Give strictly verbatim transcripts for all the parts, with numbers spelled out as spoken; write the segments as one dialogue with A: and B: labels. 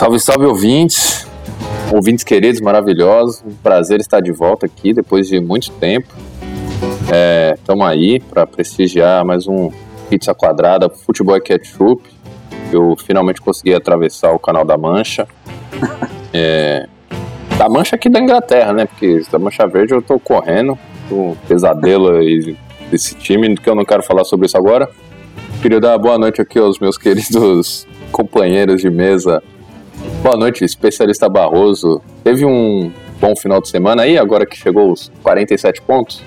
A: Salve, salve, ouvintes. Ouvintes queridos, maravilhosos. Um prazer estar de volta aqui depois de muito tempo. Estamos é, aí para prestigiar mais um Pizza Quadrada Futebol e Ketchup. Eu finalmente consegui atravessar o Canal da Mancha. É, da Mancha aqui da Inglaterra, né? Porque da Mancha Verde eu tô correndo. Um pesadelo aí desse time, que eu não quero falar sobre isso agora. Queria dar boa noite aqui aos meus queridos companheiros de mesa. Boa noite, especialista Barroso. Teve um bom final de semana aí, agora que chegou os quarenta e sete pontos?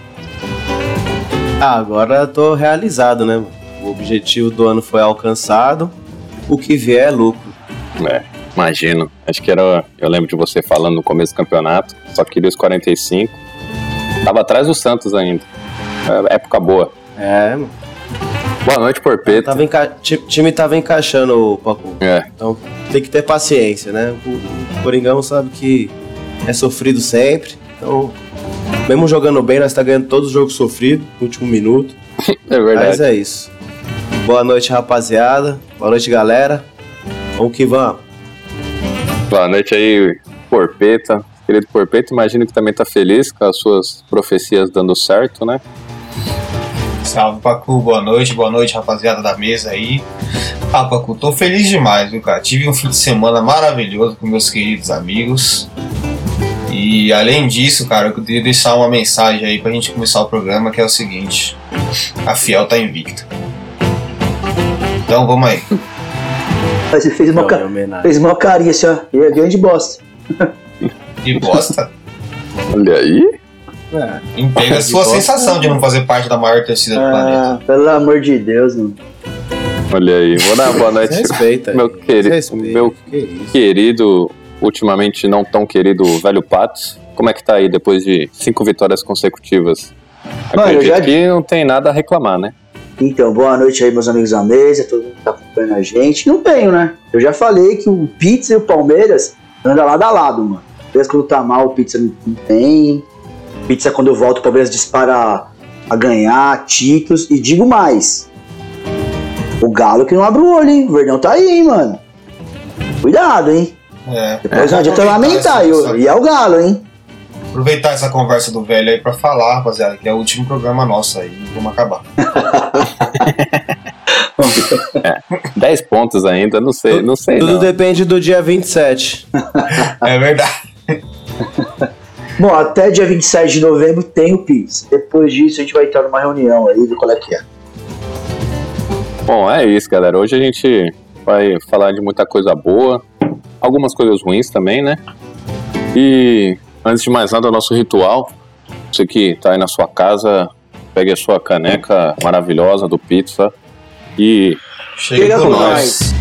B: Ah, agora eu tô realizado, né? O objetivo do ano foi alcançado. O que vier é lucro.
A: É, imagino. Acho que era... Eu lembro de você falando no começo do campeonato. Só queria os quarenta e cinco. Tava atrás do Santos ainda. É, época boa.
B: É, mano.
A: Boa noite, Porpeta.
B: Tava enca... O time tava encaixando, Paco.
A: É.
B: Então tem que ter paciência, né? O Coringão sabe que é sofrido sempre. Então, mesmo jogando bem, nós tá ganhando todos os jogos sofridos no último minuto.
A: É verdade.
B: Mas é isso. Boa noite, rapaziada. Boa noite, galera. Vamos que vamos.
A: Boa noite aí, Porpeta. Querido Porpeta, imagino que também tá feliz com as suas profecias dando certo, né?
C: Salve, Pacu, boa noite, boa noite, rapaziada da mesa aí. Ah, Pacu, tô feliz demais, viu, cara? Tive um fim de semana maravilhoso com meus queridos amigos. E além disso, cara, eu queria deixar uma mensagem aí pra gente começar o programa, que é o seguinte: a Fiel tá invicta. Então vamos aí.
D: Mas você fez uma, ca... fez uma carinha assim, ó. E é grande bosta.
C: De bosta?
A: Olha aí.
C: É. Entenda a sua sensação de não fazer parte da maior torcida do
D: ah,
C: planeta.
D: Pelo amor de Deus, mano.
A: Olha aí, vou dar uma boa noite.
B: Respeita,
A: meu queri-
B: respeita.
A: meu que querido, ultimamente não tão querido Velho Patos. Como é que tá aí depois de cinco vitórias consecutivas? Acredito
D: Mano, já...
A: que não tem nada a reclamar, né?
D: Então, boa noite aí, meus amigos da mesa, todo mundo que tá acompanhando a gente. Não tenho, né? Eu já falei que o Pizza e o Palmeiras andam lado a lado, mano. Às quando tá mal, o Pizza não tem. Pizza, quando volta, o Palmeiras dispara a ganhar títulos. E digo mais: o Galo que não abre o olho, hein? O Verdão tá aí, hein, mano. Cuidado, hein?
C: É.
D: Depois não adianta lamentar, essa, e é o Galo, hein?
C: Aproveitar essa conversa do velho aí pra falar, rapaziada, que é o último programa nosso aí. Vamos acabar.
A: é, dez pontos ainda, não sei, não sei.
B: Tudo
A: não.
B: depende do dia vinte e sete.
C: É verdade.
D: Bom, até dia vinte e sete de novembro tem o Pix. Depois disso a gente vai estar numa reunião aí, ver qual é que é.
A: Bom, é isso, galera. Hoje a gente vai falar de muita coisa boa, algumas coisas ruins também, né? E antes de mais nada, o nosso ritual. Você que tá aí na sua casa, pegue a sua caneca maravilhosa do Pizza e
C: chega, chega com nós. nós.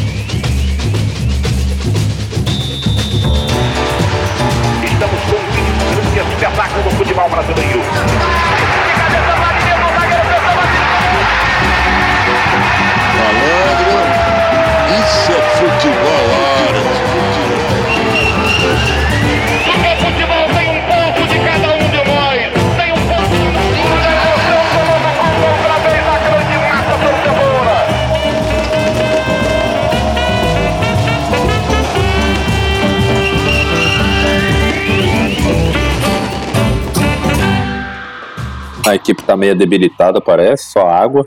E: Espetáculo do futebol brasileiro.
F: Malandro, isso é futebol, hora.
E: O futebol tem um ponto de cada um de nós. Tem um ponto de emoção. Coloca outra vez a grande massa torcedora.
A: A equipe tá meio debilitada, parece, só água.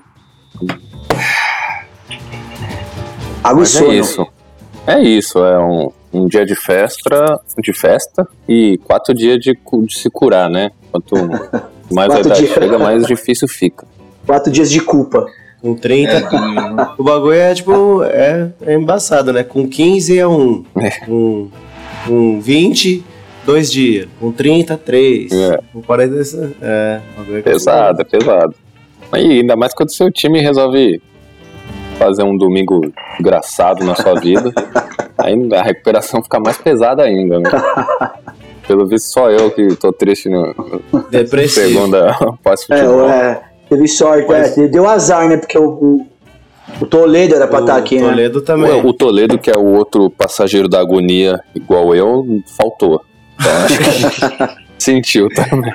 D: Água
A: Mas é isso. É isso, é um, um dia de festa, de festa e quatro dias de, de se curar, né? Quanto mais a idade dias. chega, mais difícil fica.
D: Quatro dias de culpa.
B: Com trinta, é, o bagulho é tipo, é, é embaçado, né? Com quinze é um, é. Com, com vinte... Dois dias, com trinta, três, é. Com quarenta, é... é
A: pesado, é pesado. E ainda mais quando seu time resolve fazer um domingo engraçado na sua vida, aí a recuperação fica mais pesada ainda, né? Pelo visto só eu que tô triste no, no segunda pós-futebol.
D: É, é, teve sorte, Mas... é, deu azar, né? Porque o, o, o Toledo era pra estar aqui, né?
B: O Toledo também.
A: O, o Toledo, que é o outro passageiro da agonia igual eu, faltou. Então, acho que sentiu também.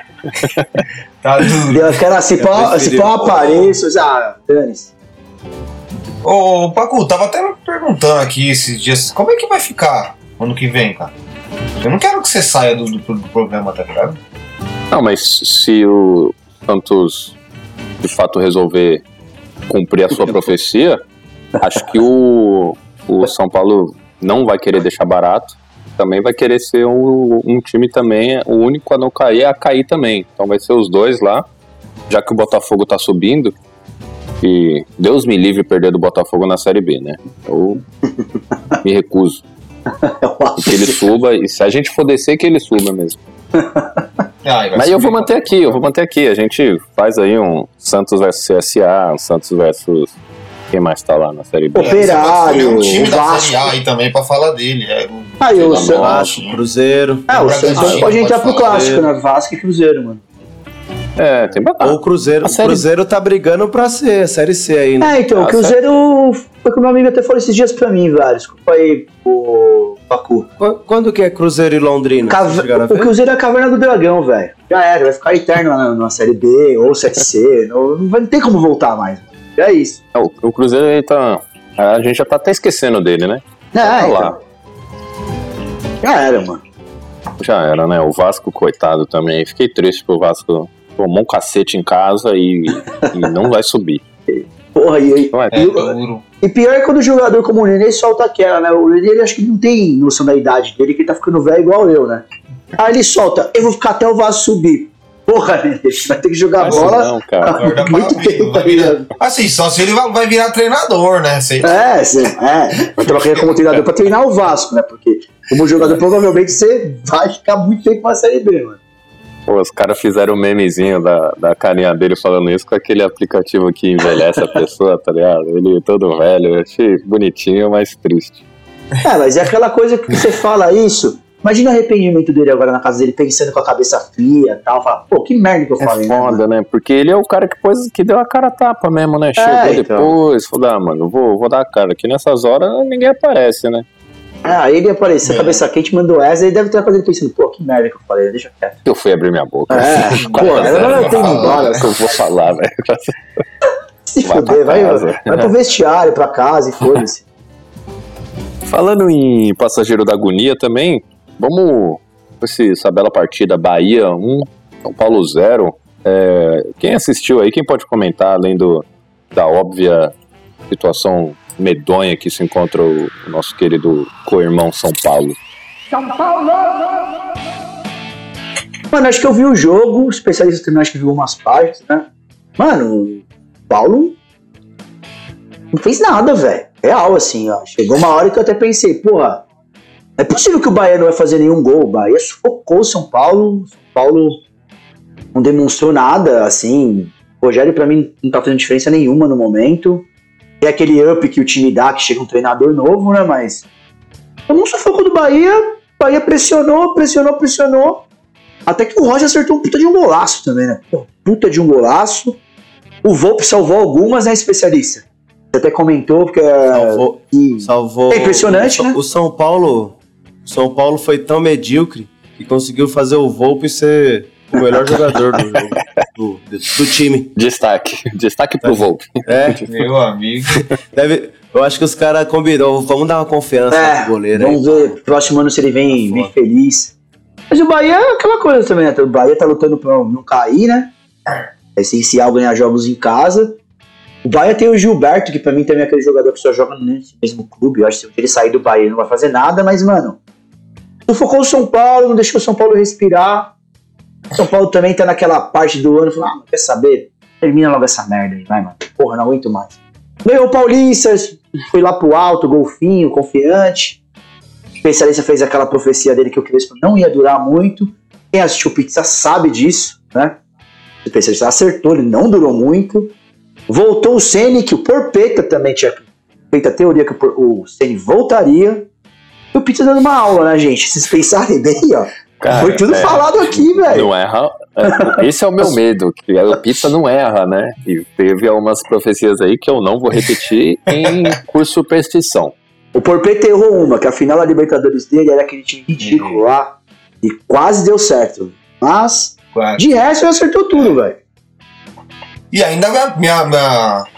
C: Tá duro.
D: Deu aquela, se pô, se pô apareço, ah, dane-se.
C: Ô, Pacu, tava até me perguntando aqui esses dias, como é que vai ficar ano que vem, cara? Eu não quero que você saia do, do, do programa, tá ligado?
A: Não, mas se o Santos de fato resolver cumprir a sua profecia, acho que o, o São Paulo não vai querer deixar barato, também vai querer ser um, um time também, o único a não cair é a cair também. Então vai ser os dois lá, já que o Botafogo tá subindo, e Deus me livre perder do Botafogo na Série B, né? Eu me recuso. Que ele suba, e se a gente for descer, que ele suba mesmo. Ah, mas eu vou manter aqui, eu vou manter aqui. A gente faz aí um Santos versus C S A, um Santos versus... Quem mais tá lá na Série B?
C: Operário, é, um time da Vasco. Série A aí também pra falar dele. É, o
B: ah, eu o Vasco, Cruzeiro.
D: Ah, o Santos pode entrar pro clássico, né? Vasco e Cruzeiro, mano.
A: É, tem bastante.
B: Ou o Cruzeiro, o série... Cruzeiro tá brigando pra ser a Série C aí,
D: né? É, então, o Cruzeiro série... foi que o meu amigo até falou esses dias pra mim, velho. Desculpa aí, o Pacu.
B: Quando que é Cruzeiro e Londrina?
D: Cave... O Cruzeiro é a Caverna do Dragão, velho. Já era, vai ficar eterno na, na Série B ou Série C. não, não tem como voltar mais. É isso.
A: O, o Cruzeiro, ele tá... A gente já tá até esquecendo dele, né?
D: É, tá lá. Já era, mano.
A: Já era, né? O Vasco, coitado também. Fiquei triste pro Vasco. Tomou um cacete em casa e, e não vai subir.
D: Porra, e, e, é, e, e pior é quando o jogador como o Nenê solta aquela, né? O Nenê, ele acho que não tem noção da idade dele, que ele tá ficando velho igual eu, né? Aí ele solta, eu vou ficar até o Vasco subir. Porra, Nenê, vai ter que jogar
A: mas
D: bola
A: não, cara.
D: muito tempo, tá
C: virar, assim, só se ele vai virar treinador, né? Sei.
D: É, sim, é. Vai trabalhar como treinador pra treinar o Vasco, né? Porque como jogador, provavelmente você vai ficar muito tempo na Série B, mano.
A: Pô, os caras fizeram um memezinho da, da carinha dele falando isso com aquele aplicativo que envelhece a pessoa, tá ligado? Ele todo velho, eu achei bonitinho, mas triste.
D: É, mas é aquela coisa que você fala isso, imagina o arrependimento dele agora na casa dele, pensando com a cabeça fria e tal, fala, pô, que merda que eu falei,
A: é foda, né? né? Porque ele é o cara que, pôs, que deu a cara a tapa mesmo, né? Chegou é, então. depois, falou, ah, mano, vou, vou dar a cara, que nessas horas ninguém aparece, né?
D: Ah, ele apareceu, é. cabeça quente, mandou essa, e deve ter fazendo pensando, pô, que merda que eu falei, deixa quieto.
A: Eu fui abrir minha boca.
D: É, pô, eu não tenho embora.
A: Que eu vou falar, velho.
D: Se fuder, vai, vai, vai pro vestiário, pra casa e foda-se.
A: Falando em passageiro da agonia também, vamos com essa bela partida, Bahia um, São Paulo zero. É, quem assistiu aí, quem pode comentar, além do, da óbvia situação medonha que se encontra o nosso querido co-irmão São Paulo.
D: São Paulo! Mano, acho que eu vi o jogo, especialista também acho que viu umas páginas, né? Mano, o Paulo não fez nada, velho. Real, assim, ó. Chegou uma hora que eu até pensei, porra, é possível que o Bahia não vai fazer nenhum gol. O Bahia sufocou o São Paulo. São Paulo não demonstrou nada, assim. O Rogério, pra mim, não tá fazendo diferença nenhuma no momento. É aquele up que o time dá, que chega um treinador novo, né? Mas tomou um sufoco do Bahia, o Bahia pressionou, pressionou, pressionou. Até que o Roger acertou um puta de um golaço também, né? Pô, puta de um golaço. O Volpe salvou algumas, né, especialista? Você até comentou, porque...
B: Salvou.
D: E...
B: salvou
D: é impressionante,
B: o,
D: né?
B: O São Paulo, o São Paulo foi tão medíocre que conseguiu fazer o Volpe ser o melhor jogador do jogo. Do, do, do time.
A: Destaque. Destaque pro é. Volpe.
B: É.
C: Meu amigo.
B: Deve, eu acho que os caras combinaram. Vamos dar uma confiança
D: é,
B: pro goleiro.
D: Vamos aí. ver próximo ano se ele vem, vem feliz. Mas o Bahia é aquela coisa também, né? O Bahia tá lutando pra não cair, né? É essencial ganhar jogos em casa. O Bahia tem o Gilberto, que pra mim também é aquele jogador que só joga nesse mesmo clube. Eu acho que se ele sair do Bahia ele não vai fazer nada, mas, mano, sufocou o São Paulo, não deixou o São Paulo respirar. São Paulo também tá naquela parte do ano, falando, ah, quer saber? Termina logo essa merda aí, vai, mano. Porra, não aguento mais. Ganhou o Paulista, foi lá pro alto, golfinho, confiante. O especialista fez aquela profecia dele que o Crespo não ia durar muito. Quem assistiu Pizza sabe disso, né? O especialista acertou, ele não durou muito. Voltou o Ceni, que o Porpeta também tinha feito a teoria que o Ceni voltaria. E o Pizza dando uma aula, né, gente? Se vocês pensarem bem, ó. Cara, foi tudo é, falado aqui, velho.
A: Não erra. Esse é o meu medo, que a Pizza não erra, né? E teve algumas profecias aí que eu não vou repetir em curso superstição.
D: O Porpeta errou uma, que a final da Libertadores dele era aquele time ridículo uhum. lá. E quase deu certo. Mas, quase. De resto, ele acertou tudo, velho.
C: E ainda minha, minha, minha,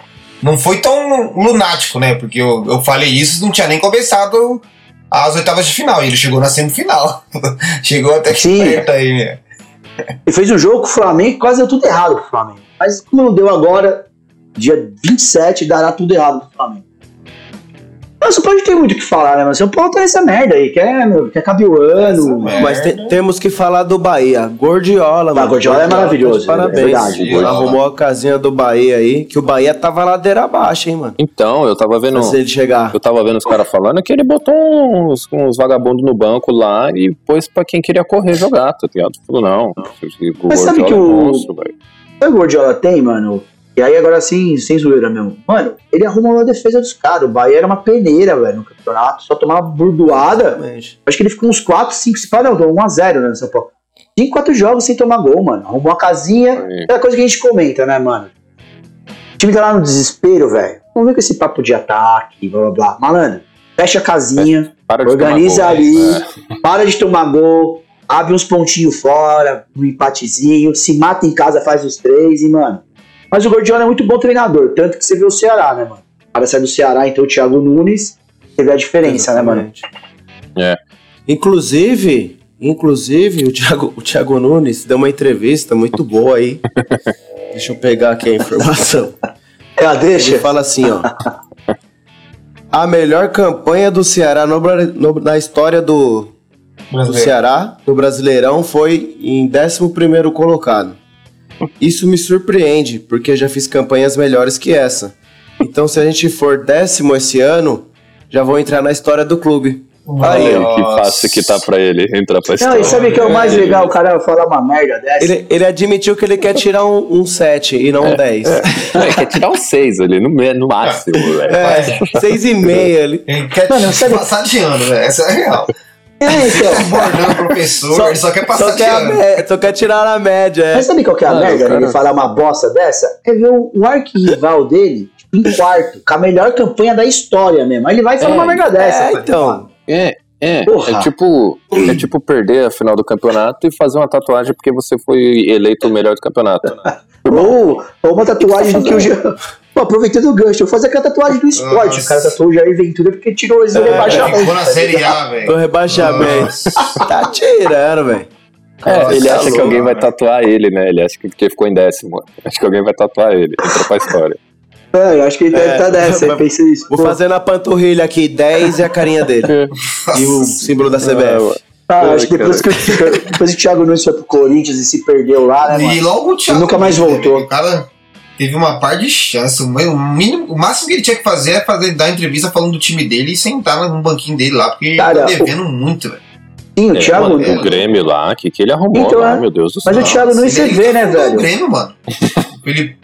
C: não foi tão lunático, né? Porque eu, eu falei isso, não tinha nem começado as oitavas de final. E ele chegou na semifinal. Chegou até que
D: Sim.
C: perto aí, né?
D: Ele fez um jogo com o Flamengo, quase deu tudo errado pro Flamengo. Mas como não deu agora, dia vinte e sete, dará tudo errado pro Flamengo. Mas não pode ter muito o que falar, né? Mas São Paulo tá nessa merda aí, quer, meu, quer acabar o ano.
C: Essa
B: Mas te-
C: merda.
B: temos que falar do Bahia. Gordiola,
D: Ah,
B: mano.
D: Gordiola é maravilhoso,
B: Parabéns.
D: é verdade.
C: Gordiola.
B: Arrumou a casinha do Bahia aí, que o Bahia tava ladeira abaixo, hein, mano.
A: Então, eu tava vendo.
B: Antes dele chegar.
A: Eu tava vendo os caras falando que ele botou uns, uns vagabundos no banco lá e pôs pra quem queria correr jogar, tá ligado? Falou, não. O
D: Mas sabe
A: Gordiola
D: que
A: é
D: o-
A: monstro, velho.
D: Sabe o Gordiola tem, mano? E aí agora sim, sem zoeira mesmo. Mano, ele arrumou a defesa dos caras. O Bahia era uma peneira, velho, no campeonato. Só tomava burdoada.
B: Exatamente.
D: Acho que ele ficou uns quatro, cinco, se fala, não, um a zero, né, no São Paulo. cinco, quatro jogos sem tomar gol, mano. Arrumou a casinha.
A: É.
D: Aquela coisa que a gente comenta, né, mano? O time tá lá no desespero, velho. Vamos ver com esse papo de ataque, blá blá blá. Malandro, fecha a casinha,
A: Para de
D: organiza
A: tomar gol,
D: ali,
A: né?
D: para de tomar gol, abre uns pontinhos fora, um empatezinho, se mata em casa, faz os três e, mano. Mas o Gordiola é muito bom treinador, tanto que você vê o Ceará, né, mano? O cara sai do Ceará, então o Thiago Nunes, você vê a diferença, né, mano?
B: Exatamente.
A: É.
B: Inclusive, inclusive o Thiago, o Thiago Nunes deu uma entrevista muito boa aí. Deixa eu pegar aqui a informação.
D: Ela
B: Ele
D: deixa.
B: fala assim, ó. A melhor campanha do Ceará no, Bra- no- na história do, do
C: Brasileiro.
B: Ceará, no Brasileirão, foi em décimo primeiro colocado. Isso me surpreende, porque eu já fiz campanhas melhores que essa. Então, se a gente for décimo esse ano, já vou entrar na história do clube. Aí,
A: Olha
B: ó.
A: aí, que fácil que tá pra ele entrar pra
D: Não,
A: história.
D: e sabe o que é o mais legal? O cara falar uma merda dessa.
B: Ele, ele admitiu que ele quer tirar um, um sete e não um dez.
A: Não, ele quer tirar um seis ali, no, me- no máximo, velho.
B: É, seis e meio ali.
C: Ele quer
D: Mano,
C: te
D: sabe-
C: passar de ano, velho. Essa é a real.
D: É, então.
C: Bordando professor, ele só quer passar
B: só
C: de
B: quer, a
C: ano.
B: mé- só quer tirar a média. É.
D: Mas sabe qual que é a
A: Mano,
D: merda
A: cara-
D: dele falar uma bosta dessa? É ver o, o arquirrival dele tipo, em quarto, com a melhor campanha da história mesmo. Aí ele vai falar
A: É,
D: uma merda dessa.
B: É, então.
A: É, é,
D: Porra.
A: é tipo, é tipo perder a final do campeonato e fazer uma tatuagem porque você foi eleito o melhor do campeonato.
D: Ou, ou uma tatuagem do que o Jair. Pô, aproveitando o gancho, eu vou fazer aquela tatuagem do esporte.
C: Nossa.
D: O cara tatuou o Jair Ventura porque tirou eles do
B: É,
D: rebaixamento.
C: Ficou na Série A,
B: Do
C: velho.
B: rebaixamento.
C: Nossa.
B: Tá tirando, velho.
A: É,
C: Nossa,
A: ele
C: tá
A: acha que
C: louco,
A: alguém vai
C: velho.
A: tatuar ele, né? Ele acha que porque ficou em décimo. Acho que alguém vai tatuar ele. Entra pra história.
D: É, eu acho que ele deve
B: É,
D: estar dessa. Ele pensa isso.
B: Vou
D: Pô,
B: fazer na panturrilha aqui dez e a carinha dele. E o símbolo da C B F.
D: ah, acho que depois que, o- depois que o Thiago Nunes foi pro Corinthians e se perdeu lá, né,
C: E
D: mano?
C: logo o Thiago.
D: E nunca mais
C: Nunes,
D: voltou.
C: O cara teve uma par de chance. O, mínimo, o máximo que ele tinha que fazer é fazer, dar entrevista falando do time dele e sentar no banquinho dele lá, porque
D: Cara,
C: ele tá devendo muito, velho.
D: Sim, o
A: É,
D: Thiago
A: mano,
D: Nunes.
A: o Grêmio lá, que, que ele arrumou
D: Então,
A: lá,
D: é.
A: meu Deus do céu.
D: Mas o Thiago Nunes você
C: Ele
D: vê, né,
C: fundou
D: velho?
C: O Grêmio, mano. Ele,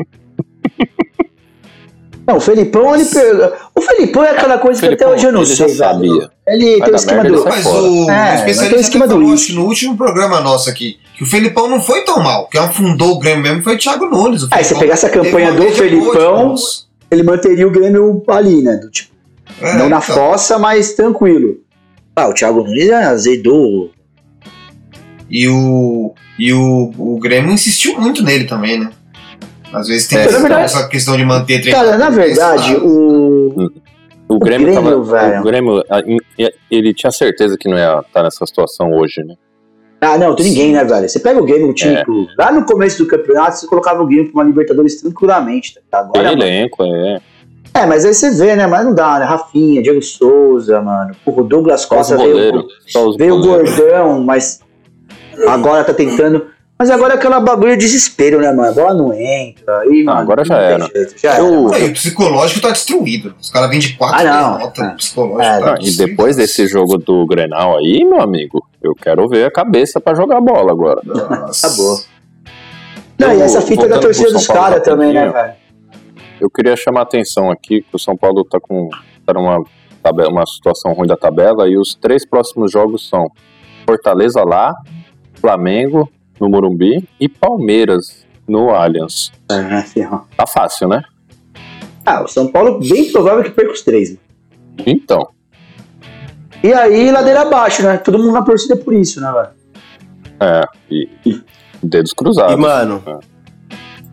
D: Não, o Felipão, ele pega. O Felipão é aquela coisa que
A: Felipão,
D: até hoje eu não
A: ele
D: sei,
A: já
D: velho.
A: sabia.
D: Ele
A: Vai
D: tem o
A: dar
D: esquema
A: merda,
D: do.
A: ele sai
C: mas
A: fora.
C: o,
D: É,
C: o
D: mas tem o
C: especialista
D: esquema
C: até
D: do
C: falou,
D: uísque.
C: acho que no último programa nosso aqui, que o Felipão não foi tão mal. Quem afundou o Grêmio mesmo foi o Thiago Nunes. O
D: Ah, e você
C: Felipão
D: pegar essa
C: teve
D: campanha
C: uma
D: do
C: média boa de
D: Felipão,
C: gols.
D: ele manteria o Grêmio ali, né? Do tipo,
C: É,
D: não na
C: então.
D: fossa, mas tranquilo. Ah, o Thiago Nunes azedou.
C: E o, e o, o Grêmio insistiu muito nele também, né? Às vezes tem
A: É,
C: essa,
D: na verdade-
C: essa questão de manter
D: Cara, na verdade, o.
A: O Grêmio,
D: Grêmio,
A: tava,
D: velho.
A: o Grêmio, a- em- ele tinha certeza que não ia estar nessa situação hoje, né?
D: Ah, não, tem ninguém, né, velho? Você pega o Grêmio, o time.
A: É.
D: pro- Lá no começo do campeonato, você colocava o Grêmio pra uma Libertadores tranquilamente. Tá?
A: Tem
D: Agora, mano,
A: elenco, é.
D: é, mas aí você vê, né? Mas não dá, né? Rafinha, Diego Souza, mano. Porra, o Douglas
A: Só os
D: Costa veio.
A: goleiros. Só os
D: Veio o
A: goleiros.
D: Gordão, mas agora tá tentando. Mas agora é aquela bagulho de desespero, né, mano? A bola não entra. Aí,
A: Ah,
D: mano,
A: agora já
D: não tem
A: era.
D: jeito, já
A: Eu-
D: era.
C: Aí, o psicológico tá destruído. Os caras vêm de quatro
D: Ah, não.
C: derrotas,
D: É.
C: o psicológico
D: É,
C: tá
A: Ah, e
C: destruído.
A: depois desse jogo do Grenal aí, meu amigo, eu quero ver a cabeça pra jogar bola agora.
C: Nossa.
D: Acabou. Não, e
A: Eu-
D: essa fita da
A: voltando
D: torcida
A: pro
D: dos
A: São Paulo
D: caras também, né,
A: rapidinho.
D: velho?
A: Eu queria chamar a atenção aqui que o São Paulo tá com tá numa tabela, uma situação ruim da tabela e os três próximos jogos são Fortaleza lá, Flamengo no Morumbi e Palmeiras no Allianz.
D: É, ferrou.
A: Tá fácil, né?
D: Ah, o São Paulo, bem provável que perca os três. Né?
A: Então,
D: E aí, ladeira abaixo, né? Todo mundo na torcida por isso, né, velho?
A: é, e, e dedos cruzados.
B: E, mano,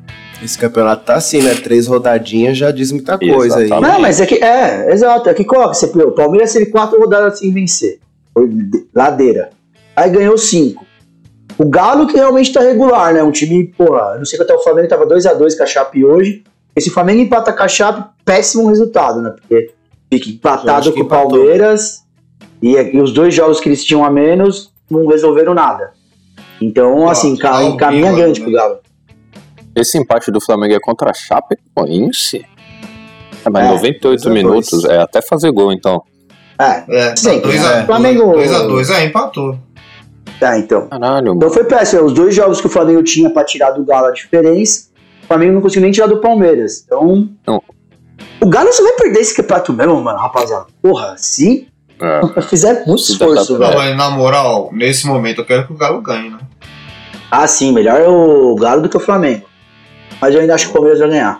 B: Esse campeonato tá assim, né? Três rodadinhas já diz muita coisa aí.
D: Não, mas é que, é, exato. É que coloca, você, o Palmeiras teve quatro rodadas sem vencer. Foi ladeira. Aí ganhou cinco. O Galo que realmente tá regular, né? Um time, porra, não sei que até o Flamengo tava dois a dois com a Chape hoje. E se o Flamengo empata com a Chape, péssimo resultado, né? Porque fica empatado com o Palmeiras e, e os dois jogos que eles tinham a menos não resolveram nada. Então, assim, ca- caminha grande pro Galo.
A: Esse empate do Flamengo é contra a Chapecoense? É, mas
D: É,
A: noventa e oito minutos, é até fazer gol, então.
D: É,
C: É,
D: sempre.
C: dois a
D: Flamengo...
C: dois a dois, é, empatou.
D: Tá, então.
A: Caralho,
D: Então foi péssimo. Os dois jogos que o Flamengo tinha pra tirar do Galo a diferença, o Flamengo não conseguiu nem tirar do Palmeiras. Então.
A: Não.
D: O Galo só vai perder esse campeonato mesmo, mano, rapaziada. Porra, se
A: É.
D: fizer muito
A: Se
D: esforço,
A: dá-
C: Não,
D: velho.
C: mas na moral, nesse momento eu quero que o Galo ganhe, né?
D: Ah, sim, melhor o Galo do que o Flamengo. Mas eu ainda acho que o Palmeiras vai ganhar.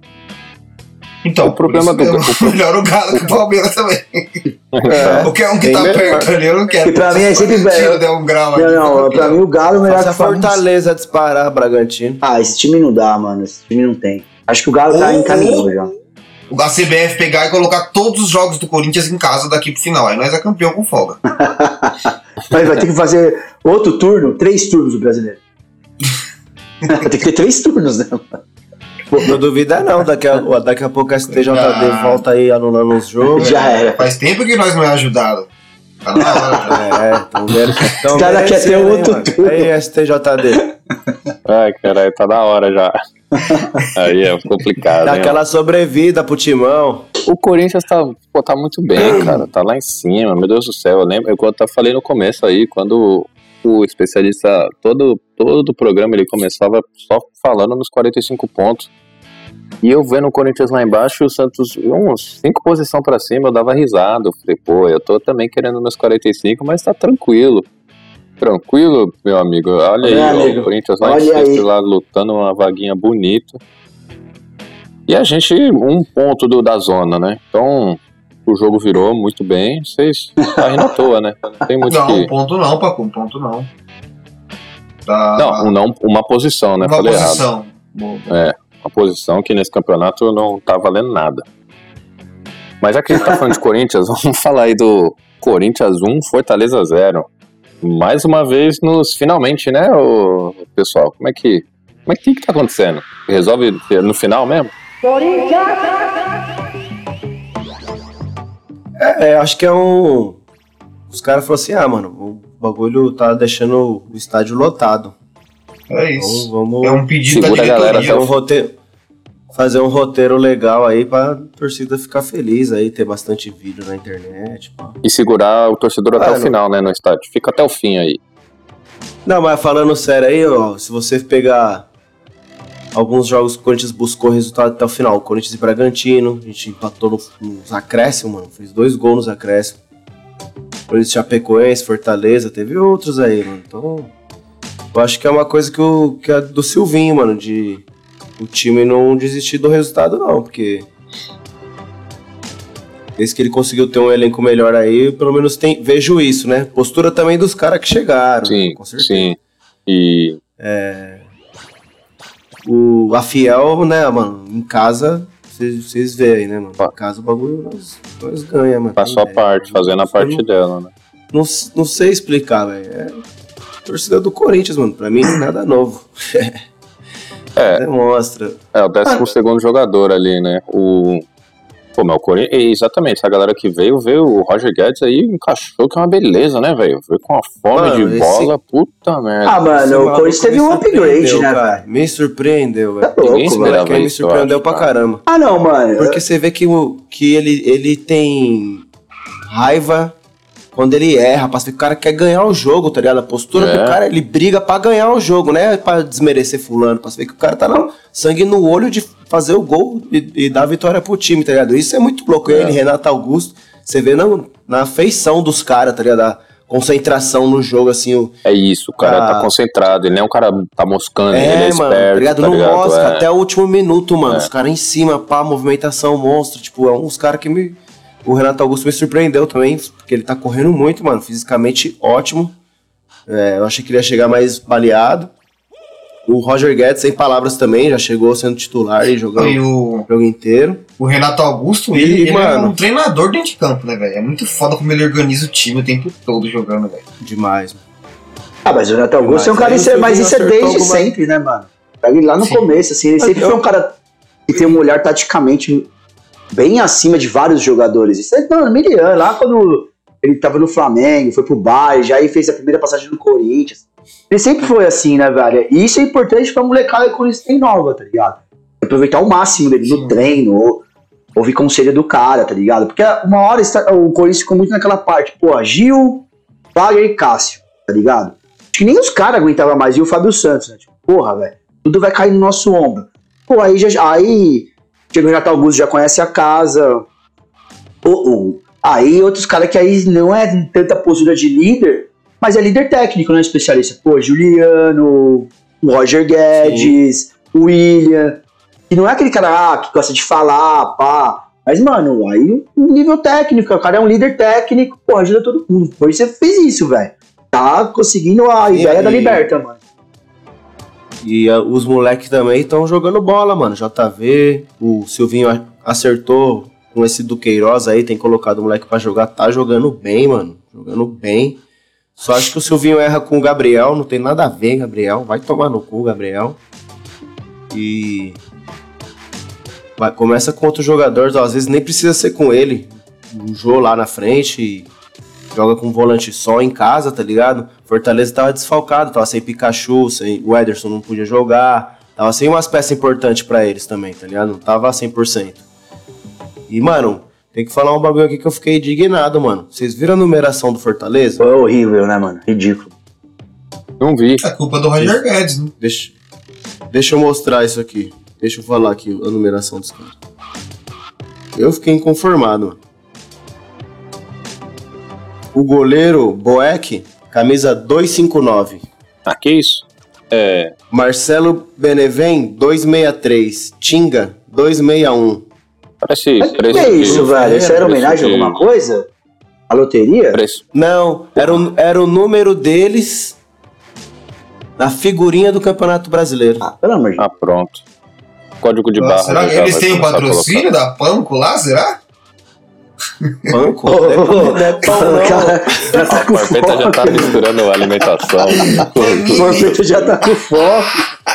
C: Então,
A: O problema
C: por isso
A: do-
C: mesmo, melhor o Galo que o Palmeiras também.
B: É.
C: Qualquer um que
B: Bem
C: tá
B: melhor.
C: perto ali, eu não quero.
D: E pra mim é sempre
C: Tiro
D: velho.
C: der um grau aqui,
D: Não, não,
C: fica
D: pra
C: pior.
D: mim o Galo é melhor
B: Faça
D: que
B: a
D: o Flamengo.
B: Fortaleza disparar, Bragantino.
D: Ah, esse time não dá, mano. Esse time não tem. Acho que o Galo tá
C: Ou-
D: encaminhando já.
C: O C B F pegar e colocar todos os jogos do Corinthians em casa daqui pro final. Aí nós é campeão com folga.
D: Mas vai ter que fazer outro turno, três turnos o brasileiro. Vai ter que ter três turnos, né?
B: Não duvida não, daqui a, daqui a pouco a S T J D
C: Ah.
B: volta aí anulando os jogos.
D: Já era.
C: Faz tempo que nós não é ajudado. Tá na hora já.
B: É, então, mere- então
D: Os caras querem ter
B: merecendo, hein,
D: outro
B: mano?
D: turno.
B: Aí, S T J D.
A: Ai, caralho, tá da hora já. Aí é complicado,
B: Dá
A: hein,
B: aquela sobrevida pro timão.
A: O Corinthians tá, pô, tá muito bem, cara. Tá lá em cima, meu Deus do céu. Eu lembro, eu eu falei no começo aí, quando o especialista, todo, todo o programa ele começava só falando nos quarenta e cinco pontos. E eu vendo o Corinthians lá embaixo e o Santos uns cinco posições pra cima, eu dava risada. Eu falei, pô, eu tô também querendo meus quarenta e cinco, mas tá tranquilo. Tranquilo, meu amigo. Olha aí,
D: É,
A: ó,
D: amigo.
A: o Corinthians lá em
D: Olha aí.
A: sexto, lá lutando uma vaguinha bonita. E a gente, um ponto do, da zona, né? Então, o jogo virou muito bem. Vocês tá rindo à toa, né? Não tem muito
C: Não,
A: que...
C: um ponto não, Paco, um ponto não. Tá.
A: Não, um não, uma posição, né?
C: Uma
A: Falei errado.
C: posição. Boa.
A: É, uma posição que nesse campeonato não tá valendo nada. Mas já que a gente tá falando de Corinthians, vamos falar aí do Corinthians um, Fortaleza zero. Mais uma vez nos finalmente, né, o pessoal? Como é que como é que, que tá acontecendo? Resolve no final mesmo?
B: É, é, acho que é um... Os caras falaram assim, ah, mano, o bagulho tá deixando o estádio lotado.
C: É
B: Então
C: isso.
B: vamos
C: É um pedido
A: Segura
C: da
A: a galera,
C: diretoria.
B: fazer um roteiro, fazer um roteiro legal aí pra torcida ficar feliz aí, ter bastante vídeo na internet, pá.
A: E segurar o torcedor até
B: Ah,
A: o
B: não.
A: final, né, no estádio. Fica até o fim aí.
B: Não, mas falando sério aí, ó, se você pegar alguns jogos que o Corinthians buscou resultado até o final, o Corinthians e Bragantino, a gente empatou no- nos acréscimos, mano, fez dois gols nos acréscimos. Corinthians Chapecoense, Fortaleza, teve outros aí, mano. Então, eu acho que é uma coisa que, o, que é do Silvinho, mano, de o time não desistir do resultado, não, porque desde que ele conseguiu ter um elenco melhor aí, pelo menos tem, vejo isso, né? Postura também dos caras que chegaram,
A: Sim,
B: né? Com certeza.
A: sim. E
B: O, a Fiel, né, mano, em casa, vocês veem aí, né, mano? Em casa o bagulho nós, nós ganha, mano.
A: passou a
B: Tem
A: parte,
B: ideia.
A: fazendo a
B: Eu
A: parte
B: não,
A: dela, né?
B: não, não sei explicar, velho. É torcida do Corinthians, mano. Pra mim, nada novo.
A: É.
B: Demonstra.
A: É, o décimo segundo jogador ali, né? O. Pô, mas o Corinthians. Exatamente, essa galera que veio, veio o Roger Guedes aí, encaixou que é uma beleza, né, velho? Veio com uma fome
B: Mano,
A: de
B: esse-
A: bola, puta merda.
D: Ah, mano,
B: Esse
D: o
B: maluco
D: Corinthians teve
B: me
D: um upgrade,
B: surpreendeu,
D: né,
B: cara.
D: velho?
B: Me surpreendeu, velho.
D: Tá louco,
A: Ninguém
D: velho.
A: esperava
B: Quem me
A: isso, eu
B: surpreendeu
A: acho,
B: pra
A: cara.
B: caramba.
D: Ah, não, mano.
B: Porque você vê que, o, que ele, ele tem raiva quando ele erra, parece que o cara quer ganhar o jogo, tá ligado? A postura
A: É.
B: do cara, ele briga pra ganhar o jogo, né? Pra desmerecer fulano, pra você ver que o cara tá não, sangue no olho de fazer o gol e, e dar a vitória pro time, tá ligado? Isso é muito louco.
A: É.
B: Ele, Renato Augusto, você vê na, na feição dos caras, tá ligado? A concentração no jogo, assim, o,
A: É isso, o cara
B: Ah.
A: tá concentrado, ele não é um cara que tá moscando, ele é
B: é,
A: esperto,
B: mano, tá ligado?
A: tá
B: Não
A: ligado?
B: mostra,
A: É.
B: até o último minuto, mano. Os caras em cima, pá, movimentação monstro. Tipo, é uns caras que me. O Renato Augusto me surpreendeu também, porque ele tá correndo muito, mano. Fisicamente ótimo. É, eu achei que ele ia chegar mais baleado. O Roger Guedes, sem palavras também, já chegou sendo titular e jogando
C: E o,
B: o jogo inteiro.
C: o Renato Augusto,
B: E,
C: ele, ele é
B: mano-
C: um treinador dentro de campo, né, velho? É muito foda como ele organiza o time o tempo todo jogando, velho.
B: Demais, mano.
D: Ah, mas o Renato Augusto é um
B: Mas
D: cara,
B: aí o
D: isso- mas
B: Silvinho
D: isso é
B: acertou
D: desde
B: alguma-
D: sempre, né, mano? Pega ele lá no
C: Sim.
D: começo, assim, ele
B: Mas
D: sempre
B: eu-
D: foi um cara que tem um olhar taticamente bem acima de vários jogadores. Isso é, mano, Milian, lá quando ele tava no Flamengo, foi pro Bayern, já aí fez a primeira passagem no Corinthians. Ele sempre foi assim, né, velho? E isso é importante pra molecada que o Corinthians tem nova, tá ligado? Aproveitar o máximo dele no
C: Sim.
D: treino, ou, ouvir conselho do cara, tá ligado? Porque uma hora está- o Corinthians ficou muito naquela parte, pô, Gil, Wagner e Cássio, tá ligado? Acho que nem os caras aguentavam mais, e o Fábio Santos, né? Tipo, porra, velho, tudo vai cair no nosso ombro. Pô, aí já. Aí. Chega o Renato Augusto, já conhece a casa. Pô, o- aí outros caras que aí não é tanta postura de líder, mas é líder técnico, não é especialista. Pô, Juliano, o Roger Guedes, o William. Que não é aquele cara ah, que gosta de falar, pá. Mas, mano, aí o nível técnico, o cara é um líder técnico, pô, ajuda todo mundo. Por isso você fez isso, velho. Tá conseguindo a
B: E
D: ideia
B: aí?
D: da Liberta, mano.
B: E uh, os moleques também estão jogando bola, mano. J V, o Silvinho a- acertou com esse Duqueiroz aí, tem colocado o moleque pra jogar. Tá jogando bem, mano. Jogando bem. Só acho que o Silvinho erra com o Gabriel. Não tem nada a ver, Gabriel. Vai tomar no cu, Gabriel. E... Vai, começa com outros jogadores. Ó, às vezes nem precisa ser com ele. O Jô lá na frente e joga com um volante só em casa, tá ligado? Fortaleza tava desfalcado, tava sem Pikachu, sem... o Ederson não podia jogar, tava sem umas peças importantes pra eles também, tá ligado? Não tava cem por cento. E, mano, tem que falar um bagulho aqui que eu fiquei indignado, mano. Vocês viram a numeração do Fortaleza?
D: Foi horrível, né, mano? Ridículo.
A: Não vi.
C: É culpa do Roger Guedes, né?
B: Deixa, deixa eu mostrar isso aqui. Deixa eu falar aqui a numeração dos caras. Eu fiquei inconformado, mano. O goleiro Boeck, camisa dois cinco nove.
A: Ah, que isso? É.
B: Marcelo Benevent, dois sessenta e três. Tinga, dois sessenta e um.
A: Parece
D: Mas que
A: preço.
D: é
A: de-
D: isso, velho? Isso era
A: preço
D: homenagem a
A: de-
D: alguma coisa? A loteria?
A: Preço.
B: Não, era o, era o número deles na figurinha do Campeonato Brasileiro.
D: Ah, pelo amor de Deus.
A: Ah, pronto. Código de
C: Ah,
A: barra.
C: será que
A: já
C: eles
A: vai
C: têm o
A: começar a
C: patrocínio da Panko lá, será?
B: Banco?
D: Ô,
B: Não é
D: ô,
B: pão, não é pão,
D: o
B: não.
D: cara já tá
A: colocar.
D: com
A: A Porpeta já tá
D: fome.
A: misturando alimentação.
D: O Porpeta já tá com fome.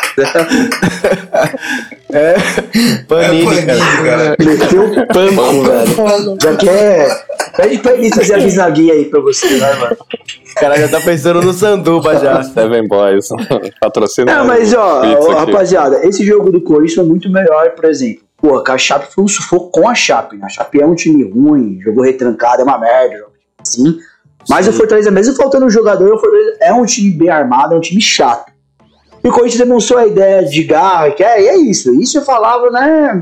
B: É, Panini,
C: é
B: cara.
C: Panini, cara.
D: Meteu o panco, velho. Já quer... Pede pra ele fazer a bisnaguinha aí pra você, né, mano?
B: O cara já tá pensando no Sanduba já.
A: Seven Boys. Patrocina.
D: Não, mas ó,
A: pizza
D: ó,
A: aqui.
D: rapaziada, esse jogo do Corinthians foi muito melhor, por exemplo. Pô, a Chape foi um sufoco com a Chape, né? A Chape é um time ruim, jogou retrancado, é uma merda, assim. Mas
B: Sim.
D: o Fortaleza, mesmo faltando um jogador, o Fortaleza é um time bem armado, é um time chato. E o Corinthians demonstrou a ideia de garra, que é, e é isso. Isso eu falava, né?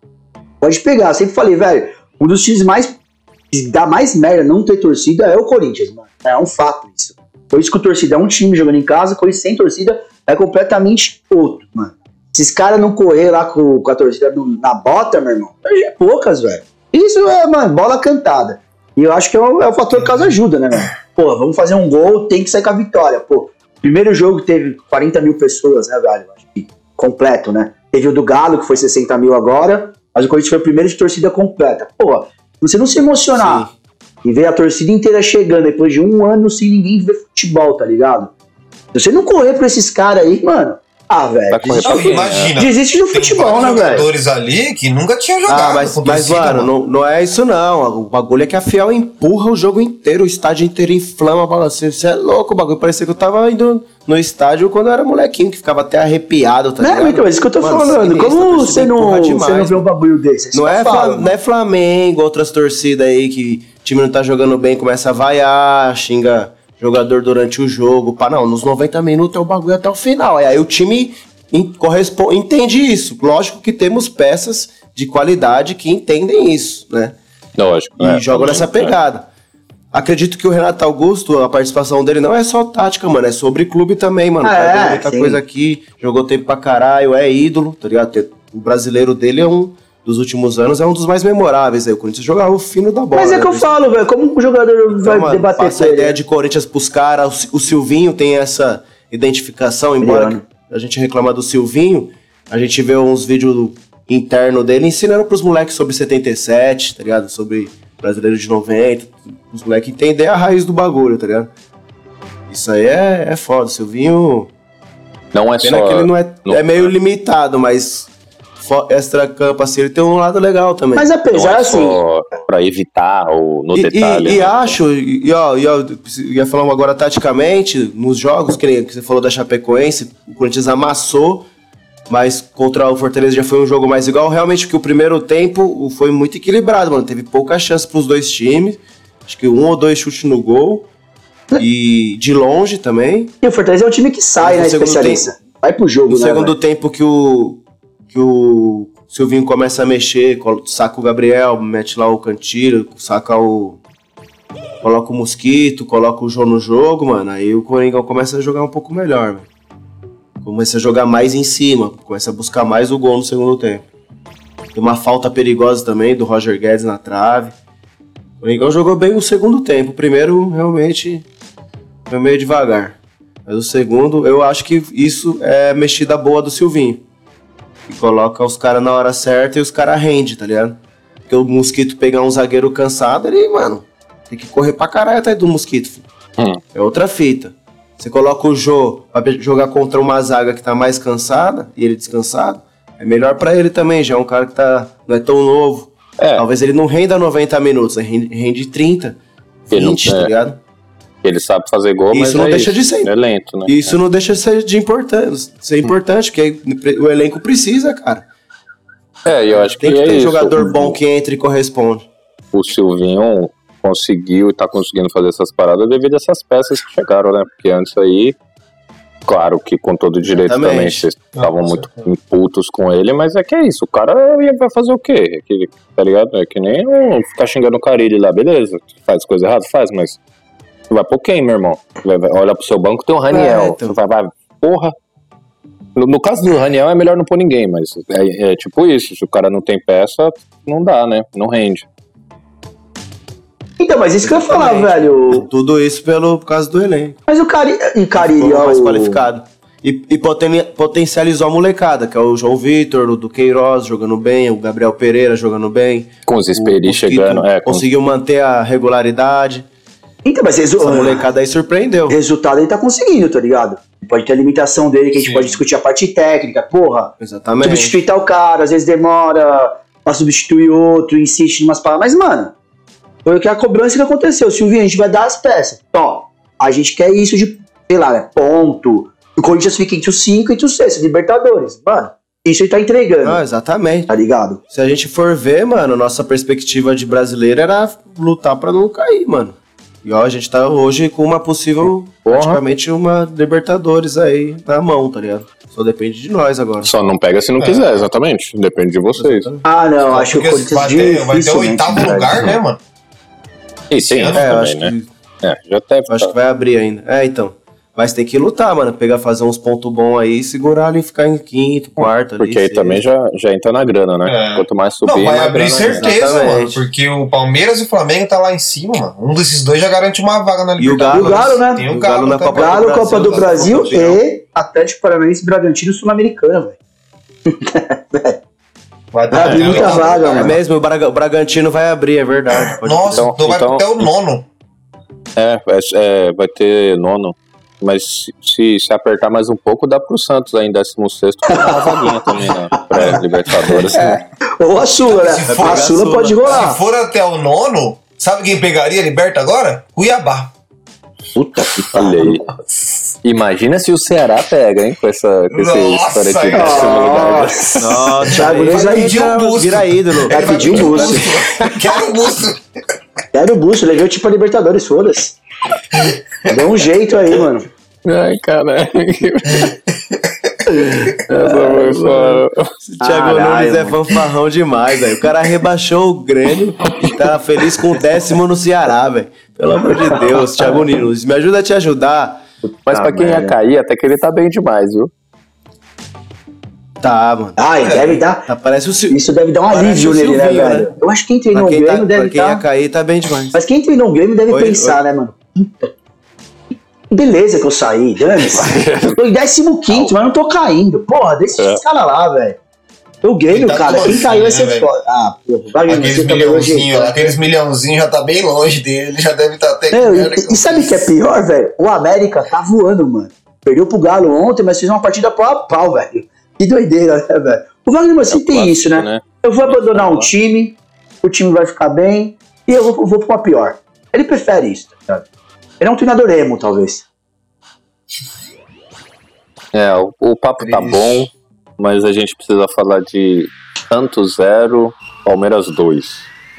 D: Pode pegar, eu sempre falei, velho, um dos times mais que dá mais merda não ter torcida é o Corinthians, mano. É um fato isso. Por isso que o torcida é um time jogando em casa, o Corinthians sem torcida é completamente outro, mano. Se esses caras não correr lá com, com a torcida no- na bota, meu irmão, é poucas, velho. Isso é, mano, bola cantada. E eu acho que é o, é o fator que causa ajuda, né, velho? Pô, vamos fazer um gol, tem que sair com a vitória. Pô, primeiro jogo teve quarenta mil pessoas, né, velho? Acho que completo, né? Teve o do Galo, que foi sessenta mil agora, mas o Corinthians foi o primeiro de torcida completa. Pô, você não se emocionar
B: Sim.
D: e ver a torcida inteira chegando depois de um ano sem ninguém ver futebol, tá ligado? Se você não correr pra esses caras aí, mano, ah, velho,
A: Vai correr pra
C: Não,
A: quem, né?
C: imagina.
D: desiste do
C: Tem
D: futebol, né,
C: vários
D: velho?
C: jogadores ali que nunca tinham jogado.
B: Ah, mas,
C: com
B: mas
C: torcida,
B: mano, não, não é isso não. O bagulho é que a Fiel empurra o jogo inteiro, o estádio inteiro inflama a bola. Você você é louco, o bagulho. Parecia que eu tava indo no estádio quando eu era molequinho, que ficava até arrepiado, tá
D: Não,
B: ligado?
D: então, é isso que eu tô
B: Mano,
D: falando.
B: sinistro, a
D: Como
B: torcida
D: você não,
B: empurra
D: você
B: demais,
D: não vê um bagulho desse? Isso
B: Não
D: que eu
B: é,
D: falo,
B: Fla-
D: mano.
B: não é Flamengo, outras torcidas aí que o time não tá jogando bem, começa a vaiar, xinga jogador durante o jogo. Pá, não, nos noventa minutos é o bagulho até o final. Aí o time em- corresponde, entende isso. Lógico que temos peças de qualidade que entendem isso, né?
A: Lógico.
B: E
A: é,
B: jogam nessa
A: também,
B: pegada. Acredito que o Renato Augusto, a participação dele não é só tática, mano. É sobre clube também, mano.
D: Ah,
B: Tá
D: é,
B: vendo muita
D: sim.
B: coisa aqui, jogou tempo pra caralho, é ídolo, tá ligado? O brasileiro dele é um dos últimos anos, é um dos mais memoráveis. Aí o Corinthians jogava o fino da bola.
D: Mas é
B: né?
D: que eu falo, velho, como o jogador
B: Então,
D: vai
B: mano,
D: debater
B: passa
D: com
B: a
D: ele?
B: ideia de Corinthians pros caras. O Silvinho tem essa identificação, embora
D: Miliano.
B: que a gente reclama do Silvinho, a gente vê uns vídeos internos dele ensinando pros moleques sobre setenta e sete, tá ligado? Sobre brasileiro de noventa, os moleques entender a raiz do bagulho, tá ligado? Isso aí é, é foda, o Silvinho...
A: Não é
B: Pena
A: só...
B: que ele não é,
A: não,
B: é meio limitado, mas extra-campo assim, ele tem um lado legal também.
D: Mas
A: não
D: apesar
A: é
D: assim.
A: só pra evitar ou no
B: E,
A: detalhe.
B: e, e
A: né?
B: acho, e, ó, e ó, eu ia falar agora taticamente, nos jogos, que, nem, que você falou da Chapecoense, o Corinthians amassou, mas contra o Fortaleza já foi um jogo mais igual. Realmente que o primeiro tempo foi muito equilibrado, mano. Teve pouca chance pros dois times, acho que um ou dois chutes no gol, e de longe também.
D: E o Fortaleza é um time que sai, né,
B: No segundo
D: especialista? Vai pro jogo,
B: No
D: né?
B: segundo
D: velho?
B: tempo que o, que o Silvinho começa a mexer, colo- saca o Gabriel, mete lá o Cantilho, saca o... Coloca o Mosquito, coloca o João no jogo, mano. Aí o Coringão começa a jogar um pouco melhor, mano. Começa a jogar mais em cima, começa a buscar mais o gol no segundo tempo. Tem uma falta perigosa também do Roger Guedes na trave. O Coringão jogou bem o segundo tempo. O primeiro, realmente, foi meio devagar. Mas o segundo, eu acho que isso é mexida boa do Silvinho. Que coloca os caras na hora certa e os caras rendem, tá ligado? Porque o Mosquito pegar um zagueiro cansado, ele, mano, tem que correr pra caralho atrás do Mosquito, filho.
A: Hum.
B: É outra fita. Você coloca o Jô pra jogar contra uma zaga que tá mais cansada, e ele descansado, é melhor pra ele também, já é um cara que tá, não é tão novo.
A: É.
B: Talvez ele não renda noventa minutos, ele rende, rende trinta,
A: Ele não-
B: vinte, tá
A: é.
B: ligado?
A: Ele sabe fazer gol,
B: Isso
A: mas
B: não
A: é
B: deixa
A: isso.
B: de ser.
A: É lento, né?
B: E isso não deixa de ser de importante, ser importante, porque o elenco precisa, cara.
A: É, eu acho que
B: Tem que
A: é
B: ter
A: isso.
B: jogador bom que entra e corresponde.
A: O Silvinho conseguiu e tá conseguindo fazer essas paradas devido a essas peças que chegaram, né? Porque antes aí, claro que com todo direito
B: Exatamente.
A: também, vocês
C: Ah,
A: estavam
C: com
A: muito
C: certeza.
A: imputos com ele, mas é que é isso, o cara vai fazer o quê? É que, tá ligado? É que nem um ficar xingando o Carille lá, beleza, faz coisa errada, faz, mas vai pôr quem, meu irmão? Vai, vai, olha pro seu banco, tem o Raniel,
B: É, então.
A: vai, vai, porra. No, no caso do Raniel é melhor não pôr ninguém, mas é, é tipo isso, se o cara não tem peça, não dá, né? Não rende.
D: Então, mas isso que eu ia falar,
B: Exatamente.
D: velho.
B: Tudo isso pelo, por causa do elenco.
D: Mas o Cari... E Carilli,
B: Ficou
D: ó,
B: mais
D: o-
B: qualificado. E, e poten- potencializou a molecada, que é o João Vitor, o do Queiroz jogando bem, o Gabriel Pereira jogando bem.
A: Com os
B: o
A: Esperi
B: Mosquito
A: chegando, é, com
B: conseguiu manter a regularidade.
D: Então, mas resu...
B: Essa molecada aí surpreendeu.
D: resultado ele tá conseguindo, tá ligado? Pode ter a limitação dele, que a gente
C: Sim.
D: pode discutir a parte técnica, porra.
B: Exatamente.
D: Substituir tal cara, às vezes demora pra substituir outro, insiste em umas palavras. Mas, mano, foi o que a cobrança que aconteceu. Silvinho, a gente vai dar as peças. Ó, a gente quer isso de, sei lá, né, ponto. O Corinthians fica entre os cinco e entre os seis, Libertadores. Mano, isso ele tá entregando,
B: Ah, exatamente.
D: tá ligado?
B: Se a gente for ver, mano, nossa perspectiva de brasileiro era lutar pra não cair, mano. E ó, a gente tá hoje com uma possível,
A: Porra.
B: praticamente uma Libertadores aí na mão, tá ligado? Só depende de nós agora.
A: Só não pega se não
C: É.
A: quiser, exatamente. Depende de vocês.
D: Ah, não, acho que o
C: Porque
D: Corinthians
C: vai ter, vai ter o
D: dificilmente
C: oitavo
D: vai.
C: lugar, né, mano?
A: E sim,
C: É,
A: isso
B: É, eu
A: também,
B: acho
A: né?
B: que,
A: É, já até.
B: acho que vai abrir ainda. É, então. Mas tem que lutar, mano. Pegar, fazer uns pontos bons aí, segurar ali e ficar em quinto, quarto ali.
A: Porque aí
B: sexto.
A: também já, já entra na grana, né?
C: É.
A: Quanto mais subir,
C: Não, vai
A: mais
C: abrir
A: grana
C: certeza,
B: Exatamente.
C: mano. Porque o Palmeiras e o Flamengo tá lá em cima, mano. Um desses dois já garante uma vaga na
B: E o
C: Libertadores.
B: Galo,
D: E o Galo, né?
C: Tem
B: E
C: o
B: o Galo
C: Galo,
B: na
C: também.
B: Copa do
D: Galo,
B: Brasil,
D: Copa do
C: tá
D: Brasil
C: na Copa do Brasil.
D: e Atlético Paranaense e Bragantino Sul-Americana, velho.
C: Vai
D: Vai abrir
C: ter
D: muita
C: oitavo
D: vaga,
C: lugar.
B: É
D: mano.
B: mesmo, o, Braga- o Bragantino vai abrir, é verdade. Pode-
C: Nossa,
A: Então-
C: então, vai
A: então-
C: até o nono.
A: É, é, é, vai ter nono. Mas se, se apertar mais um pouco, dá pro Santos aí em décimo sexto com uma vaguinha também na pré-Libertadores.
B: É.
D: Ou a Sula, né?
C: Se
D: A
C: for
D: Sula
B: a Sula.
D: pode
C: Se
D: rolar.
C: for até o nono, sabe quem pegaria a Liberta agora? Cuiabá.
D: Puta que
A: Olha aí. Imagina se o Ceará pega, hein? Com essa, com essa
C: Nossa,
A: história de
C: cara.
A: décimo lugar.
B: Nossa,
D: Thiago
B: aí
D: Nunes vai
C: pedir o busto.
B: vira ídolo.
D: Vai pedir o busto.
C: Quero o busto.
D: Quero o busto, levei o tipo a Libertadores, foda-se. Deu um jeito aí, mano.
A: Ai, caralho. Essa foi foda.
B: O Thiago
D: Caralho,
B: Nunes é
D: mano.
B: fanfarrão demais, velho. O cara rebaixou o Grêmio e tá feliz com o décimo no Ceará, velho. Pelo amor de Deus, Thiago Nunes, me ajuda a te ajudar.
A: Mas pra quem ia
D: merda.
A: cair, até que ele tá bem demais, viu?
B: Tá, mano.
D: Ai, deve dar.
B: Tá, parece o Sil...
D: Isso deve dar um
B: Parece
D: alívio
B: o
D: nele, né,
B: Silvinho,
D: velho?
B: né?
D: Eu acho que quem
B: Pra
D: treinou o
B: quem, tá,
D: Grêmio
B: pra
D: deve
B: quem ia
D: estar.
B: cair, tá bem demais.
D: Mas quem treinou o Grêmio deve
B: Oi,
D: pensar,
B: oi.
D: né, mano? Puta. beleza que eu saí, dane-se. Tô em décimo quinto, mas não tô caindo. Porra, deixa
A: É.
D: esse cara lá, velho. O Grêmio,
C: Tá
D: cara, quem
C: assim,
D: caiu vai
C: né,
D: ser
C: velho?
D: foda. Ah, porra, vai
C: Aqueles
D: você tá
C: milhãozinhos,
D: hoje.
C: aqueles milhãozinhos já tá bem longe dele, ele já deve estar até...
D: Meu, e, e sabe o que é pior, velho? O América tá voando, mano. Perdeu pro Galo ontem, mas fez uma partida pau a pau, velho. Que doideira, né, velho? O Wagner Mancini
A: É o
D: tem
A: clássico,
D: isso, né?
A: né?
D: Eu vou abandonar um
A: falar.
D: time, o time vai ficar bem, e eu vou, vou pra uma pior. Ele prefere isso, tá ligado? Ele é um treinador emo, talvez.
A: É, o, o papo tá
C: Triste.
A: bom, mas a gente precisa falar de Santos zero, Palmeiras dois.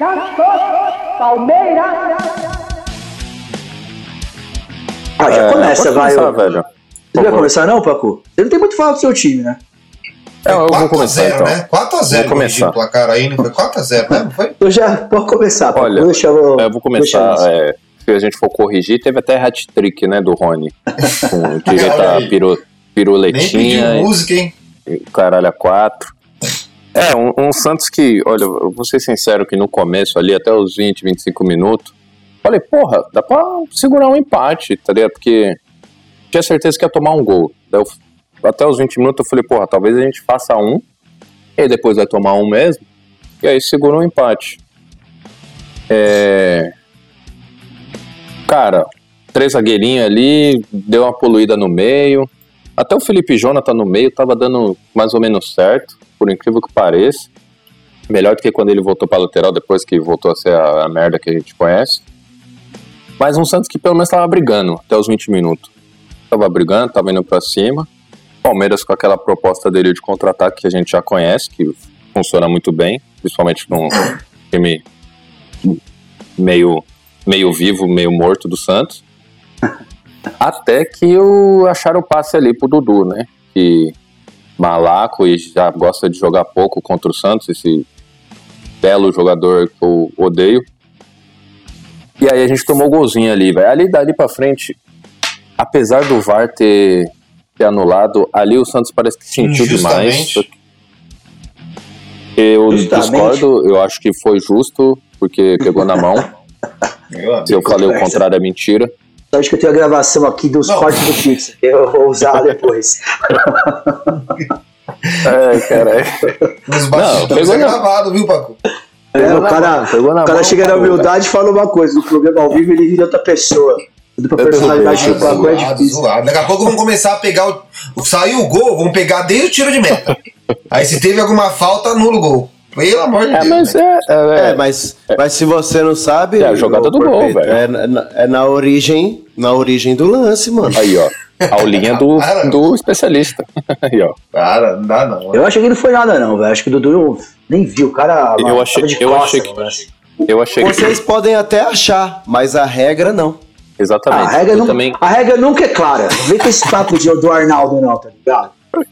D: Ah, já
A: É,
D: começa,
A: pode
D: vai.
A: começar,
D: ô.
A: velho.
D: Você vai começar não, Paco? Você não tem muito falar do seu time, né?
A: É, eu vou
C: quatro a
A: começar
C: zero,
A: então.
C: né? quatro a zero
A: Vou começar.
C: o placar aí, não foi quatro a zero, né? Não foi?
D: Eu já posso começar, Paco.
A: Olha,
D: Deixa eu,
A: Eu vou começar, é, se a gente for corrigir, teve até hat-trick, né, do Rony. Com direito
C: Olha
A: a
C: aí.
A: piru,
C: Nem pediu
A: piruletinha,
C: música, hein?
A: e caralho a quatro. É, um, um Santos que, olha, eu vou ser sincero que no começo ali, até os vinte, vinte e cinco minutos, falei, porra, dá pra segurar um empate, tá ligado? Porque tinha certeza que ia tomar um gol. Daí eu, até os vinte minutos eu falei, porra, talvez a gente faça um, e aí depois vai tomar um mesmo, e aí segura um empate. É... Cara, três zagueirinhos ali, deu uma poluída no meio. Até o Felipe Jonathan no meio tava dando mais ou menos certo, por incrível que pareça. Melhor do que quando ele voltou pra lateral, depois que voltou a ser a, a merda que a gente conhece. Mas um Santos que pelo menos tava brigando até os vinte minutos. Tava brigando, tava indo pra cima. Palmeiras com aquela proposta dele de contra-ataque que a gente já conhece, que funciona muito bem, principalmente num time meio, meio vivo, meio morto do Santos. Até que o acharam o passe ali pro Dudu, né? Que malaco e já gosta de jogar pouco contra o Santos, esse belo jogador que eu odeio. E aí a gente tomou o golzinho ali, velho. Ali dali pra frente, apesar do V A R ter, ter anulado, ali o Santos parece que sentiu demais.
C: Injustamente.
A: Eu
D: Justamente.
A: discordo, eu acho que foi justo, porque pegou na mão.
C: Meu
A: Se eu
C: amigo.
A: falei o contrário, é mentira.
D: Eu acho que eu tenho a gravação aqui dos
C: Não.
D: cortes do Pix, que eu vou usar depois.
A: É, caralho.
C: Nos
A: Não,
C: bastidores
A: pegou
C: é
A: na-
C: gravado, viu, Paco?
D: É, o cara,
A: Pegou na
D: o cara
A: mão,
D: chega na
A: parou,
D: humildade e fala uma coisa, no programa ao vivo ele vira outra pessoa. Tudo pra
A: Eu
D: personalidade
A: derrubei,
D: do Paco é
C: Zoado,
D: difícil.
C: zoado. Daqui a pouco vamos começar a pegar o. Saiu o gol, vamos pegar desde o tiro de meta. Aí se teve alguma falta, anula o gol. Pelo amor de
A: É,
C: Deus.
A: mas
C: né?
A: é, é,
B: É, mas, mas se você não sabe.
A: É a jogada
B: ô,
A: do gol,
B: Porpeta,
A: velho.
B: É, na- é na origem, na origem do lance, mano.
A: Aí, ó. A aulinha do,
C: Para.
A: do especialista. Aí, ó.
C: Cara, não dá não.
D: Eu acho que não foi nada não, velho. Acho que o Dudu nem viu, o cara
A: Eu
D: mano,
A: achei-
D: tava de
A: eu
D: costas,
A: achei que-
D: no lance.
A: Eu achei
B: Vocês podem até achar, mas a regra não.
A: que. Exatamente.
D: A regra,
A: eu
D: não,
A: também.
D: a regra nunca é clara. Não vem com esse papo de, do Arnaldo não, tá ligado?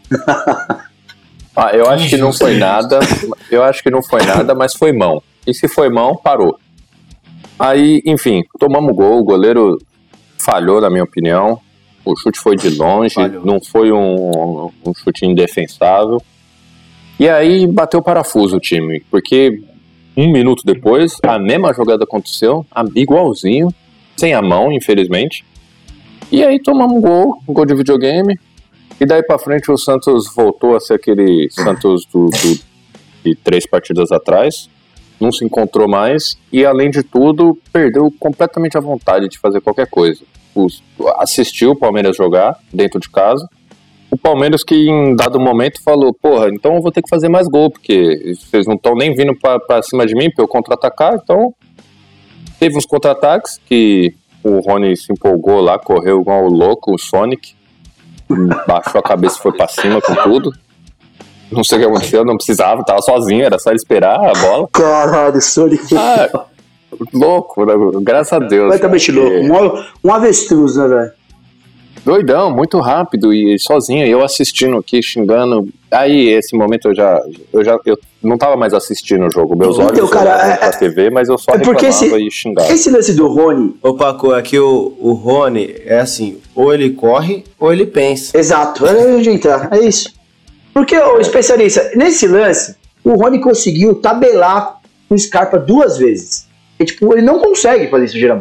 A: Ah, eu acho que não
C: Injusto,
A: foi
C: injusto.
A: nada. Eu acho que não foi nada, mas foi mão. E se foi mão, parou. Aí, enfim, tomamos gol. O goleiro falhou, na minha opinião. O chute foi de longe,
B: Falhou.
A: não foi um, um chute indefensável. E aí bateu o parafuso o time, porque um minuto depois, a mesma jogada aconteceu, a- igualzinho, sem a mão, infelizmente. E aí tomamos um gol, um gol de videogame. E daí pra frente o Santos voltou a ser aquele Santos do, do- de três partidas atrás. Não se encontrou mais. E além de tudo, perdeu completamente a vontade de fazer qualquer coisa. Os- assistiu o Palmeiras jogar dentro de casa. O Palmeiras que em dado momento falou, porra, então eu vou ter que fazer mais gol, porque vocês não estão nem vindo pra, pra cima de mim pra eu contra-atacar, então teve uns contra-ataques que o Rony se empolgou lá, correu igual o louco, o Sonic, baixou a cabeça e foi pra cima com tudo. Não sei o que aconteceu, não precisava, tava sozinho, era só ele esperar a bola.
D: Caralho, Sonic.
A: Ah, louco, né? Graças a Deus.
D: Completamente
A: cara,
D: louco.
A: porque-
D: Um, um avestruz, né, velho?
A: Doidão, muito rápido e sozinho, eu assistindo aqui, xingando. Aí, esse momento eu já. Eu já eu não tava mais assistindo o jogo. Meus
D: Então,
A: olhos
D: cara,
A: olhavam
D: é-
A: pra T V, mas eu só
D: é porque
A: reclamava
D: esse-
A: e xingava.
D: Esse lance do Rony,
B: Ô Paco, aqui o, o Rony é assim, ou ele corre ou ele pensa.
D: exato, é onde entrar, é isso. Porque, ô especialista, nesse lance, o Rony conseguiu tabelar o Scarpa duas vezes. E, tipo, ele não consegue fazer isso, geralmente.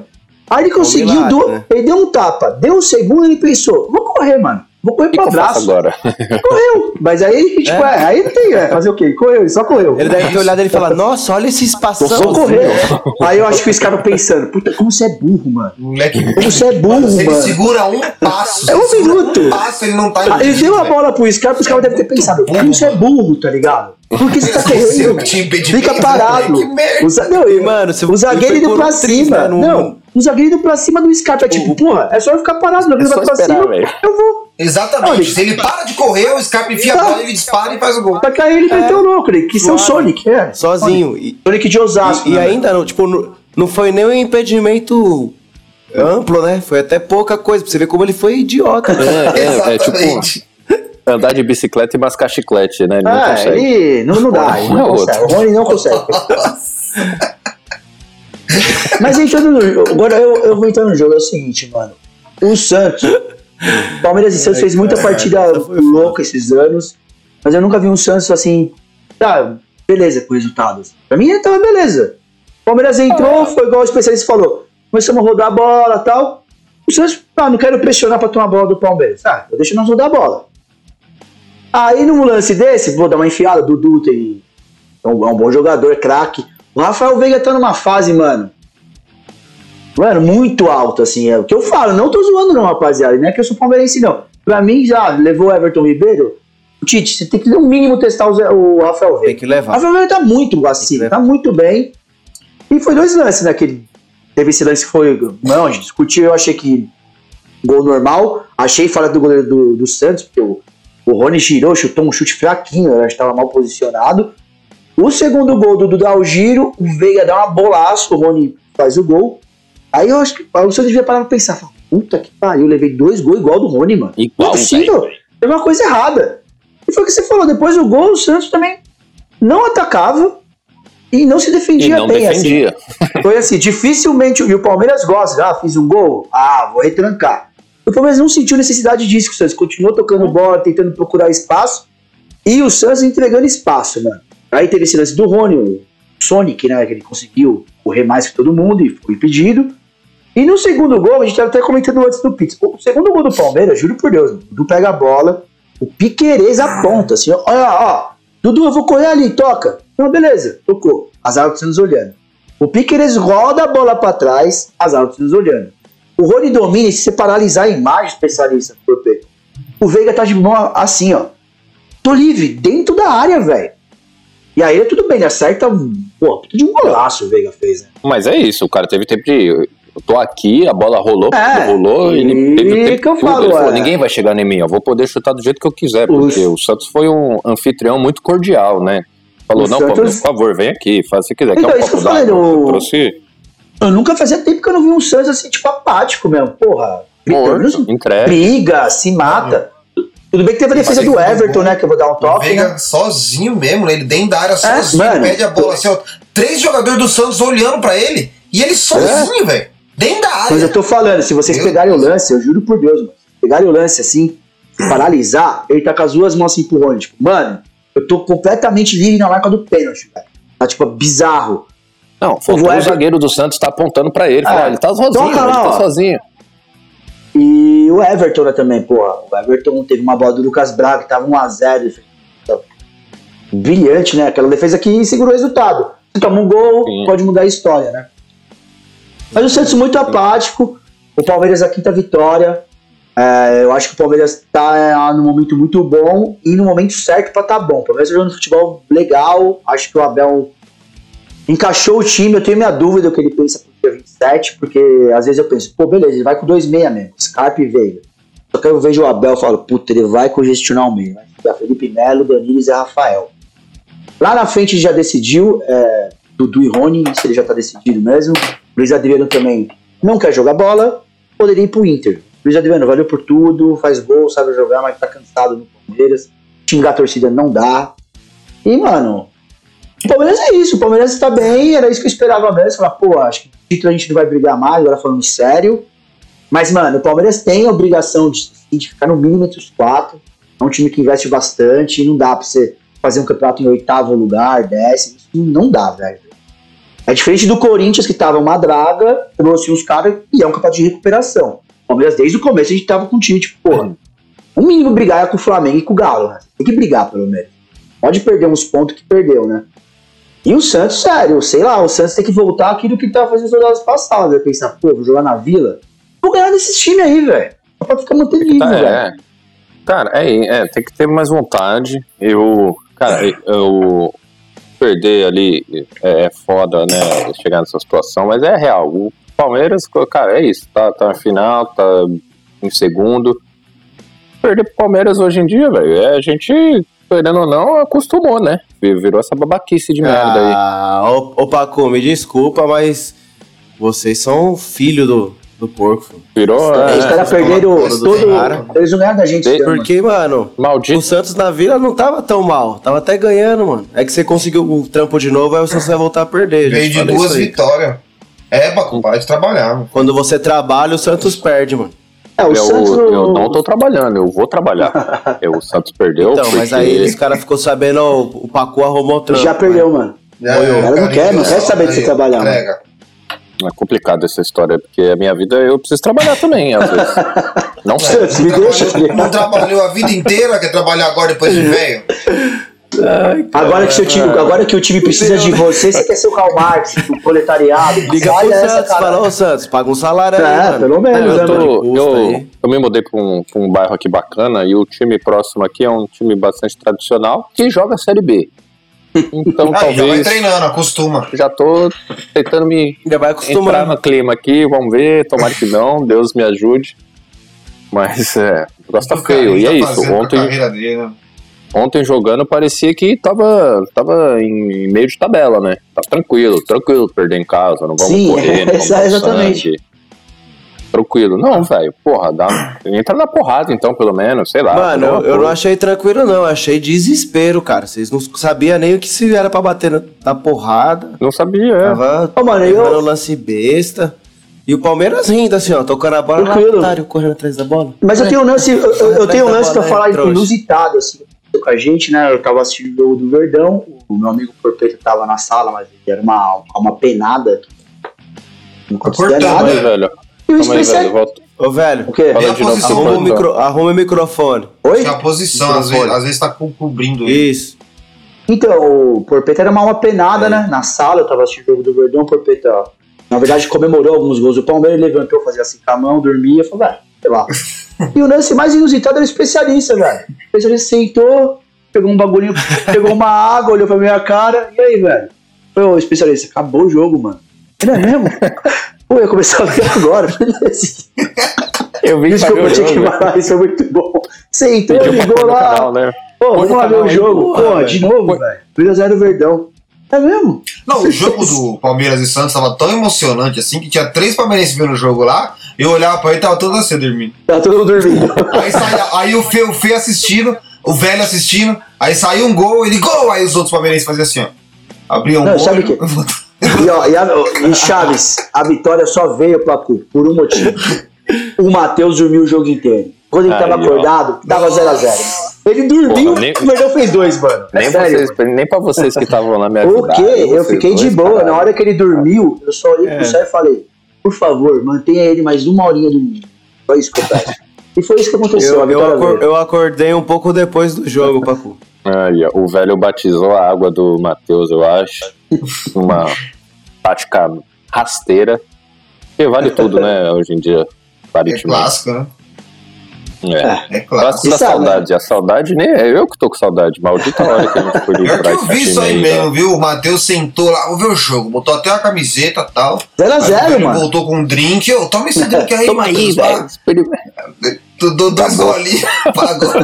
D: Aí ele conseguiu,
B: milagre,
D: do,
B: né?
D: ele deu um tapa, deu um segundo e ele pensou, vou correr, mano. Vou correr
A: O que
D: pro
A: que eu faço
D: abraço.
A: agora?
D: Correu. Mas aí, tipo, é. É, aí não tem, é, fazer o quê? Ele correu, ele só correu.
B: Ele deve ter olhado e ele falar, nossa, olha esse espação.
D: Só correu. Aí eu acho que os caras pensando, puta, como você é burro, mano.
C: Moleque,
D: Como você é burro,
C: se ele
D: mano.
C: segura um passo,
D: É um
C: se segura
D: minuto.
C: um passo, ele não tá
D: Ah, ele deu a
C: velho.
D: bola pro Scarpa, os caras devem ter pensado, como você é burro, tá ligado? Por que você tá
C: Esqueceu
D: correndo?
C: que tinha impedimento,
D: Fica parado.
C: velho, que merda.
D: O, za- não,
B: E, mano, se
D: o zagueiro
B: ele
D: indo
B: foi
D: pra
B: por um triz,
D: cima.
B: né, no-
D: Não, o zagueiro indo pra cima do Scarpa. É tipo, porra, é só eu ficar parado, o zagueiro
A: É
D: vai
A: só
D: pra
A: esperar,
D: cima,
A: velho.
D: eu vou.
C: Exatamente.
D: Olha,
C: Se ele para de correr, o Scarpa enfia a bola, ele dispara e faz o gol.
D: Só que aí ele meteu o louco, ele quis ser o
B: Suave.
D: Sonic, é.
B: Sozinho. E,
D: Sonic de Osasco.
B: e
D: né,
B: ainda, não, tipo, não, não foi nem um impedimento amplo, né? Foi até pouca coisa, pra você ver como ele foi idiota. Né?
A: É, é, é tipo
C: Exatamente.
A: andar de bicicleta e mascar chiclete, né? Ele não
D: Ah,
A: consegue.
D: ele não, não dá, ele
A: Um é
D: não
A: outro.
D: consegue. O Rony não consegue. Mas entrando no jogo, agora eu, eu vou entrar no jogo, é o seguinte, mano. O Santos, Palmeiras e Santos fez muita partida louca esses anos, mas eu nunca vi um Santos assim, tá, beleza com o resultado. assim. Pra mim tava beleza. O Palmeiras entrou, foi igual o especialista falou, começamos a rodar a bola e tal. O Santos, ah, não quero pressionar pra tomar a bola do Palmeiras. Ah, eu deixo nós rodar a bola. Aí num lance desse, vou dar uma enfiada, Dudu tem, é um, é um bom jogador, craque. O Rafael Veiga tá numa fase, mano, mano, muito alto, assim, é o que eu falo, não tô zoando não, rapaziada, não é que eu sou palmeirense não. Pra mim, já levou o Everton Ribeiro, Tite, você tem que no mínimo testar o, Zé- o Rafael Veiga.
B: Tem que levar.
D: O Rafael Veiga tá muito acima, tá muito bem. E foi dois lances, né, que ele teve esse lance que foi, não, a gente discutiu, eu achei que gol normal, achei fora do goleiro do, do Santos, porque o, o Rony girou, chutou um chute fraquinho, eu acho que tava mal posicionado. O segundo gol do Dudu o giro, o Veiga dá uma bolaço, o Rony faz o gol. Aí eu acho que o Santos devia parar pra pensar, fala, puta que pariu, eu levei dois gols igual do Rony, mano.
A: Igual,
D: Não é possível,
A: velho.
D: tem uma coisa errada. E foi o que você falou, depois do gol, o Santos também não atacava e não se
A: E
D: defendia
A: não
D: bem,
A: defendia.
D: assim. Foi assim, dificilmente, e o Palmeiras gosta, ah, fiz um gol, ah, vou retrancar. O Palmeiras não sentiu necessidade disso, o Santos continuou tocando bola, tentando procurar espaço, e o Santos entregando espaço, mano. Aí teve esse lance do Rony, o Sonic, né, que ele conseguiu correr mais que todo mundo e foi impedido. E no segundo gol, a gente estava até comentando antes do Pix, o segundo gol do Palmeiras, juro por Deus, o Dudu pega a bola, o Piquerez aponta, assim, ó, olha, ó, Dudu, eu vou correr ali, toca. Não, beleza, tocou, as árbitros nos olhando. O Piquerez roda a bola pra trás, as árbitros nos olhando. O Rony domina, e se você paralisar a imagem, especialista, por P, o Veiga tá de mão assim, ó, tô livre, dentro da área, velho. E aí, tudo bem, ele acerta um, pô, puta de um golaço o Veiga fez, né?
A: Mas é isso, o cara teve tempo de. Eu tô aqui, a bola rolou,
D: É,
A: rolou, ele
D: e
A: teve o tempo
D: que eu
A: de tudo,
D: falo,
A: ele falou,
D: é.
A: ninguém vai chegar em mim, eu vou poder chutar do jeito que eu quiser, porque
D: Os-
A: o Santos foi um anfitrião muito cordial, né? Falou,
D: O
A: não,
D: Santos-
A: Palmeiras, por favor, vem aqui, faz o que quiser,
D: Então,
A: quer um
D: isso que
A: copo
D: eu falei,
A: d'água?
D: o-
A: Eu trouxe
D: Eu nunca fazia tempo que eu não vi um Santos assim, tipo, apático mesmo. Porra,
A: morto, entregue.
D: briga, se mata. Tudo bem que teve a defesa
C: Mas
D: do
C: ele
D: Everton,
C: gol,
D: né? Que eu vou dar um
C: O
D: toque,
C: Veiga
D: né?
C: sozinho mesmo, né? Ele dentro da área sozinho,
D: mano.
C: pede a bola assim, ó. Três jogadores do Santos olhando pra ele e ele sozinho, velho. Dentro da área.
D: Mas eu tô falando, se vocês
C: Meu
D: pegarem
C: Deus.
D: o lance, eu juro por Deus, mano. Se pegarem o lance assim, paralisar, ele tá com as duas mãos assim pro Rony. Tipo, mano, eu tô completamente livre na marca do pênalti, velho. Tá, tipo, bizarro.
A: Não, faltou
D: O
A: o
D: Everton-
A: zagueiro do Santos tá apontando pra ele, falou,
D: É.
A: "Ah, ele tá sozinho,
D: Toca
A: ele
D: lá,
A: tá
D: ó."
A: sozinho.
D: E o Everton, né, também, porra. O Everton teve uma bola do Lucas Braga, que tava um a zero. Ele fez- Brilhante, né? Aquela defesa que segurou o resultado. Se toma um gol,
A: Sim.
D: pode mudar a história, né? Mas o Santos muito apático. O Palmeiras a quinta vitória. É, eu acho que o Palmeiras tá é, num momento muito bom e no momento certo pra tá bom. O Palmeiras tá jogando futebol legal. Acho que o Abel encaixou o time. Eu tenho minha dúvida o que ele pensa pro dia vinte e sete, porque às vezes eu penso, pô, beleza, ele vai com dois meia mesmo, Scarpa e Veiga. Só que eu vejo o Abel e falo, puta, ele vai congestionar o meio. Vai ficar Felipe Melo, Danilo e Zé Rafael. Lá na frente já decidiu, é, Dudu e Rony, isso ele já tá decidido mesmo. Luiz Adriano também não quer jogar bola, poderia ir pro Inter. Luiz Adriano valeu por tudo, faz gol, sabe jogar, mas tá cansado no Palmeiras. Xingar a torcida não dá. E, mano, o Palmeiras é isso, o Palmeiras tá bem, era isso que eu esperava mesmo. Falar, pô, acho que o título a gente não vai brigar mais, agora falando sério. Mas, mano, o Palmeiras tem a obrigação de, de ficar no mínimo entre os quatro. É um time que investe bastante e não dá pra você fazer um campeonato em oitavo lugar, décimo. Isso não dá, velho. É É diferente do Corinthians, que tava uma draga, trouxe uns caras e é um capaz de recuperação. O Palmeiras, desde o começo, a gente tava com um time, tipo, porra, o mínimo brigar é com o Flamengo e com o Galo, né? Tem que brigar, pelo menos. Pode perder uns pontos que perdeu, né? E o Santos, sério, sei lá, o Santos tem que voltar aquilo que ele tava fazendo nas rodadas passadas. Eu pensar, pô, vou jogar na Vila, vou ganhar desses times aí, velho. Só pra ficar mantendo vivo,
A: tá,
D: velho.
A: É. Cara, é, é, tem que ter mais vontade. Eu, cara, eu perder ali é, é foda, né, chegar nessa situação, mas é real. O Palmeiras, cara, é isso, tá, tá na final, tá em segundo. Perder pro Palmeiras hoje em dia, velho, é, a gente, querendo ou não, acostumou, né? Virou essa babaquice de merda aí.
B: Ah, ô, ô Paco, me desculpa, mas vocês são filho do, do porco. Filho.
A: Virou,
D: É, os caras perderam todo.
B: cara.
D: Eles não ganharam da gente,
A: Tem-
D: então,
B: Porque, mano,
A: Maldito.
B: o Santos na Vila não tava tão mal. Tava até ganhando, mano. É que você conseguiu o trampo de novo, aí o Santos vai voltar a perder.
C: Veio
B: gente.
C: de
B: Fala
C: duas
B: isso aí.
C: vitórias. É, Bacu, para de trabalhar, mano.
B: Quando você trabalha, o Santos perde, mano.
D: É, o
A: Eu,
D: Santos.
A: eu não tô trabalhando, eu vou trabalhar. Eu, o Santos perdeu.
B: Então, mas
A: porque-
B: aí os caras ficou sabendo, ó, o Pacu arrumou o trampo.
D: Já perdeu, mano.
C: Já,
D: Ela não
C: cara,
D: quer, não
C: que
D: quer saber de você
C: aí,
D: trabalhar, mano.
C: entrega.
A: É complicado essa história, porque a minha vida eu preciso trabalhar também, às vezes. Não sei.
D: Santos, me
C: Não
D: deixa.
C: trabalhou- Não trabalhou a vida inteira, quer trabalhar agora depois de velho?
B: Ai, cara.
D: Agora que, seu time, agora que o time precisa de você, você quer ser o Karl Marx, o proletariado.
B: Liga
D: sai
B: pro
D: dessa,
B: Santos,
D: cara.
B: fala, ô Santos, paga um salário aí,
D: É,
B: mano.
D: pelo menos,
B: Aí
D: né,
A: Eu,
B: tô
A: tô-
B: de custo
A: eu,
B: aí.
A: eu me mudei pra um, pra um bairro aqui bacana e o time próximo aqui é um time bastante tradicional que joga Série B. Então
C: Aí, já vai
A: talvez
C: treinando, acostuma.
A: já tô tentando me
B: Ainda vai
A: entrar
B: acostumando.
A: no clima aqui, vamos ver, tomara que não, Deus me ajude. Mas é, o negócio tá
C: O que o
A: feio. E
C: Carlinhos
A: é
C: tá
A: isso,
C: fazendo com a
A: ontem,
C: carreira dele, né?
A: ontem jogando parecia que tava, tava em meio de tabela, né? Tá tranquilo, tranquilo, perder em casa, não vamos
D: Sim,
A: correr, não vamos
D: essa-
A: dar
D: exatamente.
A: sangue. Tranquilo. Não, velho, porra, dá, entra na porrada então, pelo menos, sei lá.
B: Mano,
A: dá uma
B: eu, eu não
A: porra.
B: achei tranquilo, não. Eu achei desespero, cara. Vocês não sabiam nem o que se era pra bater na, na porrada.
A: Não sabia, é.
B: Tava
D: Ô, mano, eu-
B: levando lance besta. E o Palmeiras rindo, assim, ó, tocando a bola,
D: Tranquilo.
B: otário, correndo atrás da bola.
D: Mas eu tenho um lance, eu, eu- eu tenho um lance pra
B: Trouxa.
D: falar inusitado, assim, com a gente, né? Eu tava assistindo o jogo do Verdão, o meu amigo Porpeta tava na sala, mas ele era uma, uma penada. Não acontecia
C: cortando,
D: nada.
A: Calma aí, velho.
D: E o
A: Calma aí,
D: Spencer-
A: velho. Volta.
B: Ô, velho,
D: O quê?
A: Fala
C: a
A: de novo.
C: posição
B: arruma o,
C: do-
B: micro, arruma o microfone.
D: Oi?
C: É a posição, às
B: Microfone.
C: vezes, às vezes tá co- cobrindo ele.
B: Isso.
D: Então, o Porpeta era uma alma penada,
B: É.
D: né? Na sala, eu tava assistindo o jogo do Verdão, o Porpeta, ó, na verdade, comemorou alguns gols do Palmeiras, levantou, fazia assim com a mão, dormia, falou, velho, sei lá. E o lance mais inusitado era o especialista, velho. O especialista sentou, pegou um bagulhinho, pegou uma água, olhou pra minha cara, e aí, velho? Falei, ô, especialista, acabou o jogo, mano. Não é mesmo? Pô, eu ia começar a ver agora.
A: Eu vi
D: Desculpa, eu tinha que
A: jogo,
D: falar, isso é muito bom. Sentou,
A: Pediu pra
D: ligou
A: pôr no
D: lá.
A: canal, né?
D: Pô,
A: Põe
D: vamos
A: no
D: lá ver
A: canal
D: o
A: aí,
D: jogo.
B: porra,
D: Pô,
B: velho.
D: de novo, velho. dois a zero Verdão. É mesmo?
C: Não, o jogo do Palmeiras e Santos tava tão emocionante assim que tinha três palmeirenses vendo o jogo lá. Eu olhava pra ele e tava todo assim dormindo.
D: Tá todo mundo dormindo.
C: Aí, saía, aí o Fê, o Fê assistindo, o velho assistindo. Aí saiu um gol, ele gol. Aí os outros palmeirenses faziam assim, ó. Abriam um
D: Não,
C: gol.
D: sabe o quê? E, ó, e, a, e Chaves, a vitória só veio, Pacu, por um motivo. O Matheus dormiu o jogo inteiro. Quando ele
A: Aí,
D: tava
A: ó.
D: acordado, tava zero a zero. Ele dormiu,
A: Porra, nem-
D: o Verdão fez dois, mano. É
A: Nem,
D: sério.
A: vocês, nem pra vocês que estavam lá me
D: O
A: ajudarem.
D: quê? Eu
A: vocês
D: fiquei de
A: dois,
D: boa.
A: caralho.
D: Na hora que ele dormiu, eu só olhei
B: É.
D: pro céu e falei, por favor, mantenha ele mais uma horinha dormindo. Foi isso que eu peço. E foi isso que aconteceu.
B: Eu,
D: a
B: eu,
D: vitória
B: acor-
D: veio.
B: eu acordei um pouco depois do jogo, Pacu.
A: Aí, ó, o velho batizou a água do Matheus, eu acho. Uma tática rasteira. Que vale tudo, né, hoje em dia.
C: É
A: Aparentemente.
C: clássico, né?
A: É.
C: É
A: Clássico
C: clássico.
A: da
D: E sabe,
A: saudade. A saudade nem é eu que tô com saudade. Maldita hora que a gente foi
C: Pior que
A: livrar
C: eu vi isso aí mesmo, viu? O Matheus sentou lá, vou ver o jogo, botou até a camiseta e tal.
D: zero a
C: Aí o
D: zero,
C: velho
D: mano.
C: voltou com um drink. Ô, toma esse drink aí,
A: Toma aí,
C: Matheus,
A: velho.
C: vai.
A: Experimenta.
C: Tu dou dois
A: Tá bom.
C: golinhos, pagou.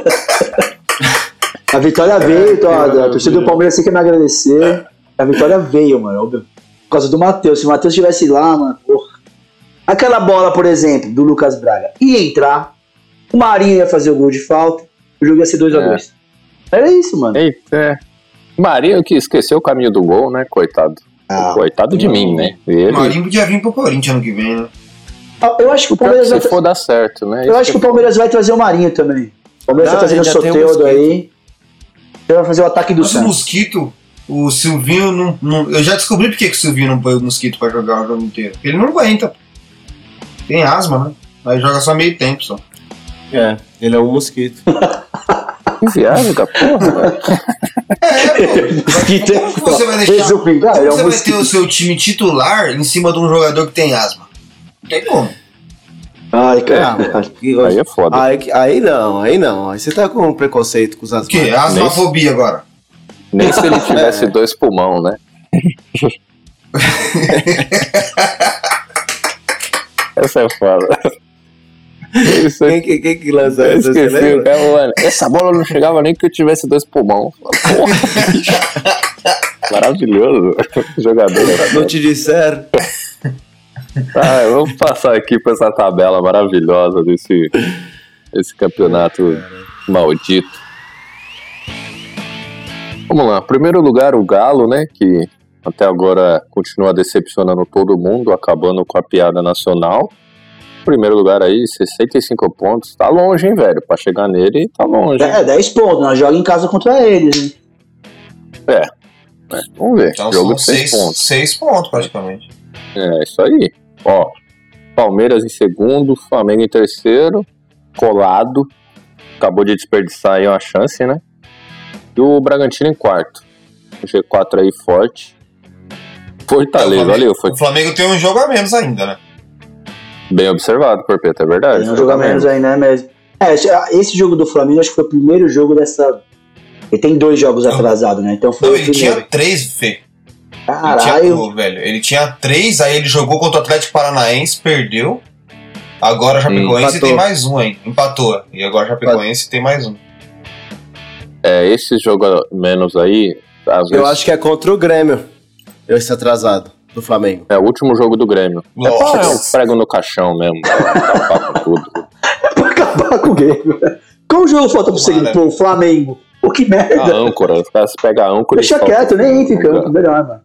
D: A vitória veio, então, a, a torcida do Palmeiras tem que me agradecer. A vitória veio, mano. óbvio. Por causa do Matheus. Se o Matheus estivesse lá, mano, porra. Aquela bola, por exemplo, do Lucas Braga ia entrar, o Marinho ia fazer o gol de falta, o jogo ia ser dois a dois. Era isso, mano.
A: Eita, é. Marinho que esqueceu o caminho do gol, né? Coitado.
D: Ah,
A: Coitado de mim, né?
C: O
A: Ele,
C: Marinho podia vir pro Corinthians ano que vem, né?
D: eu acho que o
A: pior que
D: Palmeiras vai
A: se
D: tra-
A: for dar certo, né?
D: Eu
A: Isso
D: acho que o Palmeiras vai trazer o Marinho também. O Palmeiras
B: Não,
D: tá trazendo o
B: a gente já tem um
D: Soteldo
B: mosquito.
D: aí. Ele vai fazer o ataque do
C: Mas o
D: Santos.
C: Mosquito, o Silvinho não, não. Eu já descobri por que que o Silvinho não põe o Mosquito pra jogar o jogo inteiro. Ele não aguenta. Tem asma, né? Aí joga só meio tempo só.
B: É, ele é um mosquito.
A: Que viagem da porra, velho.
C: É, pô.
D: Mosquito é
C: Como que você vai deixar.
D: resumindo, ah,
C: Como
D: ele é um
C: você vai
D: mosquito.
C: ter o seu time titular em cima de um jogador que tem asma? Não tem como.
D: Ai, cara.
A: Aí é foda.
B: Aí, aí não, aí não. Aí você tá com preconceito com os
C: O quê?
B: asmáticos.
C: Asmafobia agora.
A: Nem se ele tivesse dois pulmão, né? Essa é foda. Isso
B: Quem, quem, quem que lança
A: eu
B: essa? Você
A: esqueci,
B: lembra?
A: cara, mano. Essa bola não chegava nem que eu tivesse dois pulmão. Porra. Maravilhoso. Jogador.
B: Não te disseram?
A: Ah, vamos passar aqui para essa tabela maravilhosa desse, desse campeonato maldito. Vamos lá. Primeiro lugar, o Galo, né? Que até agora continua decepcionando todo mundo, acabando com a piada nacional. Primeiro lugar aí, sessenta e cinco pontos. Tá longe, hein, velho? Pra chegar nele, tá longe.
D: É, dez pontos. Nós jogamos em casa contra eles, hein?
A: É. é. Vamos ver.
C: Então
A: Jogo
C: são
A: de seis
C: seis,
A: pontos.
C: seis pontos, praticamente.
A: É, isso aí. Ó, Palmeiras em segundo, Flamengo em terceiro, colado. Acabou de desperdiçar aí uma chance, né? E o Bragantino em quarto. O G quatro aí forte. Fortaleza,
C: É, o Flamengo-
A: olha, foi
C: O Flamengo tem um jogo a menos ainda, né?
A: bem observado, Porpeta, é verdade.
D: Tem um jogo a menos ainda, é mesmo. É, esse- esse jogo do Flamengo acho que foi o primeiro jogo dessa. Ele tem dois jogos
C: Não.
D: atrasados, né? Então foi
C: Não,
D: o
C: ele
D: primeiro.
C: tinha três, Fê. Ele tinha,
D: Caralho.
C: pô, velho. Ele tinha três, aí ele jogou contra o Atlético Paranaense, perdeu. Agora o Chapecoense
B: Empatou.
C: tem mais um, hein? Empatou. E agora o Chapecoense tem mais um.
A: É, esse jogo a menos aí, às
B: Eu
A: vezes,
B: acho que é contra o Grêmio. Esse atrasado do Flamengo.
A: é o último jogo do Grêmio. É
C: Nossa.
A: pra- é um prego no caixão mesmo. Acabar com tudo.
D: Pra acabar com o game. Qual jogo falta pra você
C: Tomara.
D: pô, o Flamengo? Pô, que
A: A
D: merda.
A: âncora, os caras pegam a âncora e
D: Deixa
A: soltam.
D: quieto, nem entra em campo. Melhor, mano.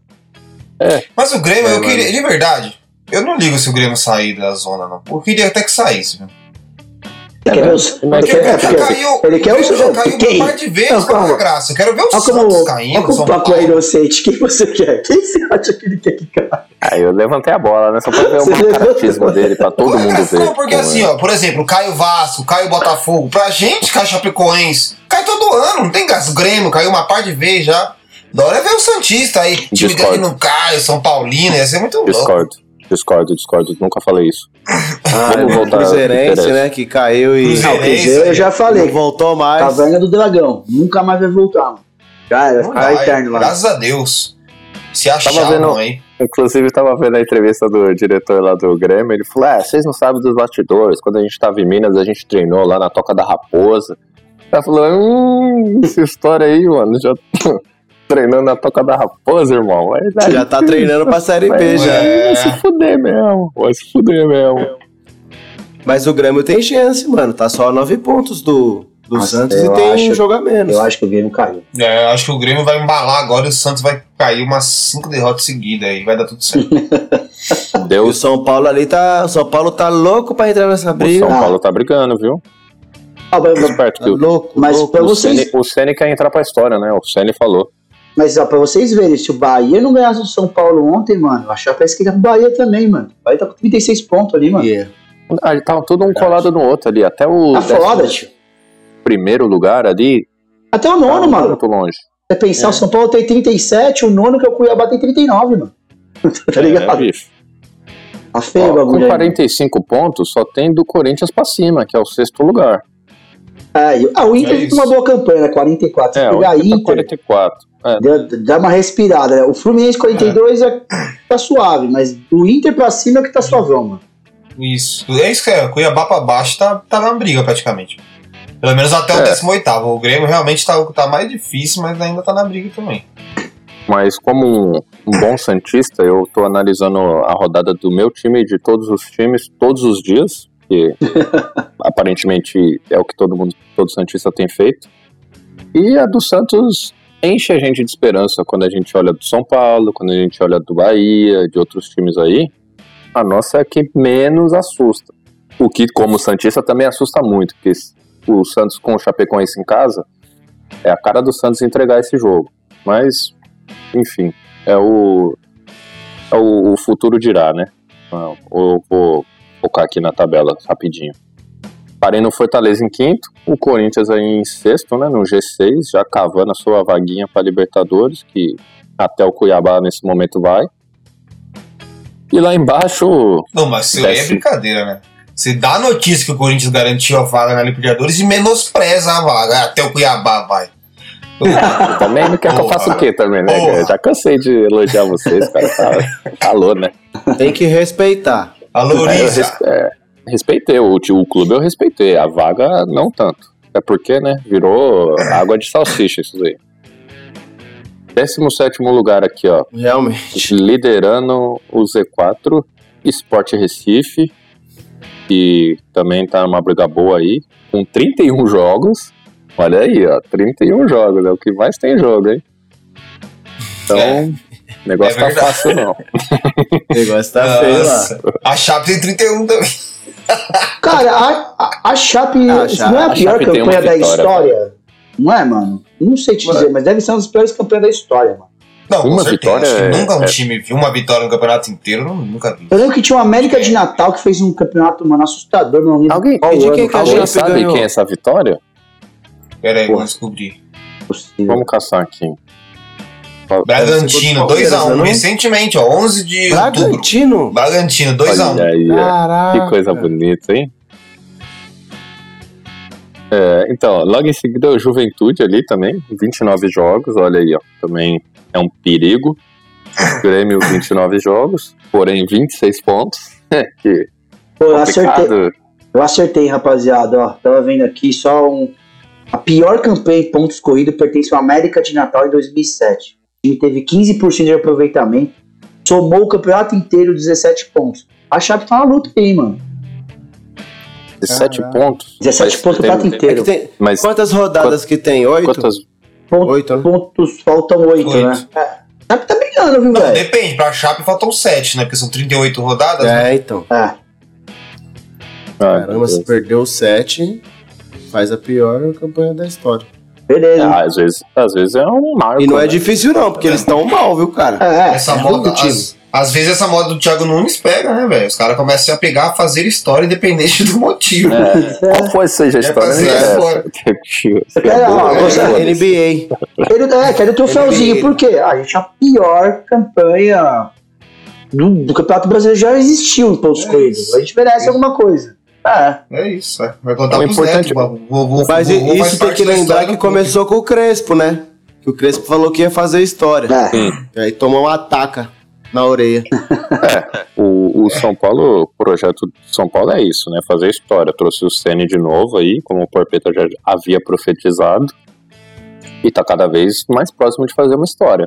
C: Mas o Grêmio,
A: É,
C: eu
A: mano.
C: queria. De verdade, eu não ligo se o Grêmio sair da zona, não. Eu queria até que saísse, viu?
D: Ele quer ver os.
A: Mas
D: Ele quer, é,
C: já
D: porque
C: caiu,
D: ele quer
C: o
D: os.
C: Grêmio já caiu
D: Quem?
C: uma par de vezes,
D: Não,
C: qual é
D: calma.
C: a graça? Eu quero ver o
D: Olha como,
C: Santos
D: olha
C: caindo,
D: como
C: São
D: o Paco é
C: Paulo.
D: inocente. Quem você quer? Quem você acha que ele quer que caia?
A: Aí eu levantei a bola, né? Só pra ver o
D: Você
A: macaratismo
D: levantou.
A: dele, pra todo
C: Ué,
A: mundo
C: cara,
A: ver.
C: não, porque
A: Pô,
C: assim,
A: é.
C: ó, por exemplo, cai o Vasco, cai o Botafogo. Pra gente, cai o Chapecoense. Cai todo ano, não tem graça. O Grêmio caiu uma par de vezes já. Da hora é ver o Santista aí. Time
A: Discordo.
C: grande não cai, o São Paulino, ia ser muito louco.
A: Discordo, discordo, discordo. Nunca falei isso.
B: Ah,
A: Vamos
B: é o
A: voltar ao que
B: Cruzeirense,
A: interessa.
B: né? Que caiu e
C: Cruzeiro.
D: Não, o Cruzeiro eu já
B: não
D: falei.
B: voltou mais.
D: Caverna do Dragão. Nunca mais vai voltar, mano. Já vai
C: Não
D: ficar
C: vai,
D: eterno lá.
C: graças a Deus. Se
A: Tava
C: achavam
A: vendo-
C: aí.
A: Inclusive, tava vendo a entrevista do diretor lá do Grêmio. Ele falou: é, vocês não sabem dos bastidores. Quando a gente tava em Minas, a gente treinou lá na Toca da Raposa. Ela falou: hum, essa história aí, mano. Já tô treinando na Toca da Raposa, irmão. Vai,
B: Já tá treinando pra Série B já.
A: Vai se fuder mesmo. Vai se fuder mesmo.
B: Mas o Grêmio tem chance, mano. Tá só a nove pontos do, do
D: Nossa,
B: Santos
D: eu
B: e tem
D: acho-
B: um jogo a menos.
D: Eu acho que o Grêmio caiu.
C: É, eu acho que o Grêmio vai embalar agora e o Santos vai cair umas cinco derrotas seguidas aí. Vai dar tudo certo.
B: E o
A: Deus,
B: São Paulo ali tá. O São Paulo tá louco pra entrar nessa
A: o
B: briga.
A: São Paulo tá brigando, viu?
D: Ah, mas,
A: Esperto
B: Tá
A: que o,
B: louco,
D: Mas
B: louco.
D: pra
A: o,
D: vocês-
A: Ceni, o Ceni quer entrar pra história, né? O Ceni falou.
D: mas ó, pra vocês verem, se o Bahia não ganhasse o São Paulo ontem, mano, eu achava parece que ia pro Bahia também, mano. O Bahia tá com trinta e seis pontos ali, mano.
B: Yeah.
A: Ah, tava todo um colado no outro ali. Até o
D: Tá
A: décimo
D: foda, tio.
A: primeiro lugar ali.
D: Até o nono,
A: tá
D: mano.
A: muito longe.
D: Você pensar, o São Paulo tem trinta e sete, o nono que é o Cuiabá tem trinta e nove, mano. Tá
A: É,
D: ligado?
A: bicho.
D: Tá feio o
A: Ó,
D: bagulho
A: com
D: aí.
A: quarenta e cinco pontos, só tem do Corinthians pra cima, que é o sexto lugar.
D: É, e- ah, o Inter
C: É
D: tem
C: isso.
D: uma boa campanha, né? quarenta e quatro. Se
A: É, o
D: pegar
A: Inter tá
D: Inter,
A: quarenta e quatro. É,
D: dá, dá uma respirada, né? O Fluminense quarenta e dois é. tá suave, mas o Inter pra cima é que tá suavão, mano.
C: Isso. É isso que é. Cuiabá pra baixo tá, tá na briga praticamente. Pelo menos até o
A: É.
C: décimo oitavo. O Grêmio realmente tá, tá mais difícil, mas ainda tá na briga também.
A: Mas como um, um bom santista, eu tô analisando a rodada do meu time e de todos os times todos os dias, que aparentemente é o que todo mundo, todo santista tem feito. E a do Santos enche a gente de esperança quando a gente olha do São Paulo, quando a gente olha do Bahia, de outros times aí. A nossa é a que menos assusta. O que, como santista, também assusta muito, porque o Santos com o Chapecoense em casa, é a cara do Santos entregar esse jogo. Mas enfim, é o, é o, o futuro dirá, né? Eu vou focar aqui na tabela rapidinho. Parei no Fortaleza em quinto, o Corinthians aí em sexto, né, no G seis, já cavando a sua vaguinha para Libertadores, que até o Cuiabá nesse momento vai. E lá embaixo...
C: Não, mas isso aí é brincadeira, né? Você dá a notícia que o Corinthians garantiu a vaga na Libertadores e menospreza a vaga. Até o Cuiabá vai.
A: Também não quer que eu faça o quê também, né? Eu já cansei de elogiar vocês, cara. Falou, né?
B: Tem que respeitar.
C: Alô,
A: É, eu
C: Lisa.
A: res- é, respeitei, o, o clube eu respeitei, a vaga não tanto. É porque, né, virou água de salsicha isso aí. décimo sétimo lugar aqui, ó.
B: Realmente.
A: Liderando o Z quatro, Sport Recife, que também tá numa briga boa aí, com trinta e um jogos. Olha aí, ó, trinta e um jogos, é o que mais tem jogo, hein? Então,
C: É.
A: o negócio
C: É
A: tá
C: verdade.
A: fácil não.
B: O negócio tá feio lá.
C: Nossa. A Chape tem trinta e um também.
D: Cara, a, a, a Chape
B: Ah, a Chape-
D: não é a,
A: a
D: pior
A: Chape tem uma
D: campanha da
A: vitória,
D: história. Não é, mano? Não sei te dizer,
B: Mano.
D: mas deve ser uma das piores campanhas da história, mano.
C: Não, com
A: Uma
C: certeza.
A: vitória
C: Acho que
A: é-
C: nunca um
A: é-
C: time viu uma vitória no campeonato inteiro. Eu nunca vi.
D: Eu lembro que tinha o América de Natal que fez um campeonato, mano, assustador, não lembro
A: Alguém-
D: qual
B: e de
D: ano,
B: quem que a
D: qual
B: gente
A: Alguém
D: ano
A: sabe
B: ganhou?
A: quem é essa vitória?
C: Pera aí,
D: Porra.
C: vamos descobrir.
D: possível.
A: Vamos caçar aqui.
C: Bragantino, dois a um.
B: Palmeiras, né, não?
C: Recentemente, ó, onze de outubro.
B: Bragantino?
C: Bragantino, dois a um.
A: Olha aí, ó.
B: Caraca.
A: Que coisa bonita, hein? É, então, logo em seguida o Juventude ali também, vinte e nove jogos, olha aí, ó, também é um perigo. Grêmio, vinte e nove jogos, porém vinte e seis pontos. Que
D: Pô, eu acertei,
A: complicado.
D: eu acertei, rapaziada, ó. Tava vendo aqui só um. A pior campanha em pontos corridos pertence ao América de Natal em dois mil e sete. O time teve quinze por cento de aproveitamento, somou o campeonato inteiro dezessete pontos. A Chape tá na luta aí, mano.
A: dezessete
B: Caraca.
A: pontos.
D: dezessete
A: Mas
D: pontos o
A: tem-
D: campeonato
B: É
D: inteiro.
B: que tem...
A: Mas
B: Quantas rodadas que tem? Oito?
A: quantas,
D: Ponto-
B: Oito, né?
D: pontos, faltam oito,
C: Oito.
D: né? É. A Chape tá brigando, viu,
C: Não,
D: velho?
C: depende. Pra Chape faltam sete, né? Porque são trinta e oito rodadas. né?
B: É, então.
D: É.
A: ah,
B: Caramba, se perdeu sete, faz a pior campanha da história.
D: Beleza.
A: ah, às vezes, às vezes é um marco.
B: E não é
A: né?
B: difícil não, porque eles estão mal, viu, cara?
D: É,
C: Essa
D: é
C: moda,
B: do time.
C: às, às vezes essa moda do Thiago Nunes pega, né, velho? Os caras começam a pegar, a fazer história independente do motivo.
A: É, qual foi seja a história?
C: fazer
A: É essa.
C: agora.
D: Eu quero, ó,
C: É,
D: você-
C: é,
B: N B A.
D: Quero, é, quero o troféuzinho, por quê? Ah, a gente, a pior campanha do, do Campeonato Brasileiro já existiu em pontos
C: É
D: corridos.
C: isso.
D: A gente merece alguma coisa. É.
C: É isso, é. Vai contar
A: O
C: pros
A: importante-
C: netos. Vou, vou, vou,
B: Mas
C: vou, vou,
B: isso
C: faz
B: tem
C: parte
B: que
C: da
B: lembrar
C: história
B: que
C: do clube.
B: começou com o Crespo, né? Que o Crespo falou que ia fazer história.
D: É.
A: Sim.
B: E aí tomou uma taca na orelha.
A: O, o São Paulo, o projeto de São Paulo é isso, né? Fazer história. Trouxe o Ceni de novo aí, como o Porpeta já havia profetizado. E tá cada vez mais próximo de fazer uma história.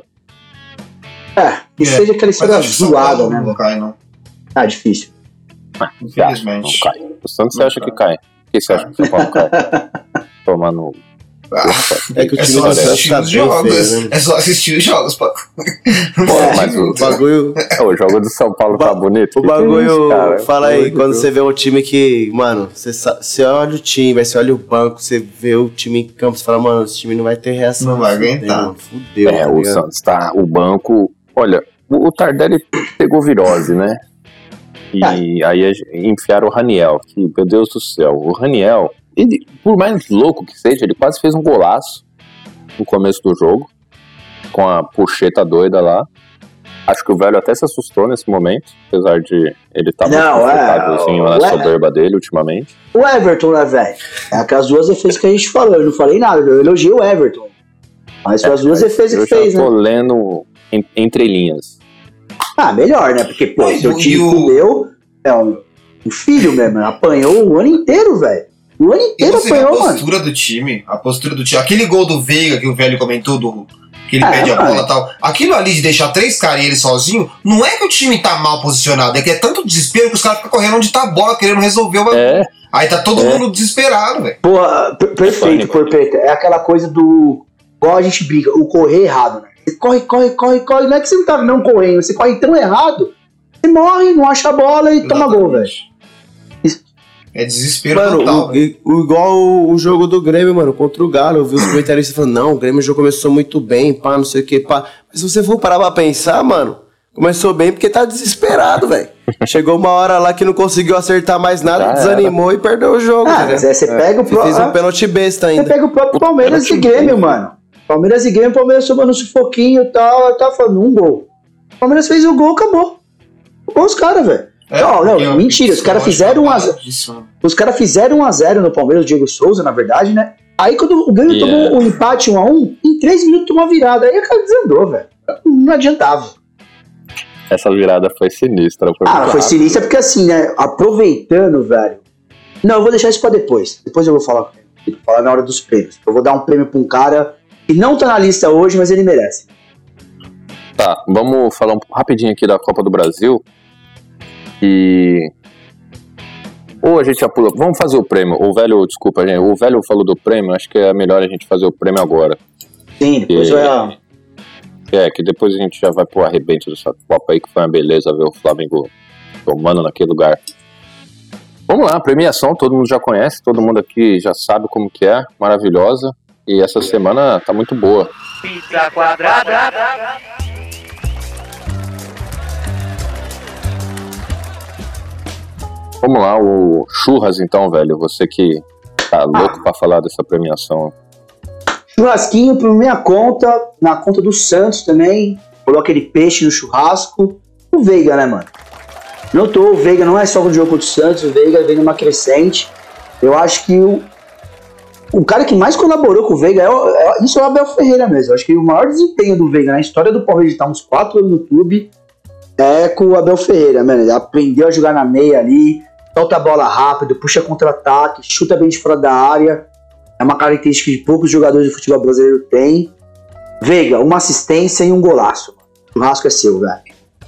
D: É, e
C: É,
D: seja aquela
C: Mas
D: história
C: acho que São
D: zoada,
C: Paulo
D: né?
C: não cai, não.
D: Ah, difícil.
A: Você acha que não
C: Infelizmente.
A: cai? O Santos você
C: Não
A: acha que cai? O que você acha que o São Paulo cai? Tomar no...
C: Ah,
B: É que o
C: é
B: time
C: só
B: do Santos
C: assistir
B: tá
C: os
B: bem
C: jogos.
B: feio, né?
C: É só assistir os jogos. Pô.
A: Pô, mas o,
B: O bagulho,
A: o jogo do São Paulo
B: O ba-
A: tá bonito?
B: o
A: Que que é
B: bagulho
A: isso, cara?
B: fala aí,
A: Doido,
B: quando
A: viu?
B: você vê um time que, mano, você, sa- você olha o time, aí você olha o banco, você vê o time em campo, você fala, mano, esse time não vai ter reação.
C: Não vai
B: Fudeu,
C: aguentar.
B: mano, Fudeu,
A: É,
B: tá
A: o
B: ligado?
A: Santos tá... O banco... Olha, o, o Tardelli pegou virose, né? E aí a- enfiaram o Raniel, que, meu Deus do céu, o Raniel, ele, por mais louco que seja, ele quase fez um golaço no começo do jogo, com a puxeta doida lá. Acho que o velho até se assustou nesse momento, apesar de ele estar muito
D: Não, é,
A: confortávelzinho na
D: ué.
A: soberba dele ultimamente.
D: O Everton, né, velho? É aquelas duas defesas que a gente falou. Eu não falei nada, eu elogiei o Everton. Mas foi as duas defesas
A: Eu
D: que fez,
A: já tô
D: né?
A: lendo en- entre linhas.
D: Ah, melhor, né? Porque, pô,
C: Mas
D: seu
C: o-
D: time
C: e o-
D: comeu. É um, um filho mesmo, apanhou o ano inteiro, velho. O ano
C: E
D: inteiro
C: você vê a
D: apanhou, mano.
C: postura do time, a postura do time. Aquele gol do Veiga que o velho comentou, do, que ele
D: É,
C: perde a
D: mano.
C: bola e tal. Aquilo ali de deixar três caras e ele sozinho, não é que o time tá mal posicionado, é que é tanto desespero que os caras ficam correndo onde tá a bola, querendo resolver o bagulho.
A: É,
C: Aí tá todo
A: É.
C: mundo desesperado, velho.
D: Porra, per- perfeito,
A: pânico.
D: Porpeta. É aquela coisa do. Igual a gente brinca, o correr errado, né? Você corre, corre, corre, corre. Não é que você não tá não correndo, você corre tão errado, você morre, não acha a bola e toma gol, velho.
C: É desespero
B: mano,
C: total.
B: O, o, igual o, o jogo do Grêmio, mano, contra o Galo. Eu vi os comentaristas falando, não, o Grêmio já começou muito bem, pá, não sei o que, pá. Mas se você for parar pra pensar, mano, começou bem porque tá desesperado, velho. Chegou uma hora lá que não conseguiu acertar mais nada, já desanimou era. E perdeu o jogo.
D: Ah, mas aí você pega o próprio...
B: Fez um pênalti besta ainda.
D: Você pega o próprio Palmeiras e Grêmio, mano. Palmeiras e Grêmio, Palmeiras tomando um sufoquinho e tal, eu tava falando, um gol. O Palmeiras fez o gol, acabou. Acabou os caras, velho.
C: É,
D: não, não, mentira, os caras fizeram um a zero. Os caras fizeram um a zero no Palmeiras, o Diego Souza, na verdade, né? Aí quando o Grêmio yeah. tomou o um empate um a um, em três minutos tomou a virada. Aí a cara desandou, velho. Não adiantava.
A: Essa virada foi sinistra. Foi
D: ah, foi sinistra porque assim, né? Aproveitando, velho. Não, eu vou deixar isso pra depois. Depois eu vou falar com ele. Vou falar na hora dos prêmios. Eu vou dar um prêmio pra um cara que não tá na lista hoje, mas ele merece.
A: Tá, vamos falar um rapidinho aqui da Copa do Brasil. E... Ou a gente já pula... Vamos fazer o prêmio. O velho, desculpa, gente. O velho falou do prêmio. Acho que é melhor a gente fazer o prêmio agora.
D: Sim, depois vai...
A: É, que depois a gente já vai pro arrebento dessa Copa aí, que foi uma beleza ver o Flamengo tomando naquele lugar. Vamos lá, premiação, todo mundo já conhece, todo mundo aqui já sabe como que é, maravilhosa. E essa semana tá muito boa.
E: Pizza quadrada.
A: Vamos lá, o Churras então, velho, você que tá louco ah. pra falar dessa premiação.
D: Churrasquinho por minha conta, na conta do Santos também. Coloca aquele peixe no churrasco. O Veiga, né, mano? Não tô, o Veiga não é só o jogo contra o Santos, o Veiga vem numa crescente. Eu acho que o, o cara que mais colaborou com o Veiga é, o, é isso é o Abel Ferreira mesmo. Eu acho que o maior desempenho do Veiga na história do Palmeiras, de estar uns quatro anos no clube, é com o Abel Ferreira, mano. Ele aprendeu a jogar na meia ali, solta a bola rápido, puxa contra-ataque, chuta bem de fora da área. É uma característica que poucos jogadores de futebol brasileiro têm. Veiga, uma assistência e um golaço. O churrasco é seu, velho.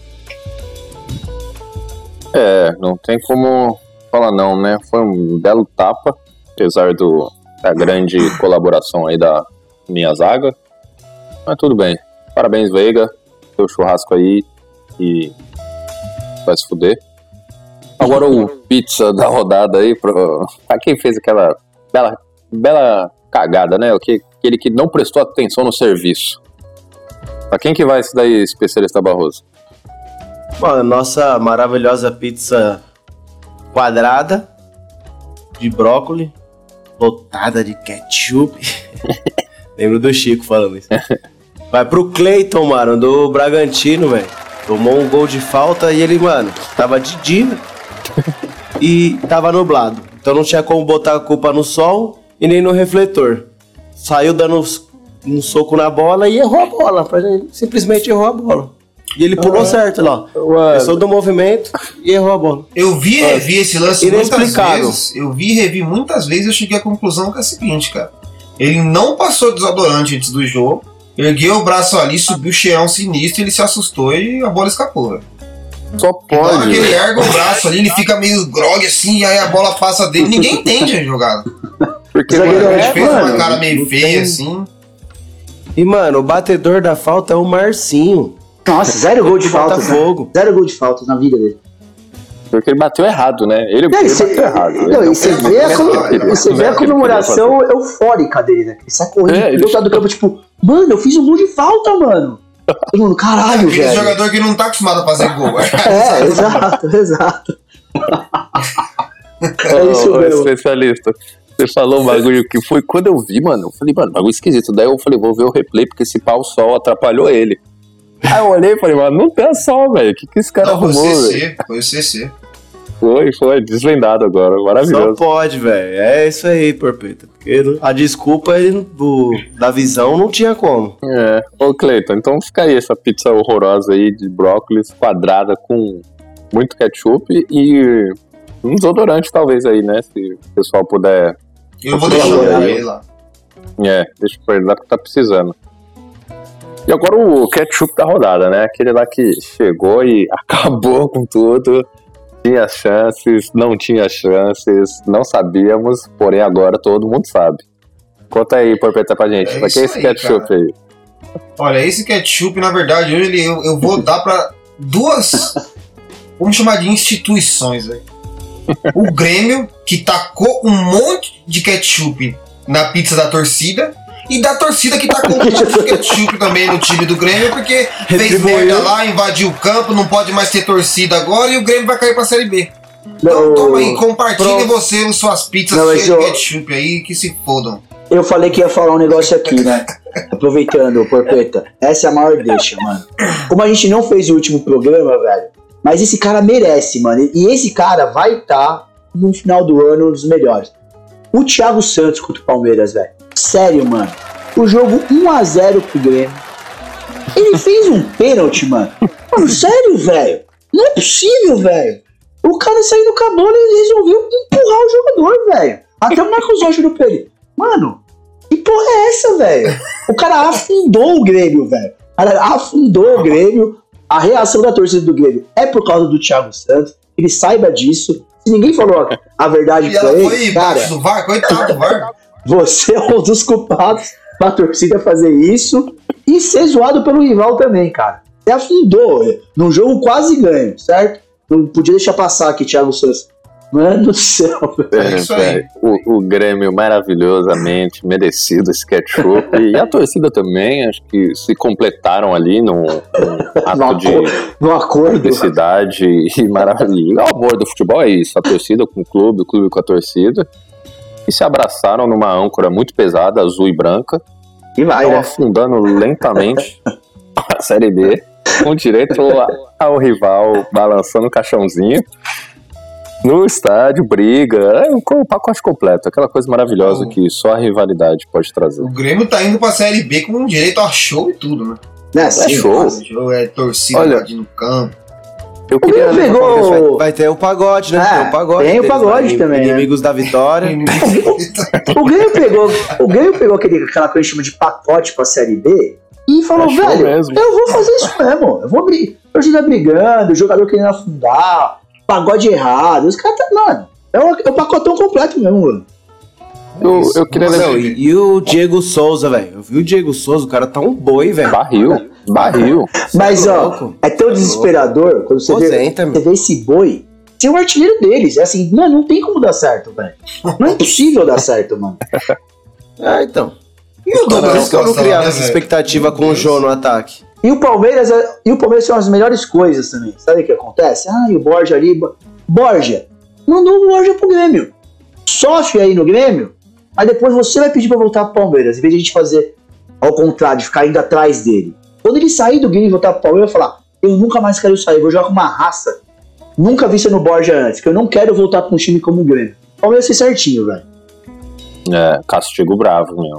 A: É, não tem como falar não, né? Foi um belo tapa, apesar do, da grande colaboração aí da minha zaga. Mas tudo bem. Parabéns, Veiga. Seu churrasco aí e vai se fuder. Agora o pizza da rodada aí, pra, pra quem fez aquela bela... Bela cagada, né? Aquele que não prestou atenção no serviço. Pra quem que vai esse daí, especialista Barroso?
B: Bom, nossa maravilhosa pizza quadrada de brócolis, lotada de ketchup. Lembro do Chico falando isso. Vai pro Cleiton, mano, do Bragantino, velho. Tomou um gol de falta e ele, mano, tava de dia e tava nublado. Então não tinha como botar a culpa no sol e nem no refletor. Saiu dando um soco na bola e errou a bola. Simplesmente errou a bola. E ele pulou ah, certo lá. Pensou do movimento e errou a bola.
C: Eu vi e revi esse lance muitas vezes. Eu vi e revi muitas vezes e eu cheguei à conclusão que é a seguinte, cara. Ele não passou desodorante antes do jogo. Ergueu o braço ali, subiu o cheião sinistro, ele se assustou e a bola escapou, velho.
A: Só pode.
C: Na hora que ele erga o braço ali, ele fica meio grogue assim, e aí a bola passa dele. Ninguém entende a jogada.
A: Porque
C: mano,
A: mano,
C: ele
A: é,
C: fez
A: mano,
C: uma cara meio feia tem... assim.
B: E, mano, o batedor da falta é o Marcinho.
D: Nossa, zero gol de falta.
B: Fogo.
D: Zero gol de falta na vida dele.
A: Porque ele bateu errado, né? Ele,
D: não,
A: ele
D: cê,
A: bateu errado.
D: Não, e você vê, a, vê a comemoração eufórica dele, né? Ele sai correndo é, do outro lado do campo, tipo, mano, eu fiz um gol de falta, mano. Todo mundo, caralho,
C: é,
D: velho.
C: Aquele jogador que não tá acostumado a fazer gol.
D: É, exato, exato.
A: É isso mesmo. Especialista. Você falou um bagulho que foi quando eu vi, mano. Eu falei, mano, bagulho esquisito. Daí eu falei, vou ver o replay, porque esse pau sol atrapalhou ele. Aí eu olhei e falei, mano, não tem sol, velho. O que, que esse cara
C: não,
A: arrumou,
C: velho? Foi o C C,
A: véio?
C: foi o C C.
A: Foi, foi, desvendado agora, maravilhoso.
B: Só pode, velho. É isso aí, Porpeta. Porque a desculpa ele, do, da visão não tinha como.
A: É. Ô, Cleiton, então fica aí essa pizza horrorosa aí de brócolis quadrada com muito ketchup e um desodorante talvez aí, né? Se o pessoal puder...
C: Eu vou deixar pra ele lá.
A: É, deixa pra ele lá que tá precisando. E agora o ketchup da rodada, né? Aquele lá que chegou e acabou com tudo. Tinha chances, não tinha chances, não sabíamos, porém agora todo mundo sabe. Conta aí, Porpeta, pra gente. É pra que é esse aí, ketchup cara. Aí?
C: Olha, esse ketchup, na verdade, hoje eu, eu vou dar pra duas, vamos chamar de instituições aí. O Grêmio, que tacou um monte de ketchup na pizza da torcida, e da torcida que tacou um monte de ketchup também no time do Grêmio, porque fez merda lá, invadiu o campo, não pode mais ter torcida agora, e o Grêmio vai cair pra Série B. Então
D: Não,
C: toma aí, compartilhe
D: pronto.
C: você suas pizzas
D: Não,
C: cheias de
D: eu-
C: ketchup aí, que se fodam.
D: Eu falei que ia falar um negócio aqui, né? Aproveitando, Porpeta. Essa é a maior deixa, mano. Como a gente não fez o último programa, velho, mas esse cara merece, mano. E esse cara vai estar, no final do ano, um dos melhores. O Thiago Santos contra o Palmeiras, velho. Sério, mano. O jogo um a zero pro Grêmio. Ele fez um pênalti, mano. Mano, sério, velho. Não é possível, velho. O cara saindo com a bola e resolveu empurrar o jogador, velho. Até o Marcos Rocha no pele. Mano, que porra é essa, velho? O cara afundou o Grêmio, velho. O cara afundou o Grêmio. A reação da torcida do Grêmio é por causa do Thiago Santos. Ele saiba disso. Se ninguém falou a verdade
C: E
D: pra
C: ela
D: ele,
C: foi
D: cara,
C: embaixo do V A R, coitado do V A R.
D: você é um dos culpados pra torcida fazer isso e ser zoado pelo rival também, cara. Você afundou num jogo quase ganho, certo? Não podia deixar passar aqui, Thiago Santos. Mano do céu, velho.
C: É isso aí.
A: velho. O, o Grêmio maravilhosamente merecido esse ketchup. E a torcida também, acho que se completaram ali num, num ato
D: No
A: de
D: acor- no acordo.
A: felicidade e maravilha. O amor do futebol é isso, a torcida com o clube, o clube com a torcida. E se abraçaram numa âncora muito pesada, azul e branca.
D: E vai,
A: Estão
D: né?
A: afundando lentamente a Série B, com direito a- ao rival balançando o caixãozinho. No estádio, briga, é um co- pacote completo, aquela coisa maravilhosa que só a rivalidade pode trazer.
C: O Grêmio tá indo pra Série B com direito a show e tudo, né?
D: Né, sim,
A: show.
D: mas-
C: Show é torcida
A: Olha,
C: invadindo o campo.
A: Eu
D: O
A: queria
D: Grêmio pegou.
B: Vai ter o pagode, né?
D: É,
B: tem o pagode.
D: tem o
B: deles,
D: pagode
B: né?
D: também, né?
B: Inimigos da vitória.
D: O Grêmio pegou, o Grêmio pegou aquele, aquela coisa que chama de pacote pra Série B e falou,
A: É show
D: velho,
A: mesmo.
D: eu vou fazer isso mesmo. Eu vou abrir. Torcida brigando, o jogador querendo afundar, pagode errado. Os caras tá. Mano, é o, é o pacotão completo mesmo, mano.
A: Eu, eu queria
B: Não,
A: lembrar.
B: e, e o Diego Souza, velho. Eu vi o Diego Souza, o cara tá um boi, velho.
A: Barril, barril.
D: Mas,
B: é
D: ó,
B: louco.
D: é tão desesperador quando você vê,
B: Aposenta,
D: você
B: meu.
D: vê esse boi ser o artilheiro deles. É assim, mano, não tem como dar certo, velho. Não é impossível dar certo, mano.
B: Ah, então.
C: E o
B: Por
C: Douglas
B: isso que eu não
C: Costa,
B: criava
C: né,
B: essa
C: velho?
B: expectativa com o Jô no ataque.
D: E o Palmeiras, é- e o Palmeiras são as melhores coisas também. Sabe o que acontece? Ah, e o Borja ali. Bo- Borja, mandou o Borja pro Grêmio. Sofre aí no Grêmio, aí depois você vai pedir pra voltar pro Palmeiras, em vez de a gente fazer ao contrário, de ficar indo atrás dele. Quando ele sair do Grêmio e voltar pro Palmeiras, vai falar: eu nunca mais quero sair, vou jogar com uma raça. Nunca vi isso no Borja antes, que eu não quero voltar pra um time como o Grêmio. O Palmeiras fez certinho, velho.
A: É, castigo bravo, meu.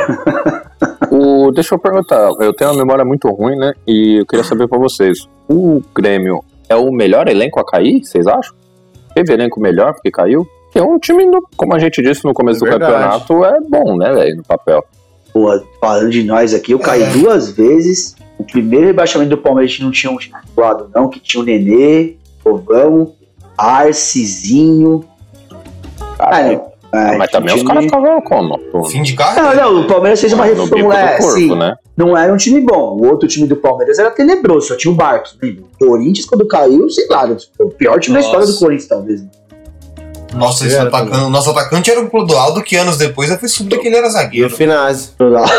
A: o, deixa eu perguntar, eu tenho uma memória muito ruim, né? E eu queria saber pra vocês: o Grêmio é o melhor elenco a cair, vocês acham? Teve elenco melhor porque caiu? Porque um time, no- como a gente disse no começo
B: É
A: do
B: verdade.
A: campeonato, é bom, né, velho, no papel.
D: Pô, falando de nós aqui, eu caí duas vezes. O primeiro rebaixamento do Palmeiras a gente não tinha um time atuado, não, que tinha o Nenê, Povão, Arcezinho.
A: Cara,
D: é, é,
A: mas também os
D: time-
A: caras estavam como?
C: Fim de carreira.
D: Não, não, o Palmeiras fez uma
A: No bico
D: reforma.
A: do
D: É,
A: corpo,
D: sim,
A: né?
D: não era um time bom. O outro time do Palmeiras era tenebroso, só tinha o Barcos. Lembra? O Corinthians, quando caiu, sei lá, foi o pior time
C: Nossa.
D: da história do Corinthians, talvez.
C: Nossa, esse
B: Era
C: atacante,
B: também.
C: nosso atacante era o Clodoaldo, que anos depois eu fui subir que ele era
B: E o
C: zagueiro.
B: Finazzi.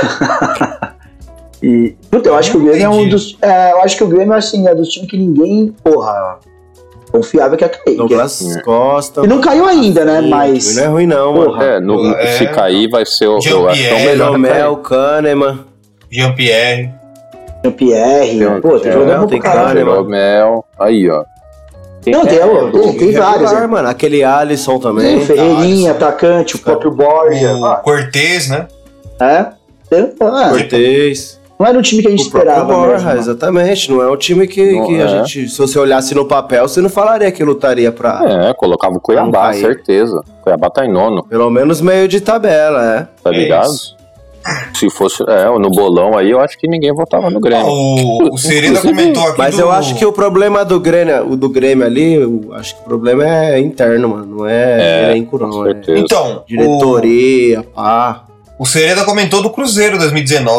D: E, puta, eu acho que o Grêmio é um
C: Entendi.
D: dos. É, eu acho que o Grêmio, assim, é dos times que ninguém, porra, confiava que ia cair.
B: Douglas
A: É.
B: Costa.
D: E não caiu ainda, né?
B: Sim,
D: Mas.
B: Não é ruim, não, mano.
D: Porra.
A: É, no-
C: É.
A: se cair vai ser o, eu acho que é o
C: Jean-Pierre,
A: melhor. a cair.
B: Romel, Kahneman.
C: Jean-Pierre.
D: Pierre,
A: Tem-
D: pô, tem
A: tem-
D: jogando
B: tem
D: pro caralho.
B: cara, mano.
A: Jeromel, aí, ó.
D: Não, tem, ó, tem, tem vários.
B: Regular,
D: né?
B: mano. Aquele Alisson também.
D: Tem o Ferreirinha,
C: Alisson.
D: atacante, o próprio Borja.
C: O
D: Ah,
C: Cortez, né?
D: é. Tem- ah,
B: Cortez.
D: não era um time que a gente
B: O próprio
D: esperava.
B: Borja,
D: mesmo, né?
B: exatamente. Não é um time que,
A: Não
B: que
A: é.
B: a gente... Se você olhasse no papel, você não falaria que lutaria pra...
A: É, colocava o
B: Não
A: Cuiabá,
B: cair.
A: certeza. Cuiabá tá em nono,
B: Pelo menos meio de tabela, é.
A: tá
C: É
A: ligado?
C: isso.
A: Se fosse é, no bolão aí, eu acho que ninguém votava no
C: Ah,
A: Grêmio.
C: o, o Sereda
A: Inclusive,
C: comentou aqui
B: Mas
C: do...
B: eu acho que o problema do Grêmio, o do Grêmio ali, eu acho que o problema é interno, mano. Não é,
A: É,
B: elenco,
A: Com
B: não. É
A: certeza.
C: Então,
B: diretoria, pá.
C: o, o Sereda comentou do Cruzeiro dois mil e dezenove.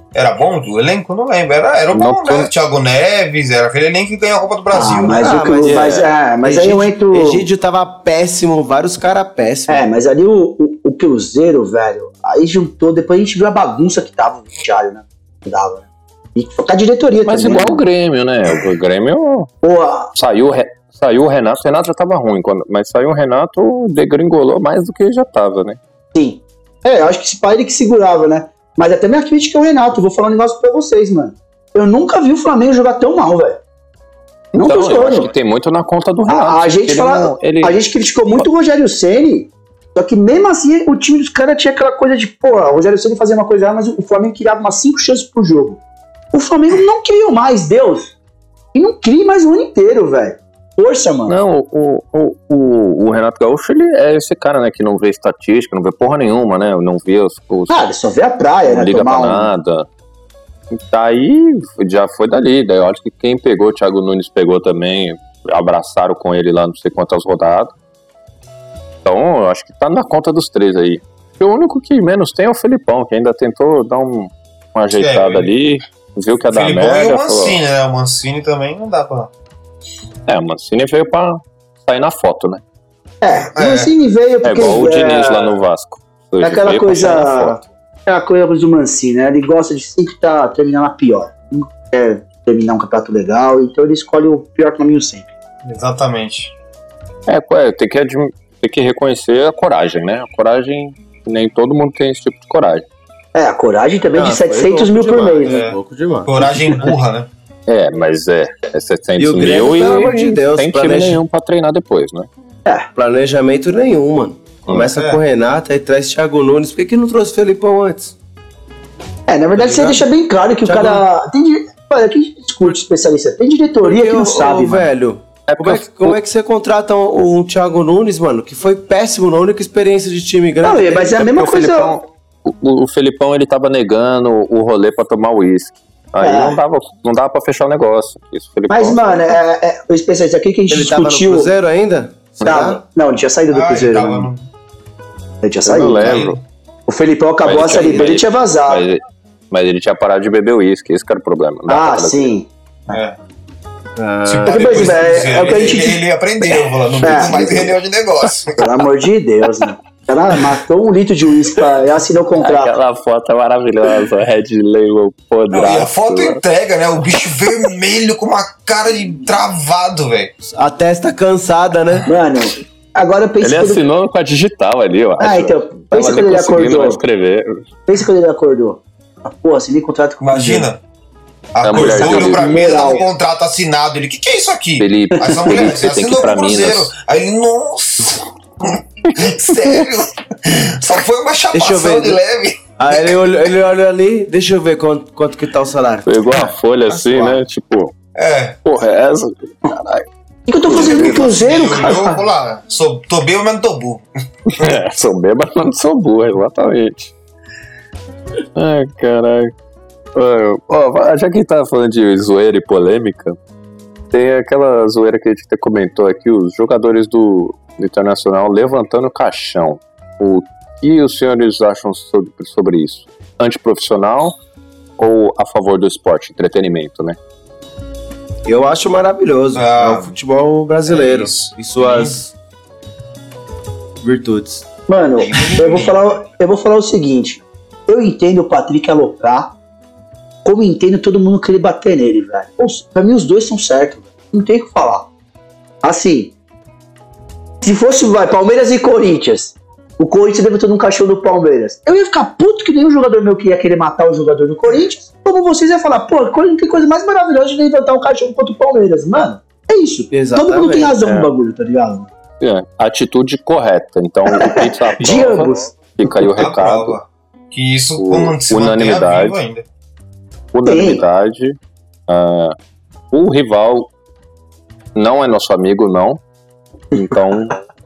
C: Era bom o elenco? Eu não lembro. Era, era bom,
A: Não,
C: né? Thiago Neves, era aquele elenco que ganhou a Copa do Brasil.
D: Ah,
C: né?
D: mas,
B: Ah,
D: o que,
B: mas
D: mas,
B: é-
D: mas, é, mas aí eu entro.
B: Egídio tava péssimo, vários caras péssimos.
D: É, mas ali o, o, o Cruzeiro, velho, aí juntou, depois a gente viu a bagunça que tava no vestiário, né? Que dava, né? E com a diretoria
A: Mas
D: também.
A: igual o
D: né?
A: Grêmio, né? O Grêmio
D: Pô, a-
A: saiu, o Re- saiu o Renato, o Renato já tava ruim, quando, mas saiu o Renato, degringolou mais do que já tava, né?
D: sim. É, eu acho que esse pai ele que segurava, né? Mas até minha crítica é o Renato, eu vou falar um negócio pra vocês, mano. Eu nunca vi o Flamengo jogar tão mal, velho. Não
A: Então,
D: tô
A: eu acho
D: zoando.
A: que tem muito na conta do Renato.
D: A, a gente
A: ele
D: fala,
A: não- ele-
D: a gente criticou muito o Rogério Ceni, só que mesmo assim o time dos caras tinha aquela coisa de, pô, o Rogério Ceni fazia uma coisa, mas o Flamengo criava umas cinco chances pro jogo. O Flamengo não criou mais, Deus. E não cria mais o ano inteiro, velho. Força, mano.
A: Não, o, o, o, o Renato Gaúcho, ele é esse cara, né, que não vê estatística, não vê porra nenhuma, né, não vê os... os
D: Ah, ele só vê a praia,
A: não
D: né?
A: liga
D: Tomar
A: pra
D: um...
A: nada. Daí já foi dali. Daí eu acho que quem pegou, o Thiago Nunes pegou também, abraçaram com ele lá não sei quantas rodadas. Então eu acho que tá na conta dos três aí. E o único que menos tem é o Felipão, que ainda tentou dar um, uma ajeitada
C: É,
A: ali, viu que ia
C: O
A: dar
C: Felipão
A: merda.
C: e o
A: falou,
C: Mancini, né? O Mancini também não dá pra...
A: é, o Mancini veio pra sair na foto, né?
D: É, o
C: É.
D: Mancini veio
A: É
D: porque...
A: igual o
D: é,
A: Diniz lá no Vasco. Ele
D: É aquela
A: veio pra sair na
D: coisa...
A: foto.
D: Aquela coisa do Mancini, né? Ele gosta de sempre tá terminando a pior. Não quer terminar um campeonato legal, então ele escolhe o pior caminho sempre.
C: Exatamente.
A: É, pô, é, tem que, admi- tem que reconhecer a coragem, né? A coragem, nem todo mundo tem esse tipo de coragem.
D: É, a coragem também
B: Ah,
D: de
B: foi
D: setecentos
B: louco
D: mil por
B: demais,
D: mês, né?
C: É.
B: Louco demais.
C: Coragem burra, né?
A: É, mas é, é setecentos
B: E o Grêmio,
A: mil e
B: pelo amor de Deus,
A: tem time
B: planeja-
A: nenhum pra treinar depois, né?
B: Planejamento nenhum, mano. Começa
C: É.
B: com o Renato, aí traz Thiago Nunes. Por que, que não trouxe o Felipão antes?
D: É, na verdade
B: Tá
D: você
B: ligado?
D: deixa bem claro que
B: Thiago-
D: o cara... Tem di... Olha, quem discute especialista? Tem diretoria que não
B: ô,
D: sabe,
B: ô,
D: mano.
B: velho.
A: É
B: Como é, que, como é que você contrata um, um Thiago Nunes, mano, que foi péssimo na única experiência de time grande?
D: Não,
B: dele?
D: mas é a mesma
A: porque o
D: coisa...
A: Felipão, o, o Felipão, ele tava negando o rolê pra tomar uísque. Aí
D: É.
A: não, dava, não dava pra fechar o negócio. Isso, o Felipão,
D: Mas, mano, é, é, o especialista aqui que a gente
B: Ele tava no
D: discutiu...
B: Cruzeiro ainda?
D: Tava. Não, ele tinha saído do
C: Ah,
D: Cruzeiro,
C: ele tava
D: mano.
C: no-
D: Ele tinha
A: eu
D: saído.
A: não lembro.
D: O Felipão acabou
A: Mas
D: a
A: ele
D: Série
A: tinha-
D: B, ele tinha vazado.
A: Mas, mas ele tinha parado de beber uísque, esse que era o problema. Não dava
D: Ah,
A: pra fazer.
D: sim.
C: É.
B: Ah,
C: Tipo,
D: Mas,
C: depois do
D: é, é
C: Cruzeiro,
D: o que a gente-
C: ele, ele aprendeu, falando, não
D: É.
C: fico mais em reunião de negócio.
D: Pelo amor de Deus, né? O cara matou um litro de uísque pra assinar o contrato.
A: Aquela foto é maravilhosa, Red Label podraço.
C: Não, e a foto entrega, né? O bicho vermelho com uma cara de travado, velho.
B: a testa cansada, né?
D: Mano, agora pensa
A: Ele
D: quando...
A: assinou com a digital ali, eu acho.
D: Ah, então,
A: Tava
D: pensa
A: nem
D: quando ele
A: conseguindo
D: acordou.
A: mais escrever.
D: Pensa quando ele acordou. Ah, pô, assinei contrato com o
C: Imagina. A
A: A mulher
C: Cruzeiro olhou
A: dele.
C: pra mesa, tava
D: Moral.
C: um contrato assinado. Ele, o que, que é isso aqui?
A: Felipe,
C: Aí essa mulher,
A: Felipe,
C: você
A: você tem que ir
C: assinou
A: pra
C: com o Cruzeiro.
A: Minas.
C: Aí ele, nossa. Sério? Só foi uma
B: Deixa eu
C: chapação
B: ver.
C: de leve.
B: Aí ele olha, ele olha ali, deixa eu ver quanto, quanto que tá o salário.
A: Pegou a folha assim,
C: suave.
A: né? Tipo,
C: É.
A: porra, é essa? Caralho.
D: O que, que eu tô fazendo no Cruzeiro,
C: Eu, eu vou
D: cara?
C: lá, sou, tô bem, mas não tô burro.
A: É, sou bêbado, mas não sou burro, exatamente. Ai, caralho. Ó, ó, já que a gente tava falando de zoeira e polêmica, tem aquela zoeira que a gente até comentou aqui, os jogadores do, do Internacional levantando o caixão. O que os senhores acham sobre, sobre isso? Antiprofissional ou a favor do esporte, entretenimento, né?
B: Eu acho maravilhoso.
C: Ah,
B: é o futebol brasileiro
C: é isso.
B: e suas virtudes.
D: Mano, eu vou, falar, eu vou falar o seguinte. Eu entendo o Patrick alocar, como entendo todo mundo querer bater nele, velho. Pô, pra mim os dois são certos, velho. Não tem o que falar. Assim, se fosse, vai, Palmeiras e Corinthians, o Corinthians levantando um cachorro do Palmeiras, eu ia ficar puto que nenhum jogador meu que ia querer matar o jogador do Corinthians, como vocês iam falar, pô, não tem coisa mais maravilhosa de levantar um cachorro contra o Palmeiras. Mano, é isso.
B: Exatamente,
D: Todo mundo tem razão
A: é.
D: no bagulho, tá ligado?
A: É, atitude correta. Então, o Pizza
D: De
A: aprova,
D: ambos.
A: fica aí o
C: A
A: recado.
C: prova. Que isso
A: O-
C: como se mantenha
A: unanimidade.
C: vivo ainda.
A: Unanimidade. Ah, o rival não é nosso amigo, não. Então,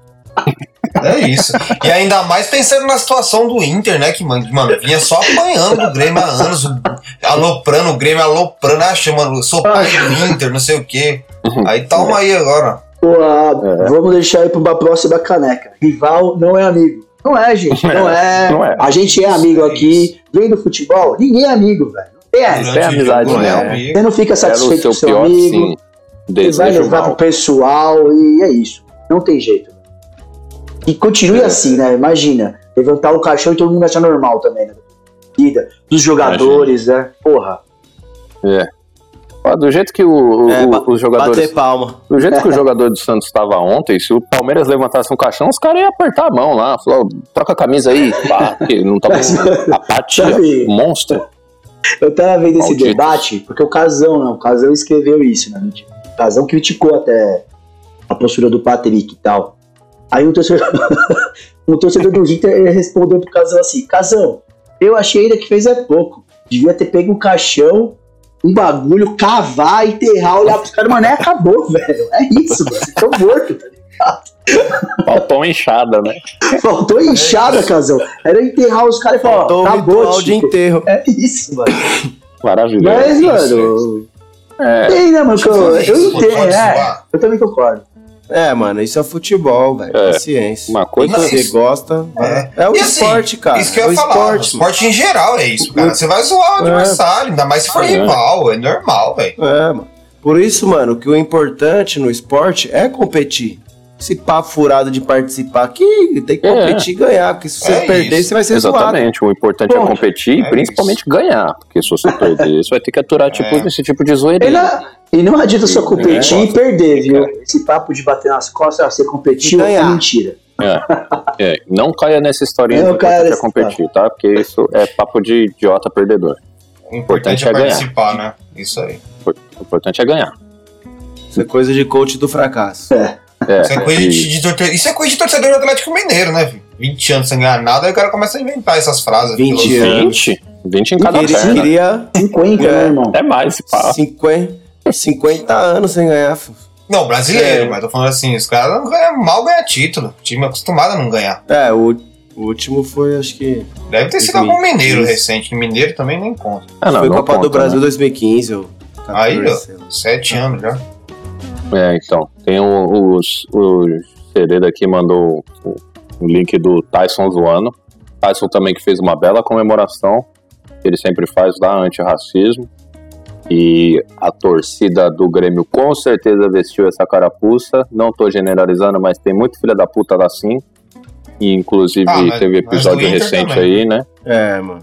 C: É isso. E ainda mais pensando na situação do Inter, né? Que, mano, mano, vinha só apanhando do Grêmio há anos, o- aloprando o Grêmio, aloprando, ah, chamando, sou pai do Inter, não sei o quê. Aí toma aí agora.
D: Pô, ah,
A: É.
D: vamos deixar aí pra uma próxima caneca. Rival não é amigo. Não é, gente. Não é.
A: Não é.
D: A gente é amigo
C: É
D: aqui. Vem do futebol, ninguém é amigo, velho. Tem essa.
A: Tem amizade
C: Durante o jogo,
A: mesmo.
C: é,
D: Você não fica
A: Era o
D: satisfeito
A: seu
D: com seu
A: pior,
D: amigo.
A: sim.
D: Ele vai
A: Desejo
D: levar pro
A: mal.
D: pessoal e é isso. Não tem jeito. E continue
A: É.
D: assim, né? Imagina, levantar o caixão e todo mundo achar normal também, né? Vida dos jogadores, né? Porra.
A: É. Ó, do jeito que o, o-
B: É,
A: o-
B: ba-
A: os jogadores.
B: Bater palma.
A: Do jeito que o jogador do Santos estava ontem, se o Palmeiras levantasse um caixão, os caras iam apertar a mão lá. Falou, troca a camisa aí. Pá, porque não tava apatia,
D: Sabe-
A: monstro.
D: Eu tava vendo esse
A: Malditos.
D: debate, porque o Casão, né? O Casão escreveu isso, né? O Casão criticou até a postura do Patrick e tal. Aí um torcedor, um torcedor do Inter respondeu pro Casão assim: Casão, eu achei ainda que fez é pouco. Devia ter pego um caixão, um bagulho, cavar, enterrar, olhar pros caras, mano, é, acabou, velho. É isso, mano. Vocês estão mortos, tá ligado?
A: Faltou uma enxada, né?
D: Faltou inchada, Casão. Era enterrar os caras e falar:
B: Faltou
D: ó,
B: o
D: acabou,
B: ritual de
D: Chico.
B: enterro.
D: É isso, mano.
A: Maravilhoso.
D: Mas,
C: isso,
D: mano.
A: É.
D: Tem, né, mano? que Eu, eu
C: Isso,
D: entendo,
C: pode
D: é.
C: zoar.
D: Eu também concordo.
B: É, mano, isso é futebol, velho.
A: É.
B: Paciência.
A: Uma coisa.
C: Não,
B: Você
C: isso-
B: gosta.
C: É.
B: É o
C: E assim,
B: esporte, cara.
C: Isso que eu
B: é o
C: ia falar.
B: esporte.
C: o esporte em geral é isso, cara. Você vai zoar o
B: É.
C: adversário, ainda mais se for
A: É.
C: rival. É normal, velho.
B: mano. É, mano. Por isso, mano, que o importante no esporte é competir. Esse papo furado de participar aqui, tem que
A: É.
B: competir e ganhar. Porque se você
C: É
B: perder,
C: isso.
B: você vai ser zoado.
A: Exatamente, o importante
D: Pronto.
A: é competir e
C: É
A: principalmente ganhar. Porque se você perder, você vai ter que aturar tipo,
C: É.
A: esse tipo de
D: E
A: zoeirinha.
D: não, e não adianta só competir
A: É.
D: e perder, viu? Esse papo de bater nas costas, ah, você competiu,
B: E
D: é
B: ganhar.
D: mentira.
A: É, não caia nessa historinha
D: Não
A: de
D: caia
A: que é
D: nessa
A: competir, tá? Porque isso é papo de idiota perdedor.
C: O importante é,
A: é ganhar.
C: participar, né? Isso aí.
A: O importante é ganhar.
B: Isso é coisa de coach do fracasso.
D: É.
A: É,
C: Isso é coisa
A: e-
C: de, de torcedor. Isso é coisa de torcedor do Atlético Mineiro, né, filho? vinte anos sem ganhar nada, aí o cara começa a inventar essas frases.
B: vinte
C: filosóficas.
B: anos.
A: vinte, vinte em cada
B: Ele
A: perna.
B: queria
D: cinquenta,
B: É.
D: né, irmão?
A: É mais, pá.
B: cinquenta, cinquenta anos sem ganhar. filho.
C: Não, brasileiro,
B: É.
C: mas tô falando assim, os caras não ganham, mal ganham título. O time é acostumado a não ganhar.
B: É, o, o último foi, acho que.
C: Deve ter sido
B: dois mil e
C: algum mineiro
B: quinze.
C: recente, que mineiro também nem conta.
A: Ah, não,
B: foi
A: não
B: Copa do
A: conta,
B: Brasil
A: né?
B: dois mil e quinze. Ou
C: Aí, ó,
B: catorze, sei lá.
C: sete anos já.
A: É, então. Tem o, os, o Ceredo aqui mandou o, o link do Tyson zoando. Tyson também que fez uma bela comemoração, que ele sempre faz lá, antirracismo. E a torcida do Grêmio com certeza vestiu essa carapuça. Não tô generalizando, mas tem muito filha da puta lá sim. E inclusive
C: Ah, mas-
A: teve
C: mas do
A: episódio
C: Inter
A: recente
C: também.
A: aí, né?
B: É, mano.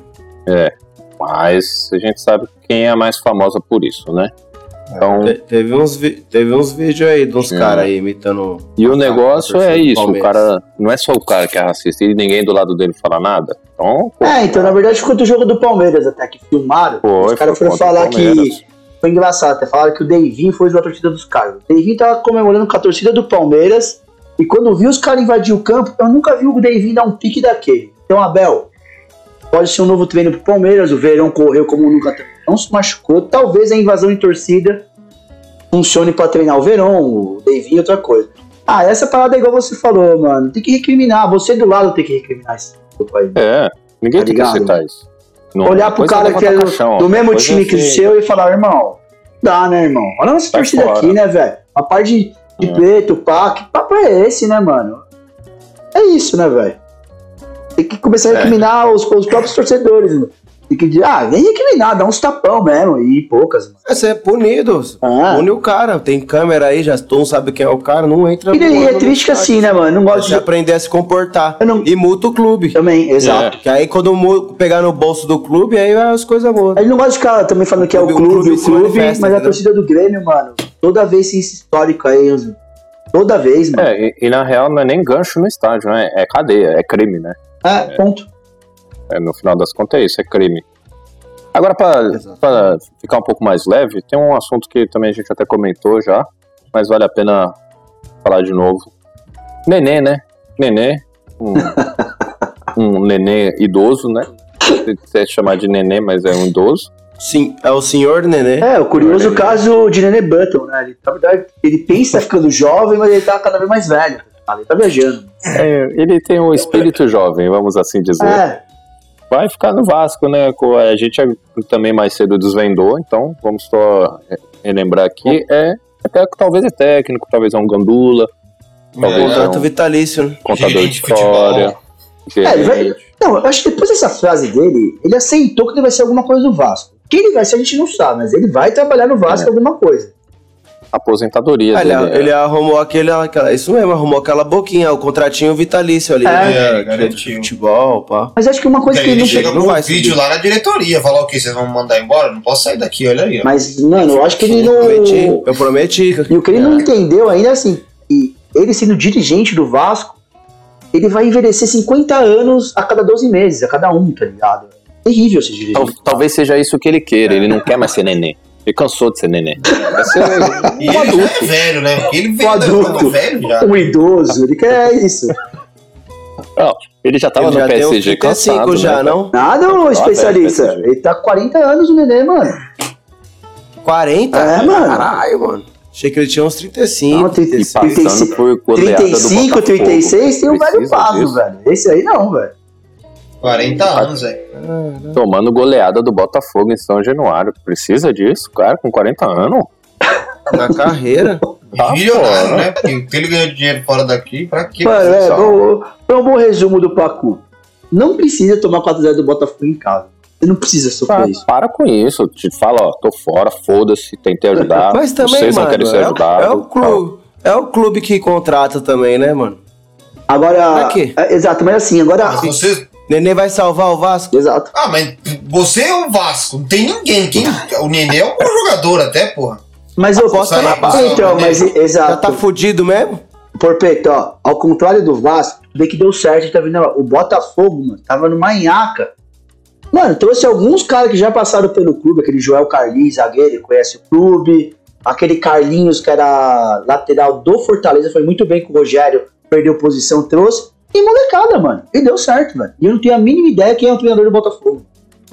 A: Mas a gente sabe quem é a mais famosa por isso, né? Então,
B: Te- teve, uns vi- teve uns vídeos aí de uns
A: É.
B: caras aí imitando.
A: e o negócio
B: torcida
A: é
B: do
A: isso, o
B: Palmeiras.
A: cara não é só o cara que é racista e ninguém do lado dele fala nada. Então, pô,
D: É, então, na verdade, foi contra o jogo do Palmeiras até que filmaram.
A: Foi,
D: os caras
A: foi
D: foram
A: contra o
D: falar que.
A: Palmeiras.
D: Foi engraçado, até falaram que o Deivinho foi da torcida dos caras. O Deivinho tava comemorando com a torcida do Palmeiras. E quando viu os caras invadir o campo, eu nunca vi o Deivinho dar um pique daquele. Então, Abel, pode ser um novo treino pro Palmeiras. O Verão correu como nunca, não se machucou. Talvez a invasão de torcida funcione pra treinar o Verão, o Deivinho e outra coisa. Ah, essa parada é igual você falou, mano. Tem que recriminar. Você do lado tem que recriminar isso.
A: é, ninguém
D: Tá
A: tem que
D: ligado?
A: aceitar isso. Não-
D: Olhar
A: uma
D: pro
A: coisa
D: cara que é
A: levantar
D: do,
A: caixão,
D: do mesmo
A: coisa
D: time que o
A: assim,
D: seu e falar, irmão, dá, né, irmão? Olha a nossa
A: Sai
D: torcida
A: fora.
D: aqui, né, velho? Uma parte de, de
A: É.
D: preto, pá, que papo é esse, né, mano? É isso, né, velho? Tem que começar a
A: É.
D: recriminar os, os próprios torcedores, mano. Tem que dizer, ah, nem recriminar, dá uns tapão mesmo, e poucas, mano.
B: É, você é punido.
D: Ah.
B: Pune o cara. Tem câmera aí, já todo mundo sabe quem é o cara, não entra.
D: E daí
B: no-
D: é
B: no
D: triste que
B: estádio.
D: assim, né, mano? Não gosto
B: Você
D: de...
B: aprender a se comportar.
D: Eu não-
B: E multa o clube.
D: Também, exato.
B: Que aí quando mu- pegar no bolso do clube, aí as coisas mudam.
D: Ele não gosta de ficar também falando que é o
B: O
D: clube,
B: clube
D: o
B: se
D: clube,
B: manifesta,
D: mas a
B: entendeu?
D: torcida do Grêmio, mano, toda vez tem esse histórico aí, os- toda vez, mano.
A: É, e, e na real não é nem gancho no estádio, né? É cadeia, é crime, né?
D: É, ponto.
A: É, no final das contas é isso, é crime. Agora,
B: Exato.
A: para ficar um pouco mais leve, tem um assunto que também a gente até comentou já, mas vale a pena falar de novo. Nenê, né? Nenê, um, um nenê idoso, né? Se quiser chamar de nenê, mas é um idoso.
B: Sim, é o senhor Nenê.
D: É, o curioso
A: Nenê.
D: caso de Nenê Button, né? Ele, na verdade, ele pensa tá ficando jovem, mas ele tá cada vez mais velho. Ele tá viajando.
A: É, ele tem um espírito jovem, vamos assim dizer.
D: É,
A: Vai ficar no Vasco, né? Co- A gente também mais cedo desvendou, então vamos só relembrar aqui. É, até que talvez é técnico, talvez é um gandula, talvez é,
B: Contrato
A: um
B: vitalício, né?
A: contador de
C: gerente de futebol.
A: história.
D: É, ele vai-
A: gerente.
D: não, eu acho que depois dessa frase dele, ele aceitou que ele vai ser alguma coisa do Vasco. que ele vai ser a gente não sabe, mas ele vai trabalhar no Vasco
A: É.
D: alguma coisa.
A: Aposentadoria
B: Ah, ele,
A: dele.
B: ele arrumou aquele, aquela, isso mesmo, arrumou aquela boquinha, o contratinho vitalício ali.
D: É.
B: né?
C: É, garantiu.
B: Futebol, pá.
D: Mas acho que uma coisa
C: Aí
D: que ele
C: ele
D: não
C: chega
B: não
C: com um
B: vai
C: vídeo
B: subir.
C: lá na diretoria, falar o quê? Vocês vão me mandar embora? Não posso sair daqui, olha aí, ó.
D: Mas, mano, eu acho que ele
B: Eu prometi,
D: não.
B: eu prometi.
D: E o que ele não entendeu ainda é assim, e ele sendo dirigente do Vasco, ele vai envelhecer cinquenta anos a cada doze meses, a cada um, tá ligado? É terrível ser dirigente.
A: Tal- Talvez seja isso que ele queira, ele não quer mais ser neném. Ele cansou de ser neném. Quer ser
C: E
A: um
C: ele
A: adulto.
C: já é velho, né? Porque ele
D: Um
C: veio da
D: adulto.
C: velho já.
D: Um idoso, ele quer isso.
A: Não, ele já tava
B: Ele
A: no
B: já tem uns
A: P S G
B: trinta e cinco
A: cansado,
B: já,
A: né?
B: não?
D: Nada, ô
A: Ah,
D: especialista.
A: velho,
D: Ele tá com quarenta anos, o neném, mano.
B: quarenta?
D: É, mano.
B: Caralho, mano. Achei que ele tinha uns trinta e cinco.
D: Não, trinta e
A: E
D: cinco,
A: passando por goleada
D: trinta e
A: do
D: cinco,
A: Botafogo.
D: trinta e seis tem o velho
A: Precisa
D: Pablo,
A: disso.
D: velho. Esse aí não, velho.
C: quarenta anos, velho.
A: Tomando goleada do Botafogo em São Januário. Precisa disso, cara, com quarenta anos?
B: Na carreira.
A: Tá
C: Milionário,
A: fora.
C: né? Porque o que ele ganhou de dinheiro fora daqui, pra quê?
D: Mano, é,
A: Só.
D: bom, foi um bom resumo do Pacu. Não precisa tomar quatro a zero do Botafogo em casa. Você não precisa sofrer
A: Para,
D: isso.
A: para com isso. Te fala, ó, tô fora, foda-se, tentei ajudar.
B: Mas também,
A: Vocês
B: mano,
A: não querem ser
B: é, o-
A: ajudados.
B: é o clube, é o clube que contrata também, né, mano?
D: Agora.
B: Pra quê?
D: é, exato, mas assim, agora.
C: Mas você...
B: Nenê vai salvar o Vasco?
D: Exato.
C: Ah, mas você é o Vasco, não tem ninguém. Quem... O Nenê é um bom jogador até, porra.
D: Mas eu
C: Aposta
D: posso.
C: na base,
D: Então,
C: né?
D: mas
B: Já
D: exato.
B: tá fudido mesmo?
D: Porpeto, ó, ao contrário do Vasco, tudo bem que deu certo, tá vendo? Ó, o Botafogo, mano, tava numa nhaca. Mano, trouxe alguns caras que já passaram pelo clube, aquele Joel Carlinhos, zagueiro, ele conhece o clube. Aquele Carlinhos, que era lateral do Fortaleza, foi muito bem com o Rogério, perdeu posição, trouxe. E molecada, mano, e deu certo, velho. E eu não tenho a mínima ideia quem é o treinador do Botafogo.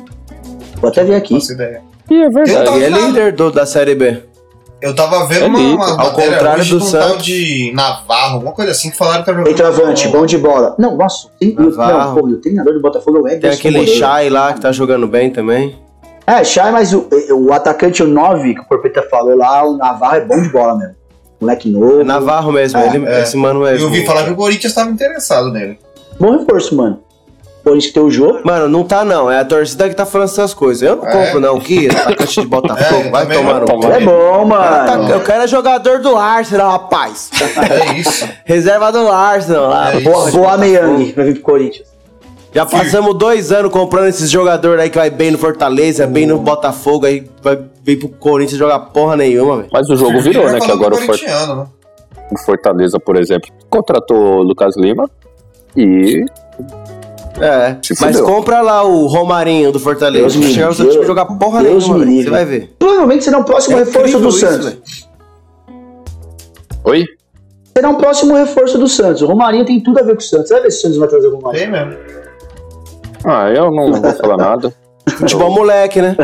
D: Vou até ver aqui.
C: Nossa ideia.
A: E é
C: Eu
A: verdade.
C: tava-
B: Ele é líder do- da Série B.
C: Eu tava vendo uma,
A: Elite.
C: uma
B: Ao
C: matéria
B: contrário
C: hoje
B: do
C: de um tal
B: Santos.
C: de Navarro, alguma coisa assim, que falaram que tá jogando.
D: Centroavante, bom de bola. Não, nossa, tem, eu,
B: Navarro.
D: não, pô, o treinador do Botafogo é
B: Tem aquele Chay lá que tá jogando bem também.
D: É, Chay, mas o, o atacante, o nove, que o Porpeta falou lá, o Navarro é bom de bola mesmo. Moleque novo.
B: É Navarro mesmo,
D: É,
B: ele,
C: é.
B: esse mano mesmo.
C: Eu ouvi falar que o Corinthians tava interessado nele.
D: Bom reforço, mano. Por isso que tem o jogo.
B: Mano, não tá não, é a torcida que tá falando essas coisas. Eu não
C: É.
B: compro não, que atacante de Botafogo,
C: É, eu
B: vai
C: também
B: tomar
C: não.
B: no cu.
D: É bom,
B: Eu
D: mano.
B: Eu quero é jogador do Arsenal, rapaz.
C: É isso.
B: Reserva do Arsenal lá.
C: É
B: porra,
D: Boa Meyang, vai vir pro Corinthians.
B: já passamos dois anos comprando esses jogadores aí que vai bem no Fortaleza, bem no Botafogo, aí vai vir pro Corinthians jogar porra nenhuma, velho.
A: Mas o jogo virou,
C: Vai
A: né? Que
C: falar
A: agora
C: do
A: o For-
C: corintiano, né?
A: o Fortaleza, por exemplo, contratou o Lucas Lima e
B: É,
A: Se
B: mas
A: fudeu.
B: compra lá o Romarinho do Fortaleza.
D: Deus me
B: Vai chegar no seu
D: livre.
B: time jogar porra
D: Deus
B: nenhuma,
D: me
B: velho.
D: livre.
B: Você vai ver.
D: Provavelmente será um próximo
B: É
D: reforço
B: incrível
D: do
B: isso,
D: Santos.
B: velho.
A: Oi?
D: Será um próximo reforço do Santos. O Romarinho tem tudo a ver com o Santos. Vai ver se o Santos vai trazer o Romarinho.
C: Tem mesmo.
A: Ah, eu não vou falar nada.
B: Futebol moleque, né?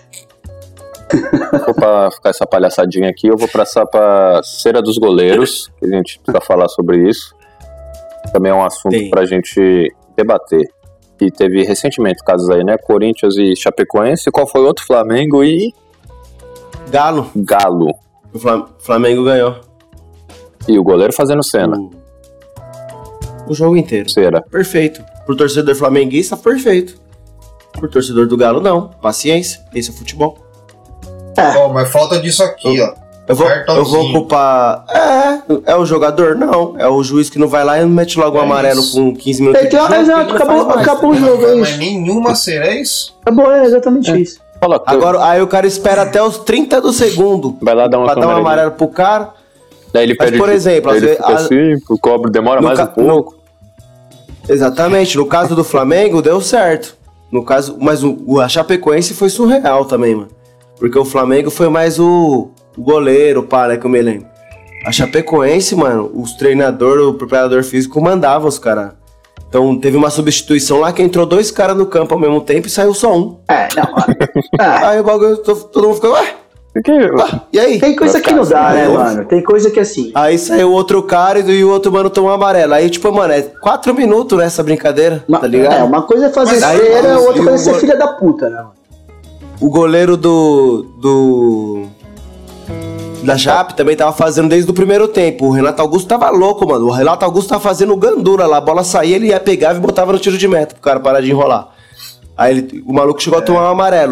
A: Vou pra ficar essa palhaçadinha aqui, eu vou passar pra cera dos goleiros, que a gente precisa falar sobre isso. Também é um assunto
B: Tem.
A: pra gente debater. E teve recentemente casos aí, né? Corinthians e Chapecoense. Qual foi o outro? Flamengo e
B: Galo.
A: Galo.
B: O Flam- Flamengo ganhou.
A: E o goleiro fazendo cena.
B: O, o jogo inteiro.
A: Cera.
B: Perfeito. Pro torcedor flamenguista, perfeito. Pro torcedor do Galo, não. Paciência. Esse é futebol.
C: Ó, mas falta disso aqui, ó.
B: Eu vou, eu vou
C: Cartãozinho.
B: culpar. É, é o jogador? Não. É o juiz que não vai lá e mete logo um
C: É
B: amarelo
C: isso.
B: com quinze minutos de
D: Então,
B: jogo.
D: exato,
B: ele não
D: acabou,
B: faz mais.
D: acabou o jogo, é
C: Mas
D: isso.
C: nenhuma será é isso?
D: Acabou, é exatamente isso.
A: Fala,
B: Agora, aí o cara espera até os trinta do segundo
A: vai lá dar uma
B: pra dar um
A: câmera ali.
B: amarelo pro cara.
A: Daí ele
B: Mas,
A: pede.
B: por exemplo,
A: daí
B: às
A: ele
B: vezes-
A: fica
B: a-
A: assim, o cobre demora
B: No
A: mais
B: ca-
A: um pouco.
B: Exatamente. No caso do Flamengo, deu certo. No caso, mas o, o a Chapecoense foi surreal também, mano. Porque o Flamengo foi mais o, o goleiro, pá, né, que eu me lembro. A Chapecoense, mano, os treinadores, o preparador físico mandava os caras. Então teve uma substituição lá que entrou dois caras no campo ao mesmo tempo e saiu só um.
D: É, não. é.
B: Aí o bagulho, to- todo mundo ficou, ué,
A: Porque,
B: ué, e aí?
D: Tem coisa que não dá, né,
B: assim,
D: mano? Tem coisa que assim.
B: Aí saiu outro cara e e o outro mano tomou um amarelo. Aí, tipo, mano, é quatro minutos nessa brincadeira,
D: Uma,
B: tá ligado?
D: É, uma coisa é fazer
C: Mas aí,
D: cera,
C: mas
D: outra
B: e
D: coisa é
B: o
D: ser
B: go-
D: filha da puta, né, mano?
B: O goleiro do. do. Da Chape também tava fazendo desde o primeiro tempo. O Renato Augusto tava louco, mano. O Renato Augusto tava fazendo gandura lá. A bola saía, ele ia pegar e botava no tiro de meta pro cara parar de enrolar. Aí ele- o maluco chegou a tomar um amarelo.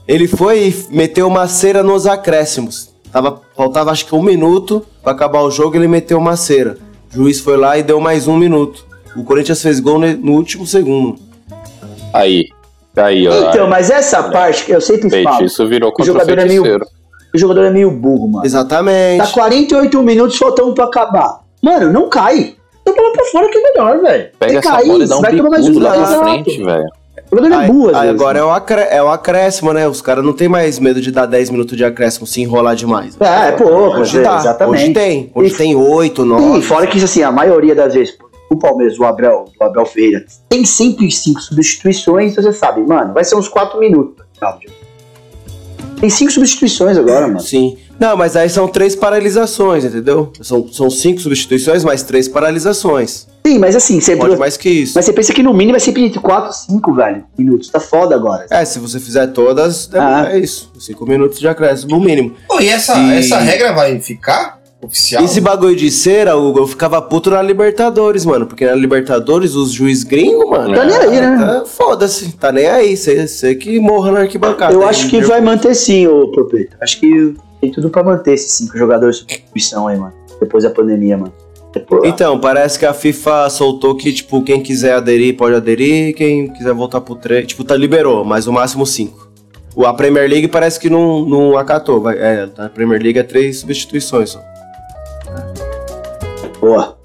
B: Ele foi e meteu uma cera nos acréscimos. Tava, faltava acho que um minuto pra acabar o jogo, ele meteu uma cera. O juiz foi lá e deu mais um minuto. O Corinthians fez gol no último segundo.
A: Aí, aí, ó.
D: Então, mas essa parte que eu sempre falo.
A: Isso virou contra
D: o jogador
A: o
D: é meio,
A: feiticeiro.
D: o jogador é meio burro, mano.
B: Exatamente.
D: Tá quarenta e oito minutos faltando pra acabar. Mano, não cai. Então bola pra fora que é melhor, velho.
A: Pega essa bola e dá um bicudo lá pra frente, velho.
D: O jogador é burro, às
B: aí
D: vezes,
B: agora
D: né?
B: é o, acré, é o acréscimo, né? Os caras não tem mais medo de dar dez minutos de acréscimo se enrolar demais.
D: É, é pouco,
B: Hoje
D: é,
B: dá.
D: exatamente.
B: Hoje tem. Hoje
D: E-
B: tem oito, nove.
D: E fora que isso, assim, a maioria das vezes, o Palmeiras, o Abel, o Abel Ferreira, tem sempre cinco substituições, então você sabe, mano, vai ser uns quatro minutos. Tem cinco substituições agora, mano.
B: Sim. Não, mas aí são três paralisações, entendeu? São, são cinco substituições, mais três paralisações.
D: Sim, mas assim, sempre.
B: Pode mais que isso.
D: Mas você pensa que no mínimo é sempre entre quatro e cinco, velho, minutos. Tá foda agora.
B: É, se você fizer todas, é,
D: Ah.
B: é isso. Cinco minutos de acréscimo, no mínimo.
C: Pô, e essa,
B: E-
C: essa regra vai ficar oficial?
B: Esse bagulho de cera, Hugo, eu ficava puto na Libertadores, mano. Porque na Libertadores, os juiz gringos, mano...
D: Tá nem aí, né?
B: Tá, foda-se, tá nem aí. Você que morra na arquibancada.
D: Eu
B: Aí,
D: acho que
B: meu-
D: vai manter sim, ô Propeta. Acho que tem tudo pra manter esses cinco jogadores de substituição aí, mano. Depois da pandemia, mano. Depois,
B: Então, parece que a FIFA soltou que, tipo, quem quiser aderir, pode aderir. Quem quiser voltar pro três... Tipo, tá, liberou, mas o máximo cinco. O- A Premier League parece que não, não acatou. Vai, é, a Premier League é três substituições só.
D: boa.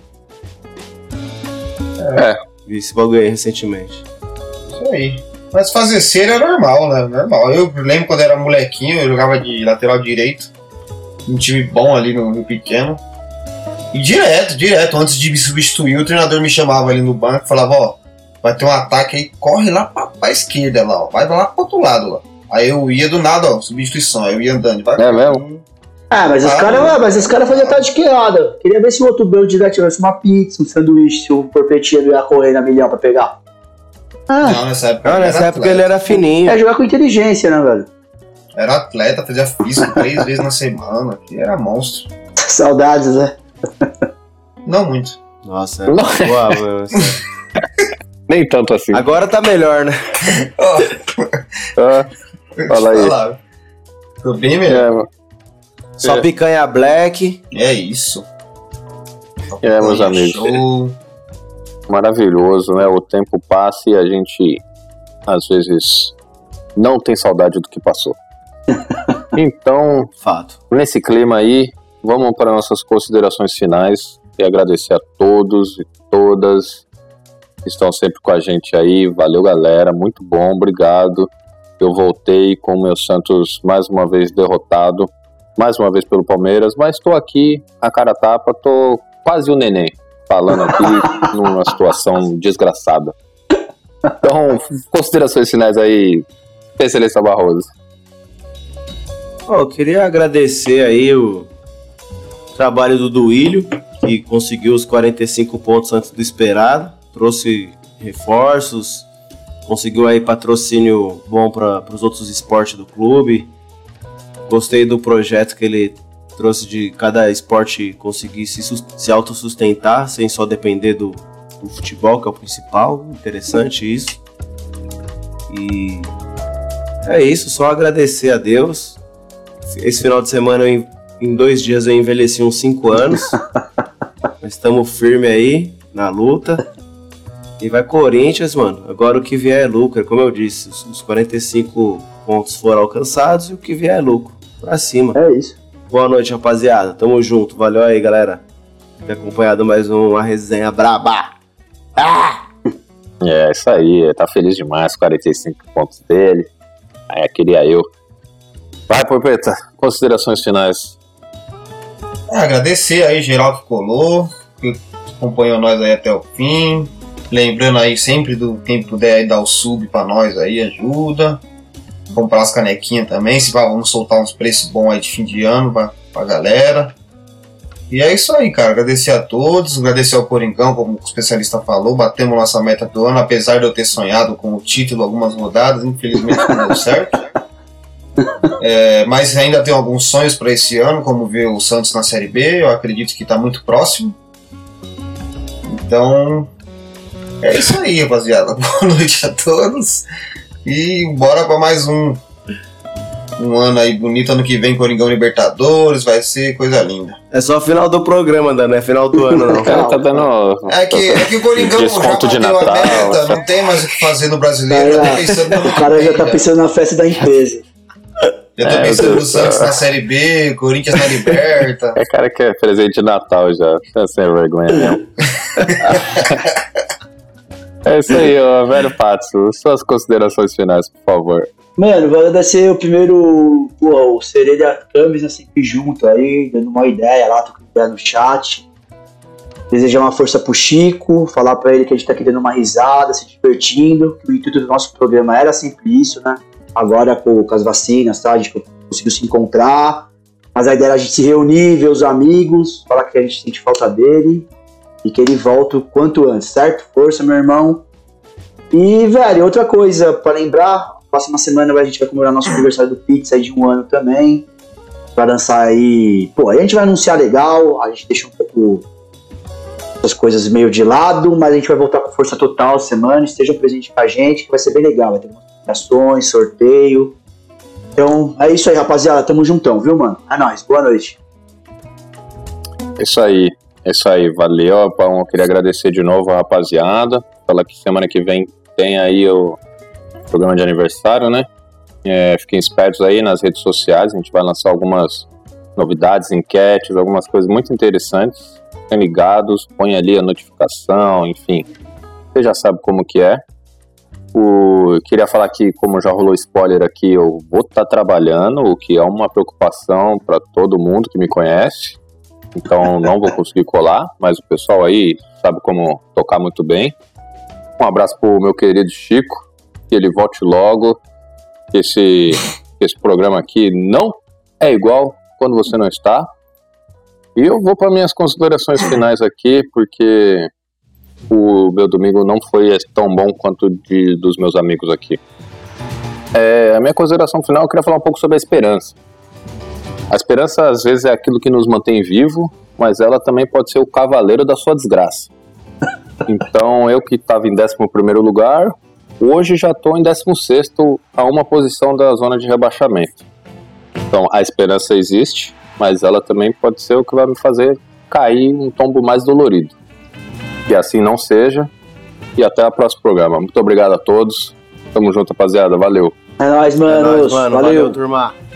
B: Vi esse bagulho aí recentemente.
C: Isso aí. Mas fazer cera é normal, né? Normal. Eu lembro quando era molequinho, eu jogava de lateral direito. Um time bom ali no Rio Pequeno. E direto, direto, antes de me substituir, o treinador me chamava ali no banco e falava, ó, vai ter um ataque aí, corre lá pra, pra esquerda lá, ó. Vai lá pro outro lado lá. Aí eu ia do nada, ó, substituição, aí eu ia andando devagar.
A: É mesmo?
D: Ah, mas os
C: Ah,
D: caras
C: não.
D: mas os cara faziam tardequeada. Queria ver se o outro belo de tivesse uma pizza, um sanduíche, se o Porpetinha não ia correr na milhão pra pegar. Ah,
C: Não, nessa época,
B: Ah,
C: ele
B: nessa
C: era
B: época
C: atleta.
B: ele era fininho.
D: é jogar com inteligência, né, velho?
C: Era atleta, fazia físico três vezes na semana, que era monstro.
D: Saudades, né?
C: Não muito.
B: Nossa, é
A: Não.
B: boa, mano.
A: Nem tanto assim.
B: Agora tá melhor, né?
C: Ó,
A: Ah,
C: eu
A: Fala
C: te
A: aí.
C: falar. Tô bem melhor.
A: é, mano.
B: Só
A: É.
B: picanha black.
C: É isso.
A: É, meus amigos.
C: Show.
A: Maravilhoso, né? O tempo passa e a gente, às vezes, não tem saudade do que passou. Então,
B: Fato.
A: nesse clima aí, vamos para nossas considerações finais e agradecer a todos e todas que estão sempre com a gente aí. Valeu, galera. Muito bom, obrigado. Eu voltei com o meu Santos mais uma vez derrotado, mais uma vez pelo Palmeiras, mas estou aqui, a cara tapa, tô quase o neném, falando aqui numa situação desgraçada. Então, considerações finais aí, especialista Barroso.
B: Ó, eu queria agradecer aí o trabalho do Duílio, que conseguiu os quarenta e cinco pontos antes do esperado, trouxe reforços, conseguiu aí patrocínio bom para os outros esportes do clube. Gostei do projeto que ele trouxe de cada esporte conseguir se, sus- se autossustentar, sem só depender do, do futebol, que é o principal. Interessante isso. E é isso, só agradecer a Deus. Esse final de semana, eu, em- em dois dias, eu envelheci uns cinco anos. Mas estamos firmes aí, na luta. E vai Corinthians, mano. Agora o que vier é lucro. Como eu disse, os, os quarenta e cinco pontos foram alcançados e o que vier é lucro. Pra cima.
D: É isso.
B: Boa noite, rapaziada. Tamo junto. Valeu aí, galera. Ter acompanhado mais uma resenha braba. Ah!
A: É, isso aí, tá feliz demais, quarenta e cinco pontos dele. Aí, queria eu. Vai, Porpeta, considerações finais.
C: É, agradecer aí geral que colou, que acompanhou nós aí até o fim. Lembrando aí sempre do quem puder aí dar o sub pra nós aí, ajuda. Comprar as canequinhas também, se vai, vamos soltar uns preços bons aí de fim de ano pra, pra galera. E é isso aí, cara. Agradecer a todos, agradecer ao Coringão, como o especialista falou. Batemos nossa meta do ano, apesar de eu ter sonhado com o título algumas rodadas, infelizmente não deu certo. É, mas ainda tenho alguns sonhos para esse ano, como ver o Santos na Série B. Eu acredito que está muito próximo. Então, é isso aí, rapaziada. Boa noite a todos. E bora para mais um Um ano aí bonito, ano que vem Coringão Libertadores, vai ser coisa linda.
B: É só final do programa, Dan, não é final do ano, não.
A: O cara tá dando.
C: É que, é que o Coringão
A: Desconto
C: já
A: de
C: bateu a
A: Natal.
C: meta, não tem mais o que fazer no brasileiro, já tô pensando no
D: O cara já tá pensando na festa da empresa.
C: Já tô
A: É,
C: pensando
A: Deus
C: no Santos
A: céu.
C: na Série B, Corinthians na Liberta.
A: É cara que é presente de Natal já. Tá sem vergonha mesmo. É isso aí, ó, velho Patso. Suas considerações finais, por favor.
D: Mano, vou agradecer o primeiro, pô, o Sereia Camis, né, sempre junto aí, dando uma ideia lá, tô com ideia no chat. Desejar uma força pro Chico, falar pra ele que a gente tá aqui dando uma risada, se divertindo. O intuito do nosso programa era sempre isso, né? Agora com, com as vacinas, tá? A gente conseguiu se encontrar. Mas a ideia era a gente se reunir, ver os amigos, falar que a gente sente falta dele e que ele volte o quanto antes, certo? Força, meu irmão. E, velho, outra coisa pra lembrar, próxima semana a gente vai comemorar nosso aniversário do Pizza aí de um ano também. Vai lançar aí... Pô, aí a gente vai anunciar legal, a gente deixa um pouco essas coisas meio de lado, mas a gente vai voltar com força total semana, estejam presentes com a gente, que vai ser bem legal, vai ter ações, sorteio. Então, é isso aí, rapaziada, tamo juntão, viu, mano? É nóis, boa noite.
A: Isso aí, isso aí, valeu. Eu queria agradecer de novo a rapaziada. Falar que semana que vem tem aí o programa de aniversário, né? É, fiquem espertos aí nas redes sociais, a gente vai lançar algumas novidades, enquetes, algumas coisas muito interessantes. Fiquem ligados, põe ali a notificação, enfim, você já sabe como que é. O, eu queria falar que, como já rolou spoiler aqui, eu vou estar trabalhando, o que é uma preocupação para todo mundo que me conhece, então não vou conseguir colar, mas o pessoal aí sabe como tocar muito bem. Um abraço pro meu querido Chico, que ele volte logo, que esse, esse programa aqui não é igual quando você não está. E eu vou para minhas considerações finais aqui, porque o meu domingo não foi tão bom quanto de, dos meus amigos aqui. É, a minha consideração final, eu queria falar um pouco sobre a esperança. A esperança, às vezes, é aquilo que nos mantém vivo, mas ela também pode ser o cavaleiro da sua desgraça. Então, eu que estava em décimo primeiro lugar, hoje já estou em décimo sexto, a uma posição da zona de rebaixamento. Então, a esperança existe, mas ela também pode ser o que vai me fazer cair um tombo mais dolorido. Que assim não seja. E até o próximo programa. Muito obrigado a todos. Tamo junto, rapaziada. Valeu.
D: É nóis, manos.
B: É nóis, mano.
D: Valeu.
B: Valeu, turma.